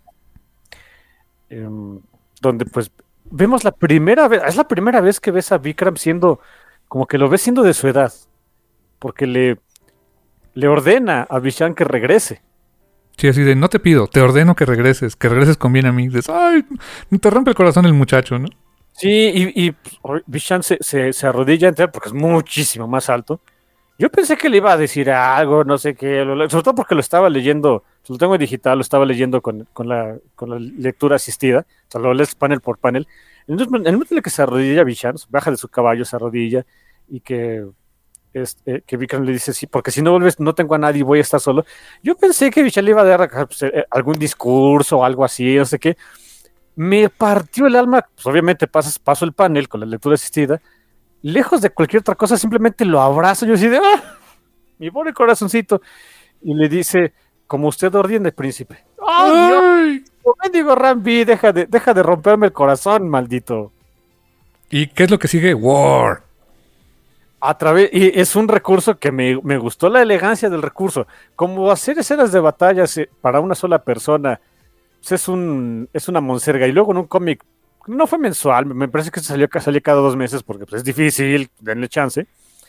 eh, donde pues vemos la primera vez, es la primera vez que ves a Vikram siendo, como que lo ves siendo de su edad, porque le... le ordena a Bishan que regrese. Sí, así de, no te pido, te ordeno que regreses, que regreses conviene a mí. Dices, ay, te rompe el corazón el muchacho, ¿no? Sí, y, y Bishan se, se, se arrodilla entera porque es muchísimo más alto. Yo pensé que le iba a decir algo, no sé qué, sobre todo porque lo estaba leyendo, lo tengo en digital, lo estaba leyendo con, con, la, con la lectura asistida, o sea, lo lees panel por panel. Entonces, en el momento en el que se arrodilla Bishan, baja de su caballo, se arrodilla, y que... Este, que Vikram le dice sí, porque si no vuelves no tengo a nadie, voy a estar solo. Yo pensé que Bishan le iba a dar pues, eh, algún discurso o algo así, no sé qué. Me partió el alma, pues obviamente pasas, paso el panel con la lectura asistida, lejos de cualquier otra cosa, simplemente lo abrazo, yo así de, ¡ah! Mi pobre corazoncito, y le dice, como usted ordene, príncipe. ¡Ay, Dios! Digo, Rambi, deja de, deja de romperme el corazón, maldito. ¿Y qué es lo que sigue? War. A través, y es un recurso que me, me gustó la elegancia del recurso. Como hacer escenas de batallas para una sola persona, pues es un es una monserga. Y luego en un cómic, no fue mensual, me parece que salió, salió cada dos meses porque pues, es difícil, denle chance.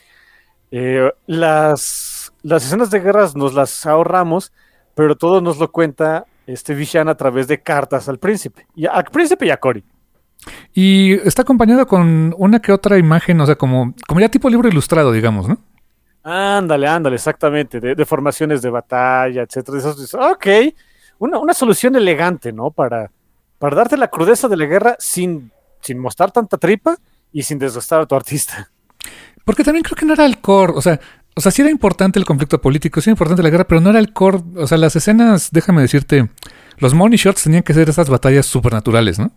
Eh, las, las escenas de guerras nos las ahorramos, pero todo nos lo cuenta este Bishan a través de cartas al príncipe. Y al príncipe y a Cory. Y está acompañado con una que otra imagen, o sea, como, como ya tipo libro ilustrado, digamos, ¿no? Ándale, ándale, exactamente, de, de formaciones de batalla, etcétera. Eso, ok, una, una solución elegante, ¿no? Para, para darte la crudeza de la guerra sin, sin mostrar tanta tripa y sin desgastar a tu artista. Porque también creo que no era el core, o sea, o sea, sí era importante el conflicto político, sí era importante la guerra, pero no era el core, o sea, las escenas, déjame decirte, los money shots tenían que ser esas batallas supernaturales, ¿no?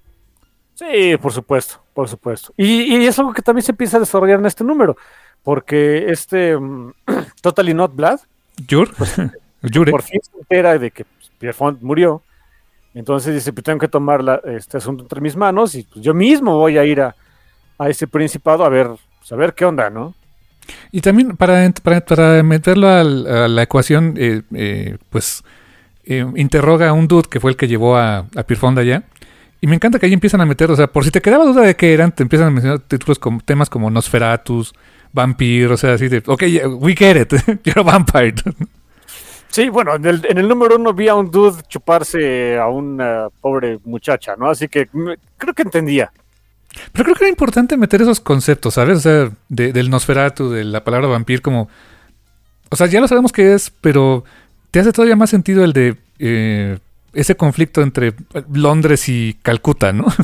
Sí, por supuesto, por supuesto. Y, y es algo que también se empieza a desarrollar en este número, porque este um, Totally Not Blood, Jure, pues, Jure. por fin se entera de que pues, Pierre Font murió, entonces dice, pues tengo que tomar la, este asunto entre mis manos y pues, yo mismo voy a ir a, a ese principado a ver, pues, a ver qué onda, ¿no? Y también para, para, para meterlo a la, a la ecuación, eh, eh, pues eh, interroga a un dude que fue el que llevó a, a Pierre Font allá. Y me encanta que ahí empiezan a meter, o sea, por si te quedaba duda de qué eran, te empiezan a mencionar títulos como temas como Nosferatus, Vampire, o sea, así de, ok, we get it, you're a vampire. Sí, bueno, en el, en el número uno vi a un dude chuparse a una pobre muchacha, ¿no? Así que me, creo que entendía. Pero creo que era importante meter esos conceptos, ¿sabes? O sea, de, del Nosferatu, de la palabra vampire, como... O sea, ya lo sabemos qué es, pero te hace todavía más sentido el de... Eh, ese conflicto entre Londres y Calcuta, ¿no?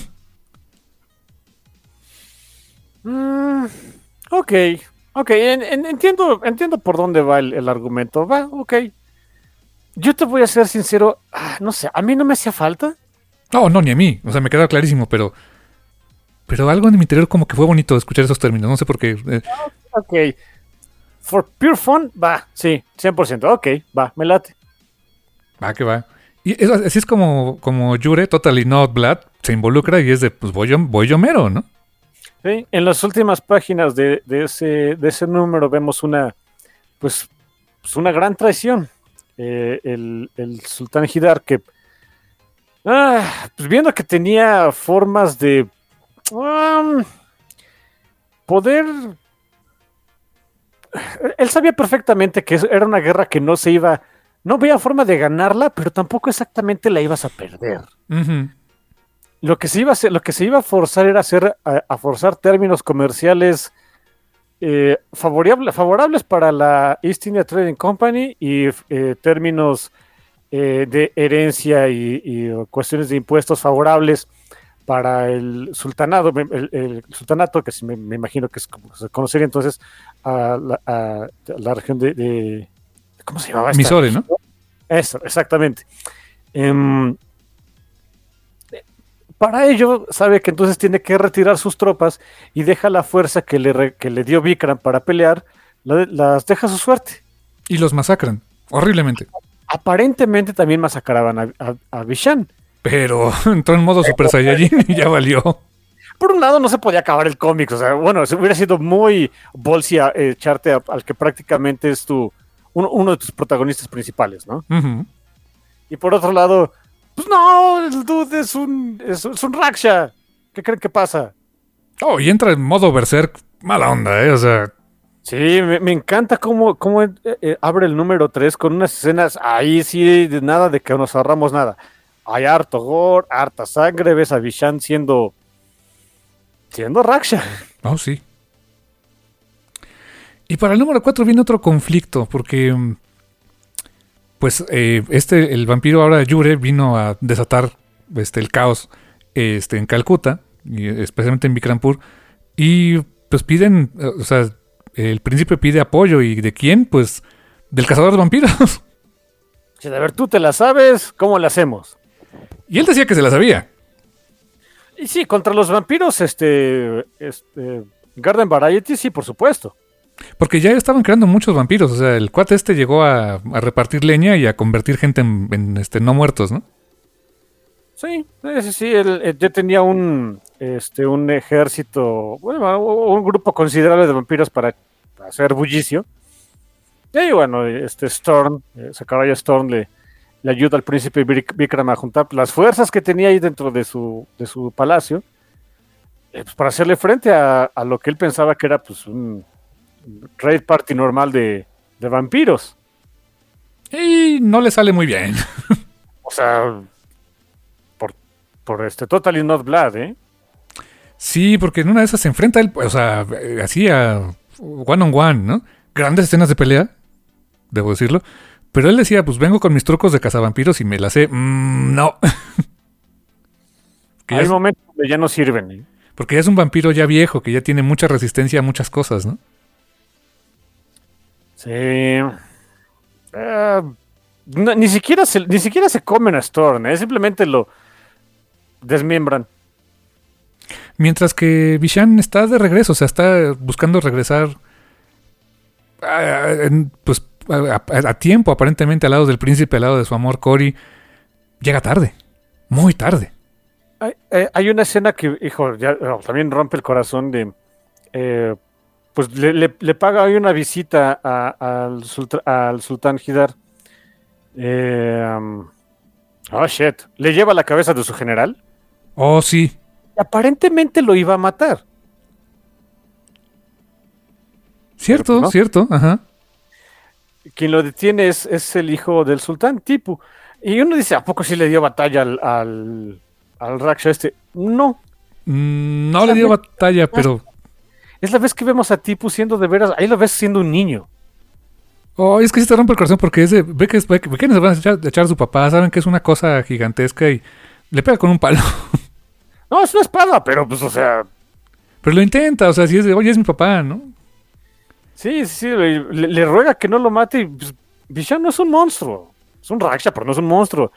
Mm, ok, ok, en, en, entiendo, entiendo por dónde va el, el argumento. Va, ok. Yo te voy a ser sincero, ah, no sé, a mí no me hacía falta. No, no, ni a mí. O sea, me queda clarísimo, pero... Pero algo en mi interior como que fue bonito escuchar esos términos. No sé por qué. Eh. Ok. For pure fun, va, sí, cien por ciento. Ok, va, me late. Va, que va. Y eso, así es como, como Jure, Totally Not Blood, se involucra y es de, pues voy yo, voy yo mero, ¿no? Sí, en las últimas páginas de, de, ese, de ese número vemos una, pues, pues una gran traición. Eh, el, el sultán Hidar que, ah, pues viendo que tenía formas de um, poder... Él sabía perfectamente que era una guerra que no se iba... No veía forma de ganarla, pero tampoco exactamente la ibas a perder. Uh-huh. lo que se iba a hacer, lo que se iba a forzar era hacer, a, a forzar términos comerciales eh, favorable, favorables para la East India Trading Company y eh, términos eh, de herencia y, y cuestiones de impuestos favorables para el sultanado, el, el sultanato, que me, me imagino que es como se conocería entonces a la, a la región de, de ¿cómo se llamaba esta? Mysore, ¿no? Eso, exactamente. Um, para ello, sabe que entonces tiene que retirar sus tropas y deja la fuerza que le, que le dio Vikram para pelear, la, las deja a su suerte. Y los masacran, horriblemente. Aparentemente también masacraban a, a, a Vishan. Pero entró en modo Super Saiyajin y ya valió. Por un lado no se podía acabar el cómic, o sea, bueno, hubiera sido muy bolsi eh, echarte a, al que prácticamente es tu uno, uno de tus protagonistas principales, ¿no? Uh-huh. Y por otro lado, pues no, el dude es un, es, es un Raksha. ¿Qué creen que pasa? Oh, y entra en modo Berserk, mala onda, ¿eh? O sea... Sí, me, me encanta cómo, cómo eh, eh, abre el número tres con unas escenas ahí sí, de nada de que nos ahorramos nada. Hay harto gore, harta sangre, ves a Vishan siendo siendo Raksha. Oh, sí. Y para el número cuatro viene otro conflicto, porque pues eh, este, el vampiro ahora Yure vino a desatar este, el caos este, en Calcuta, y especialmente en Bikrampur, y pues piden, o sea, el príncipe pide apoyo, ¿y de quién? Pues del cazador de vampiros. Si de ver, tú te la sabes, ¿cómo la hacemos? Y él decía que se la sabía. Y sí, contra los vampiros, este, este Garden Variety, sí, por supuesto. Porque ya estaban creando muchos vampiros. O sea, el cuate este llegó a, a repartir leña y a convertir gente en, en este, no muertos, ¿no? Sí, sí, sí. Él, él ya tenía un, este, un ejército, bueno, un grupo considerable de vampiros para, para hacer bullicio. Y bueno, este Storm, ese caballo Storm le, le ayuda al príncipe Vikram a juntar las fuerzas que tenía ahí dentro de su, de su palacio, eh, pues para hacerle frente a, a lo que él pensaba que era pues un raid party normal de, de vampiros. Y no le sale muy bien. O sea, por, por este Totally Not Blood, ¿eh? Sí, porque en una de esas se enfrenta él, o sea, así a one on one, ¿no? Grandes escenas de pelea, debo decirlo. Pero él decía, pues vengo con mis trucos de cazavampiros y me la sé. Mm, no. Hay es, momentos donde ya no sirven, ¿eh? Porque ya es un vampiro ya viejo, que ya tiene mucha resistencia a muchas cosas, ¿no? Sí. Uh, no, ni, siquiera se, ni siquiera se comen a Storm, ¿eh? Simplemente lo desmiembran. Mientras que Vishan está de regreso, o sea, está buscando regresar a, en, pues, a, a, a tiempo, aparentemente, al lado del príncipe, al lado de su amor Cory. Llega tarde, muy tarde. Hay, hay una escena que, hijo, ya, no, también rompe el corazón de... Eh, pues le, le, le paga hoy una visita a, al, sultán, al sultán Hidar. Eh, um, oh, shit. Le lleva la cabeza de su general. Oh, sí. Aparentemente lo iba a matar. Cierto, Pero, ¿no? cierto, ajá. Quien lo detiene es, es el hijo del sultán, Tipu. Y uno dice, ¿a poco sí le dio batalla al, al, al Raksha este? No. Mm, no le dio vez, batalla, pero... Es la vez que vemos a Tipu siendo de veras, ahí lo ves siendo un niño. Oh, es que sí te rompe el corazón porque es de, ve que, ve que, ve que nos van a echar, a echar a su papá, saben que es una cosa gigantesca y le pega con un palo. No, es una espada, pero pues, o sea... Pero lo intenta, o sea, si es de, oye, es mi papá, ¿no? Sí, sí, le, le ruega que no lo mate y pues, Vishan no es un monstruo. Es un Raksha, pero no es un monstruo.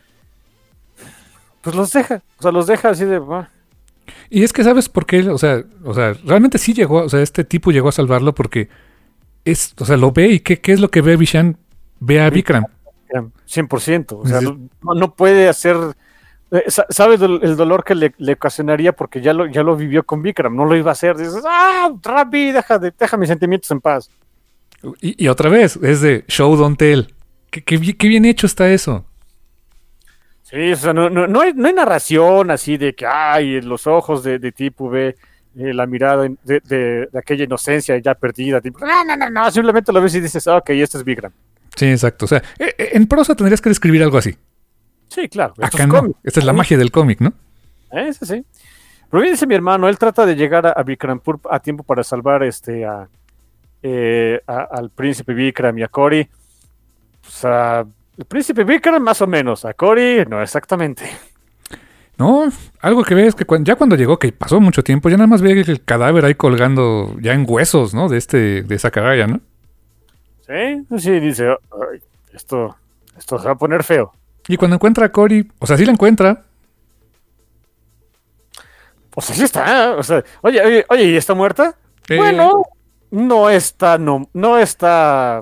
Pues los deja, o sea, los deja así de... Ah. Y es que, ¿sabes por qué? O sea, o sea, realmente sí llegó, o sea, este tipo llegó a salvarlo porque es, o sea, lo ve y ¿qué, qué es lo que ve Vishan? Ve a Vikram. cien por ciento, o sea, sí. no, no puede hacer... Eh, sabe el dolor que le, le ocasionaría porque ya lo, ya lo vivió con Vikram, no lo iba a hacer. Dices, ah, Rappi, deja, de, deja mis sentimientos en paz. Y, y otra vez, es de show don't tell. ¿Qué, qué, qué bien hecho está eso? Sí, o sea, no, no, no, hay, no hay narración así de que, ay, los ojos de, de Tipu ve eh, la mirada de, de, de aquella inocencia ya perdida. Tipo, no, no, no, no, simplemente lo ves y dices, ah, ok, este es Vikram. Sí, exacto. O sea, en prosa tendrías que describir algo así. Sí, claro. Acá no. Esta es la magia del cómic, ¿no? Ese sí. Pero bien dice mi hermano, él trata de llegar a, a Vikrampur a tiempo para salvar este a, eh, a- al príncipe Vikram y a Cory. O sea, el príncipe Vikram más o menos, a Cory no exactamente. No, algo que ve es que cuan- ya cuando llegó, que pasó mucho tiempo, ya nada más ve el cadáver ahí colgando ya en huesos, ¿no? De este, de Sakaraya, ¿no? Sí, sí, dice, "Ay, esto, esto se va a poner feo". Y cuando encuentra a Cory, o sea, sí la encuentra. O sea, sí está, o sea, oye, oye, oye, ¿y está muerta? eh, Bueno, no está, no, no está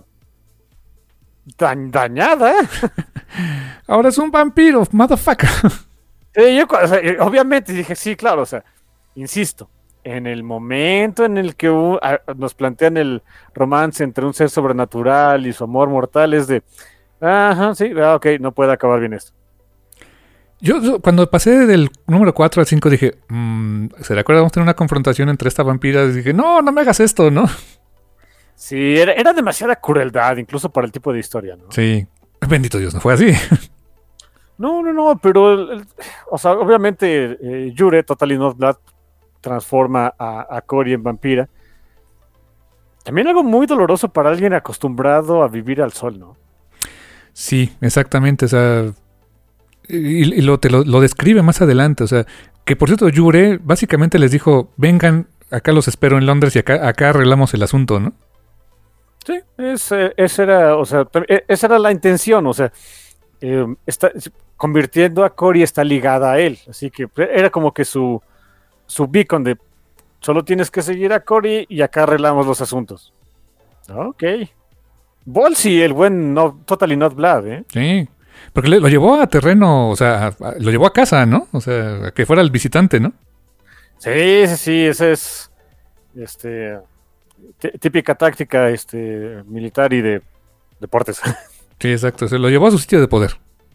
tan dañada. Ahora es un vampiro, motherfucker. Eh, yo, o sea, eh, obviamente dije, sí, claro, o sea, insisto, en el momento en el que u- a- nos plantean el romance entre un ser sobrenatural y su amor mortal, es de, ajá, sí, ah, ok, no puede acabar bien esto. Yo, yo cuando pasé del número cuatro al cinco dije, mmm, ¿será que ahora vamos a tener una confrontación entre esta vampira? Y dije, no, no me hagas esto, ¿no? Sí, era, era demasiada crueldad, incluso para el tipo de historia, ¿no? Sí, bendito Dios, no fue así. No, no, no, pero, el- el- o sea, obviamente eh, Yure, Totally Not Blood, transforma a, a Cory en vampira. También algo muy doloroso para alguien acostumbrado a vivir al sol, ¿no? Sí, exactamente, o sea, y, y lo, te lo, lo describe más adelante, o sea, que por cierto, Yure básicamente les dijo, vengan, acá los espero en Londres y acá, acá arreglamos el asunto, ¿no? Sí, es, eh, esa era, o sea, tam- eh, esa era la intención, o sea, eh, está, convirtiendo a Cory está ligada a él, así que era como que su, su beacon de solo tienes que seguir a Cory y acá arreglamos los asuntos. Ok. Bolsy, el buen no, Totally Not Blood, ¿eh? Sí, porque le- lo llevó a terreno, o sea, a- a- lo llevó a casa, ¿no? O sea, a que fuera el visitante, ¿no? Sí, sí, sí, esa es este, tí- típica táctica este, militar y de deportes. Sí, exacto, se lo llevó a su sitio de poder.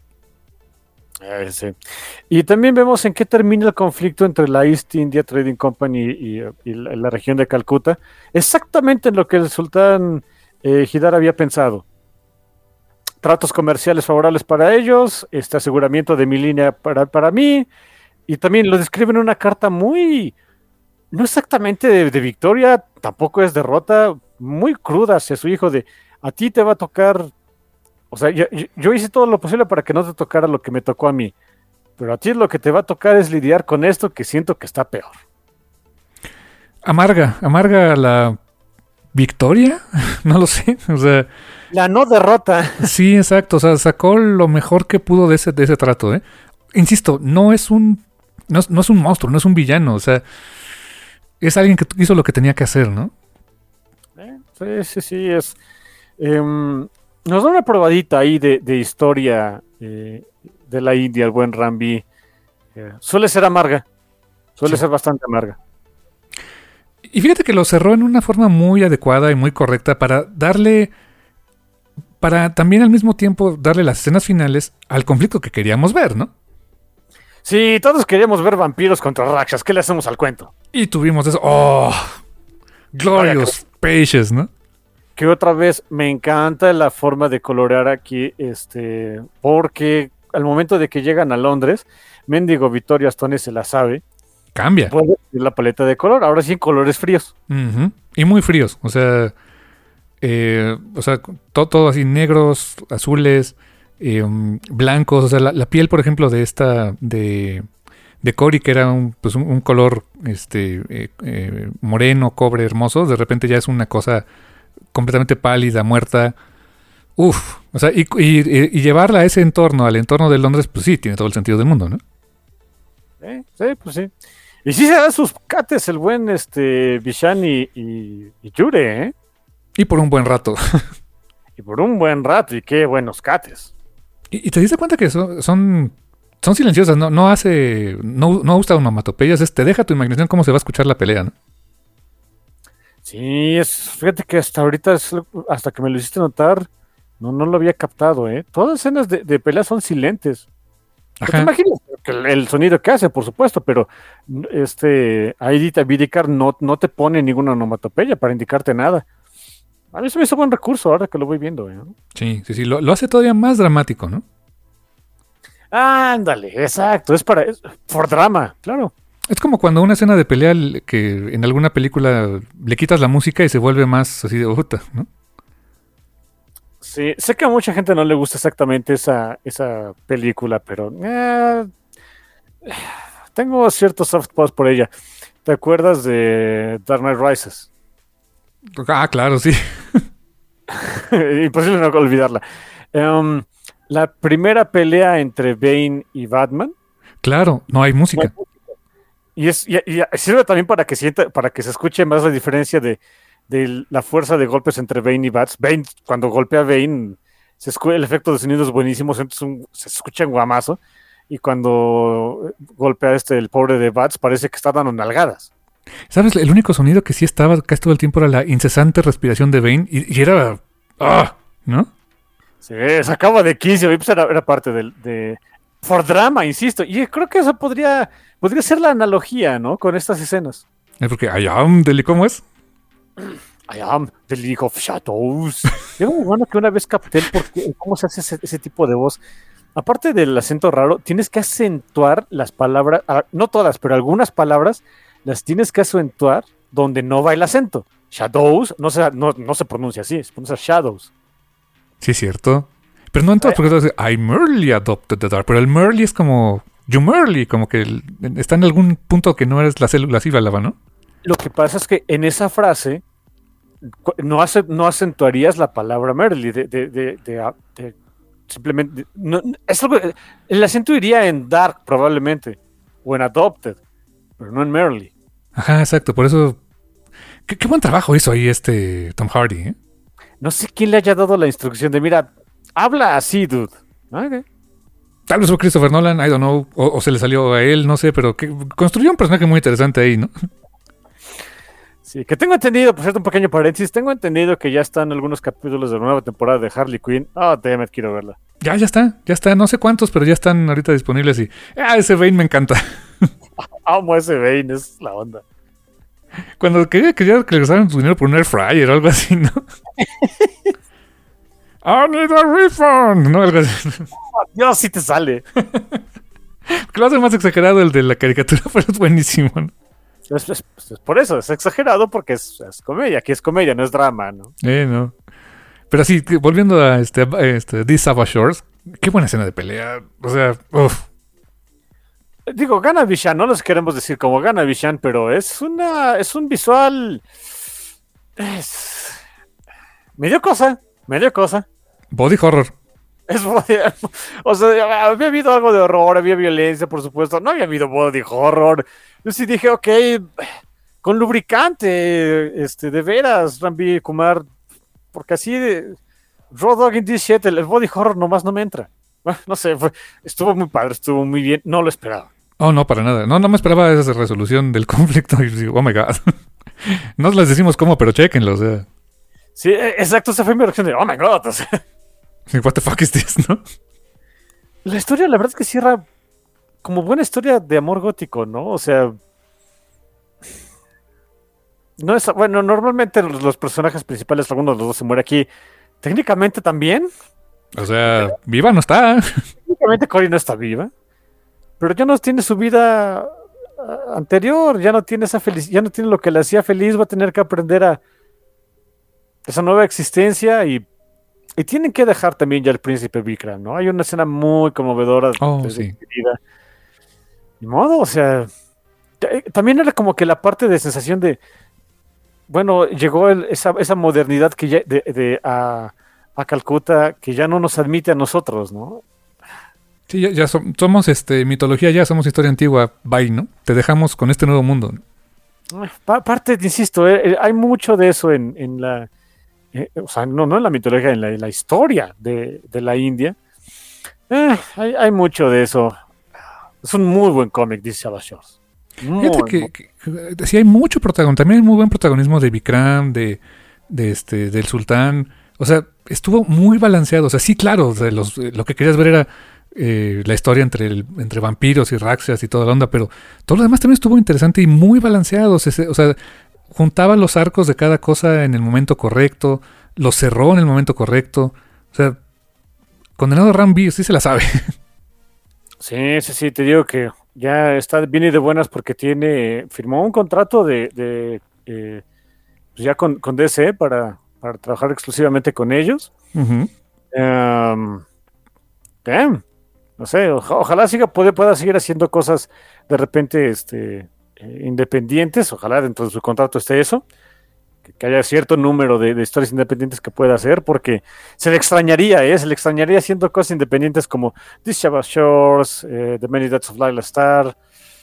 Eh, sí. Y también vemos en qué termina el conflicto entre la East India Trading Company y, y la, la región de Calcuta. Exactamente en lo que el sultán eh, Hidar había pensado. Tratos comerciales favorables para ellos, este aseguramiento de mi línea para, para mí, y también lo describe en una carta muy, no exactamente de, de victoria, tampoco es derrota, muy cruda hacia su hijo de, a ti te va a tocar, o sea, yo, yo- yo hice todo lo posible para que no te tocara lo que me tocó a mí, pero a ti lo que te va a tocar es lidiar con esto que siento que está peor. Amarga, amarga la victoria, no lo sé, o sea, La no derrota. sí, exacto, o sea, sacó lo mejor que pudo de ese, de ese trato, ¿eh? Insisto, no es un, no es, no es un monstruo, no es un villano, o sea, es alguien que hizo lo que tenía que hacer, ¿no? Eh, Sí, sí, sí, es... em, nos da una probadita ahí de, de historia eh, de la India, el buen Rambi. Eh, suele ser amarga, suele Sí. ser bastante amarga. Y fíjate que lo cerró en una forma muy adecuada y muy correcta para darle, para también al mismo tiempo darle las escenas finales al conflicto que queríamos ver, ¿no? Sí, todos queríamos ver vampiros contra Rakshas, ¿qué le hacemos al cuento? Y tuvimos eso, oh, glorious pages, ¿no? Que otra vez me encanta la forma de colorear aquí, este, porque al momento de que llegan a Londres, Mendigo Vittorio Stone se la sabe, Cambia. puede ver la paleta de color, ahora sí en colores fríos. Ujú. Y muy fríos, o sea, eh, o sea, to- todo así negros, azules, eh, um, blancos, o sea, la, la piel, por ejemplo, de esta, de, de Cory, que era un, pues un, un color, este, eh, eh, moreno, cobre, hermoso, de repente ya es una cosa completamente pálida, muerta. Uf, o sea, y, y- y llevarla a ese entorno, al entorno de Londres, pues sí, tiene todo el sentido del mundo, ¿no? ¿Eh? Sí, pues sí. Y sí se da sus cates el buen este, Bishan y, y, y Yure, ¿eh? Y por un buen rato. Y por un buen rato, y qué buenos cates. Y, y te diste cuenta que son, son, son silenciosas, no, no hace, no, no usa onomatopeyas, es te deja tu imaginación cómo se va a escuchar la pelea, ¿no? Sí, es, fíjate que hasta ahorita, es lo- hasta que me lo hiciste notar, no, no lo había captado, ¿eh? Todas las escenas de, de pelea son silentes. ¿Te Ajá. imaginas? Que el, el sonido que hace, por supuesto, pero este, ahí Vidicar no, no te pone ninguna onomatopeya para indicarte nada. A mí se me hizo buen recurso ahora que lo voy viendo, ¿eh? Sí, sí, sí, lo, lo hace todavía más dramático, ¿no? Ándale, exacto, es para es por drama, claro. Es como cuando una escena de pelea que en alguna película le quitas la música y se vuelve más así de puta, ¿no? Sí, sé que a mucha gente no le gusta exactamente esa, esa película, pero eh, tengo cierto soft spot por ella. ¿Te acuerdas de Dark Knight Rises? Ah, claro, sí. Imposible no olvidarla. Um, la primera pelea entre Bane y Batman. Claro, no hay música. Y, es, y, y sirve también para que sienta, para que se escuche más la diferencia de, de la fuerza de golpes entre Bane y Bats. Bane, cuando golpea a Bane, se escucha, el efecto de sonido es buenísimo, se, se escucha en guamazo. Y cuando golpea este el pobre de Bats, parece que está dando nalgadas. ¿Sabes? El único sonido que sí estaba casi todo el tiempo era la incesante respiración de Bane. Y, y era... ¡Ah! ¿No? Sí, sacaba de quicio. Y pues era, era parte del, de... Por drama, insisto. Y creo que eso podría... Podría ser la analogía, ¿no? Con estas escenas. Es porque I am Deli, ¿cómo es? I am the League of Shadows. Yo muy bueno que una vez capté el por qué, cómo se hace ese, ese tipo de voz. Aparte del acento raro, tienes que acentuar las palabras, no todas, pero algunas palabras las tienes que acentuar donde no va el acento. Shadows no se, no, no se pronuncia así, se pronuncia Shadows. Sí, es cierto. Pero no en todas, porque dice I merely adopted the dark, pero el merely es como... You merely, como que el, está en algún punto que no eres la célula sílaba, ¿no? Lo que pasa es que en esa frase no, hace, no acentuarías la palabra merely, de, de, de, de, de simplemente... No, es algo, el acento iría en dark probablemente, o en adopted, pero no en merely. Ajá, exacto, por eso... Qué, qué buen trabajo hizo ahí este Tom Hardy, ¿eh? No sé quién le haya dado la instrucción de, mira, habla así, dude. Okay. Tal vez fue Christopher Nolan, I don't know, o, o se le salió a él, no sé, pero que construyó un personaje muy interesante ahí, ¿no? Sí, que tengo entendido, por cierto, un pequeño paréntesis, tengo entendido que ya están algunos capítulos de la nueva temporada de Harley Quinn. Oh, damn it, quiero verla. Ya, ya está, ya está, no sé cuántos, pero ya están ahorita disponibles y... Ah, ese Bane me encanta. Amo ese Bane, es la onda. Cuando quería, quería que le gastaran su dinero por un air fryer o algo así, ¿no? I need a refund, ¿no? Algo así. Dios, sí te sale. Que lo hace más exagerado el de la caricatura, pero es buenísimo, ¿no? Es, es, es por eso, es exagerado porque es, es comedia. Aquí es comedia, no es drama, ¿no? Eh, no. Pero sí, volviendo a este, este These Savage Shores, qué buena escena de pelea. O sea, uff. Digo, gana Vishan, no les queremos decir como gana Vishan, pero es una, es un visual. Es... medio cosa, medio cosa. Body horror. Es body, o sea, había habido algo de horror, había violencia, por supuesto. No había habido body horror. Yo sí dije, ok, con lubricante, este, de veras, Ranbir Kumar, porque así de Raw Dog in this shit, el, el body horror nomás no me entra. Bueno, no sé, fue, estuvo muy padre, estuvo muy bien, no lo esperaba. Oh, no, para nada. No, no me esperaba esa resolución del conflicto. Y digo, oh my god. No les decimos cómo, pero chequenlo, o sea. Sí, exacto, esa fue mi reacción de, oh my god, o sea. What the fuck is this, ¿no? La historia, la verdad es que cierra como buena historia de amor gótico, ¿no? O sea, no es, bueno, normalmente los, los personajes principales, algunos de los dos se muere aquí. Técnicamente también. O sea, viva no está. Técnicamente Cory no está viva. Pero ya no tiene su vida uh, anterior, ya no tiene esa felicidad, ya no tiene lo que le hacía feliz, va a tener que aprender a esa nueva existencia y, y tienen que dejar también ya el príncipe Vikram, ¿no? Hay una escena muy conmovedora oh, de sí. vida. Ni modo, o sea, también era como que la parte de sensación de, bueno, llegó el, esa, esa modernidad que ya, de, de a, a Calcuta que ya no nos admite a nosotros, ¿no? Sí, ya, ya somos este, mitología, ya somos historia antigua, bye, ¿no? Te dejamos con este nuevo mundo. Aparte, insisto, eh, hay mucho de eso en, en la, eh, o sea, no, no en la mitología, en la, en la historia de, de la India. Eh, hay, hay mucho de eso. Es un muy buen cómic, dice Savage Shores. Fíjate que, que, que sí hay mucho protagonismo, también hay muy buen protagonismo de Vikram, de, de este, del sultán. O sea, estuvo muy balanceado. O sea, sí, claro, o sea, los, lo que querías ver era Eh, la historia entre, el, entre vampiros y raxias y toda la onda, pero todo lo demás también estuvo interesante y muy balanceado. O sea, juntaba los arcos de cada cosa en el momento correcto, los cerró en el momento correcto. O sea, condenado Ranbir sí se la sabe. Sí, sí, sí, te digo que ya está, viene de buenas porque tiene, firmó un contrato de, de eh, pues ya con, con D C para, para trabajar exclusivamente con ellos. Uh-huh. Um, damn, no sé, oja- ojalá siga, puede, pueda seguir haciendo cosas de repente este, eh, independientes, ojalá dentro de su contrato esté eso, que, que haya cierto número de, de historias independientes que pueda hacer, porque se le extrañaría, ¿eh? Se le extrañaría haciendo cosas independientes como This Shabba Shores, eh, The Many Deaths of Lila Star.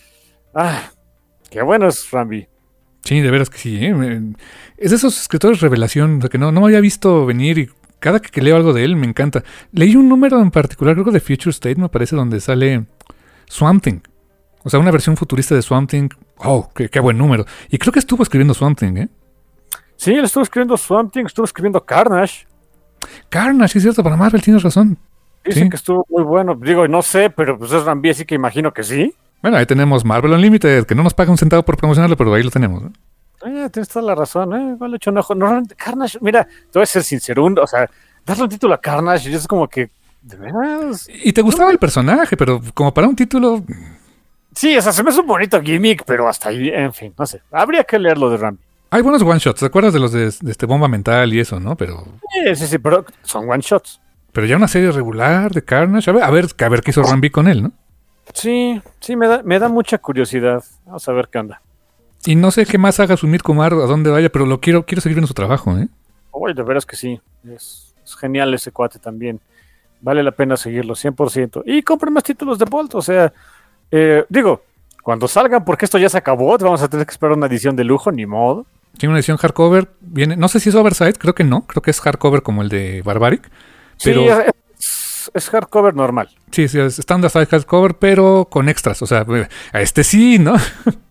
Ah, qué bueno es Rambi. Sí, de veras que sí. ¿eh? Me- Es de esos escritores revelación, o sea, que no, no me había visto venir y cada que, que leo algo de él me encanta. Leí un número en particular, creo que de Future State, me parece, donde sale Swamp Thing. O sea, una versión futurista de Swamp Thing. Oh, qué, qué buen número. Y creo que estuvo escribiendo Swamp Thing, ¿eh? Sí, él estuvo escribiendo Swamp Thing, estuvo escribiendo Carnage. Carnage, sí es cierto, para Marvel tienes razón. Dice Sí. que estuvo muy bueno. Digo, no sé, pero pues es Rambi, así que imagino que sí. Bueno, ahí tenemos Marvel Unlimited, que no nos paga un centavo por promocionarlo, pero ahí lo tenemos. ¿no? Eh, tienes toda la razón, ¿eh? Igual le echo un ojo. Normalmente, Carnage, mira, te voy a ser sincero, un- o sea, darle un título a Carnage es como que, de veras. Y te gustaba el personaje, pero como para un título, Sí, o sea, se me hace un bonito gimmick, pero hasta ahí, en fin, no sé. Habría que leerlo de Rambi. hay buenos one-shots. ¿Te acuerdas de los de, de este Bomba Mental y eso, no? Pero, Sí, sí, sí, pero son one shots. pero ya una serie regular de Carnage. A ver, a ver, a ver qué hizo Rambi con él, ¿no? Sí, sí, me da, me da mucha curiosidad. Vamos a ver qué onda. Y no sé qué más haga Sumit Kumar, a dónde vaya, pero lo quiero, quiero seguir viendo su trabajo, ¿eh? Uy, de veras que sí. Es, es genial ese cuate también. Vale la pena seguirlo, cien por ciento. Y compren más títulos de Bolt, o sea, eh, digo, cuando salgan, porque esto ya se acabó, vamos a tener que esperar una edición de lujo, ni modo. Tiene una edición hardcover, viene, no sé si es oversize, creo que no, creo que es hardcover como el de Barbaric, pero Sí, es, es hardcover normal. sí, sí, es standard size hardcover, pero con extras, o sea, a este sí, ¿no?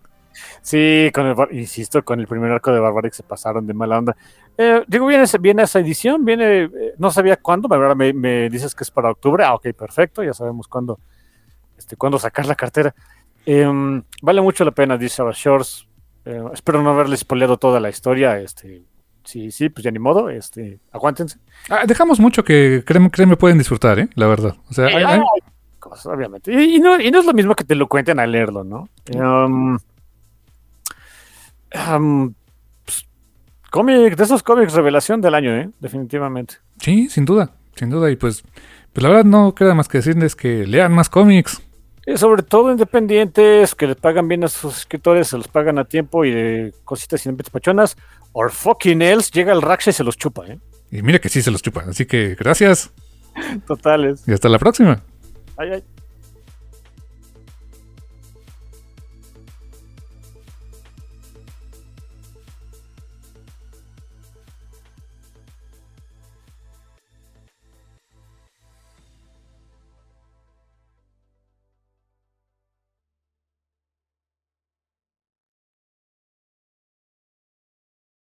Sí, con el, bar- insisto, con el primer arco de Barbaric se pasaron de mala onda. Eh, digo, viene, ese- viene esa edición, viene, eh, no sabía cuándo, pero ahora me, me dices que es para octubre. Ah, ok, perfecto, ya sabemos cuándo, este, cuándo sacar la cartera. Em, vale mucho la pena, dice Shabba Shores. Eh, espero no haberles spoileado toda la historia. Este, sí, sí, pues ya ni modo, este, aguántense. Ah, dejamos mucho que créeme, créeme pueden disfrutar, ¿eh? La verdad. O sea, hay- hay- Hay cosas, obviamente. Y, y no, y no es lo mismo que te lo cuenten al leerlo, ¿no? Um, um, pues, cómic, de esos cómics revelación del año, ¿eh? Definitivamente. sí, sin duda, sin duda. Y pues, pues la verdad no queda más que decirles que lean más cómics. Y sobre todo independientes, que les pagan bien a sus escritores, se los pagan a tiempo y de cositas independientes pachonas. Or fucking else, llega el Raksha y se los chupa, ¿eh? Y mira que sí se los chupan. Así que gracias Totales. y hasta la próxima. Ay, ay.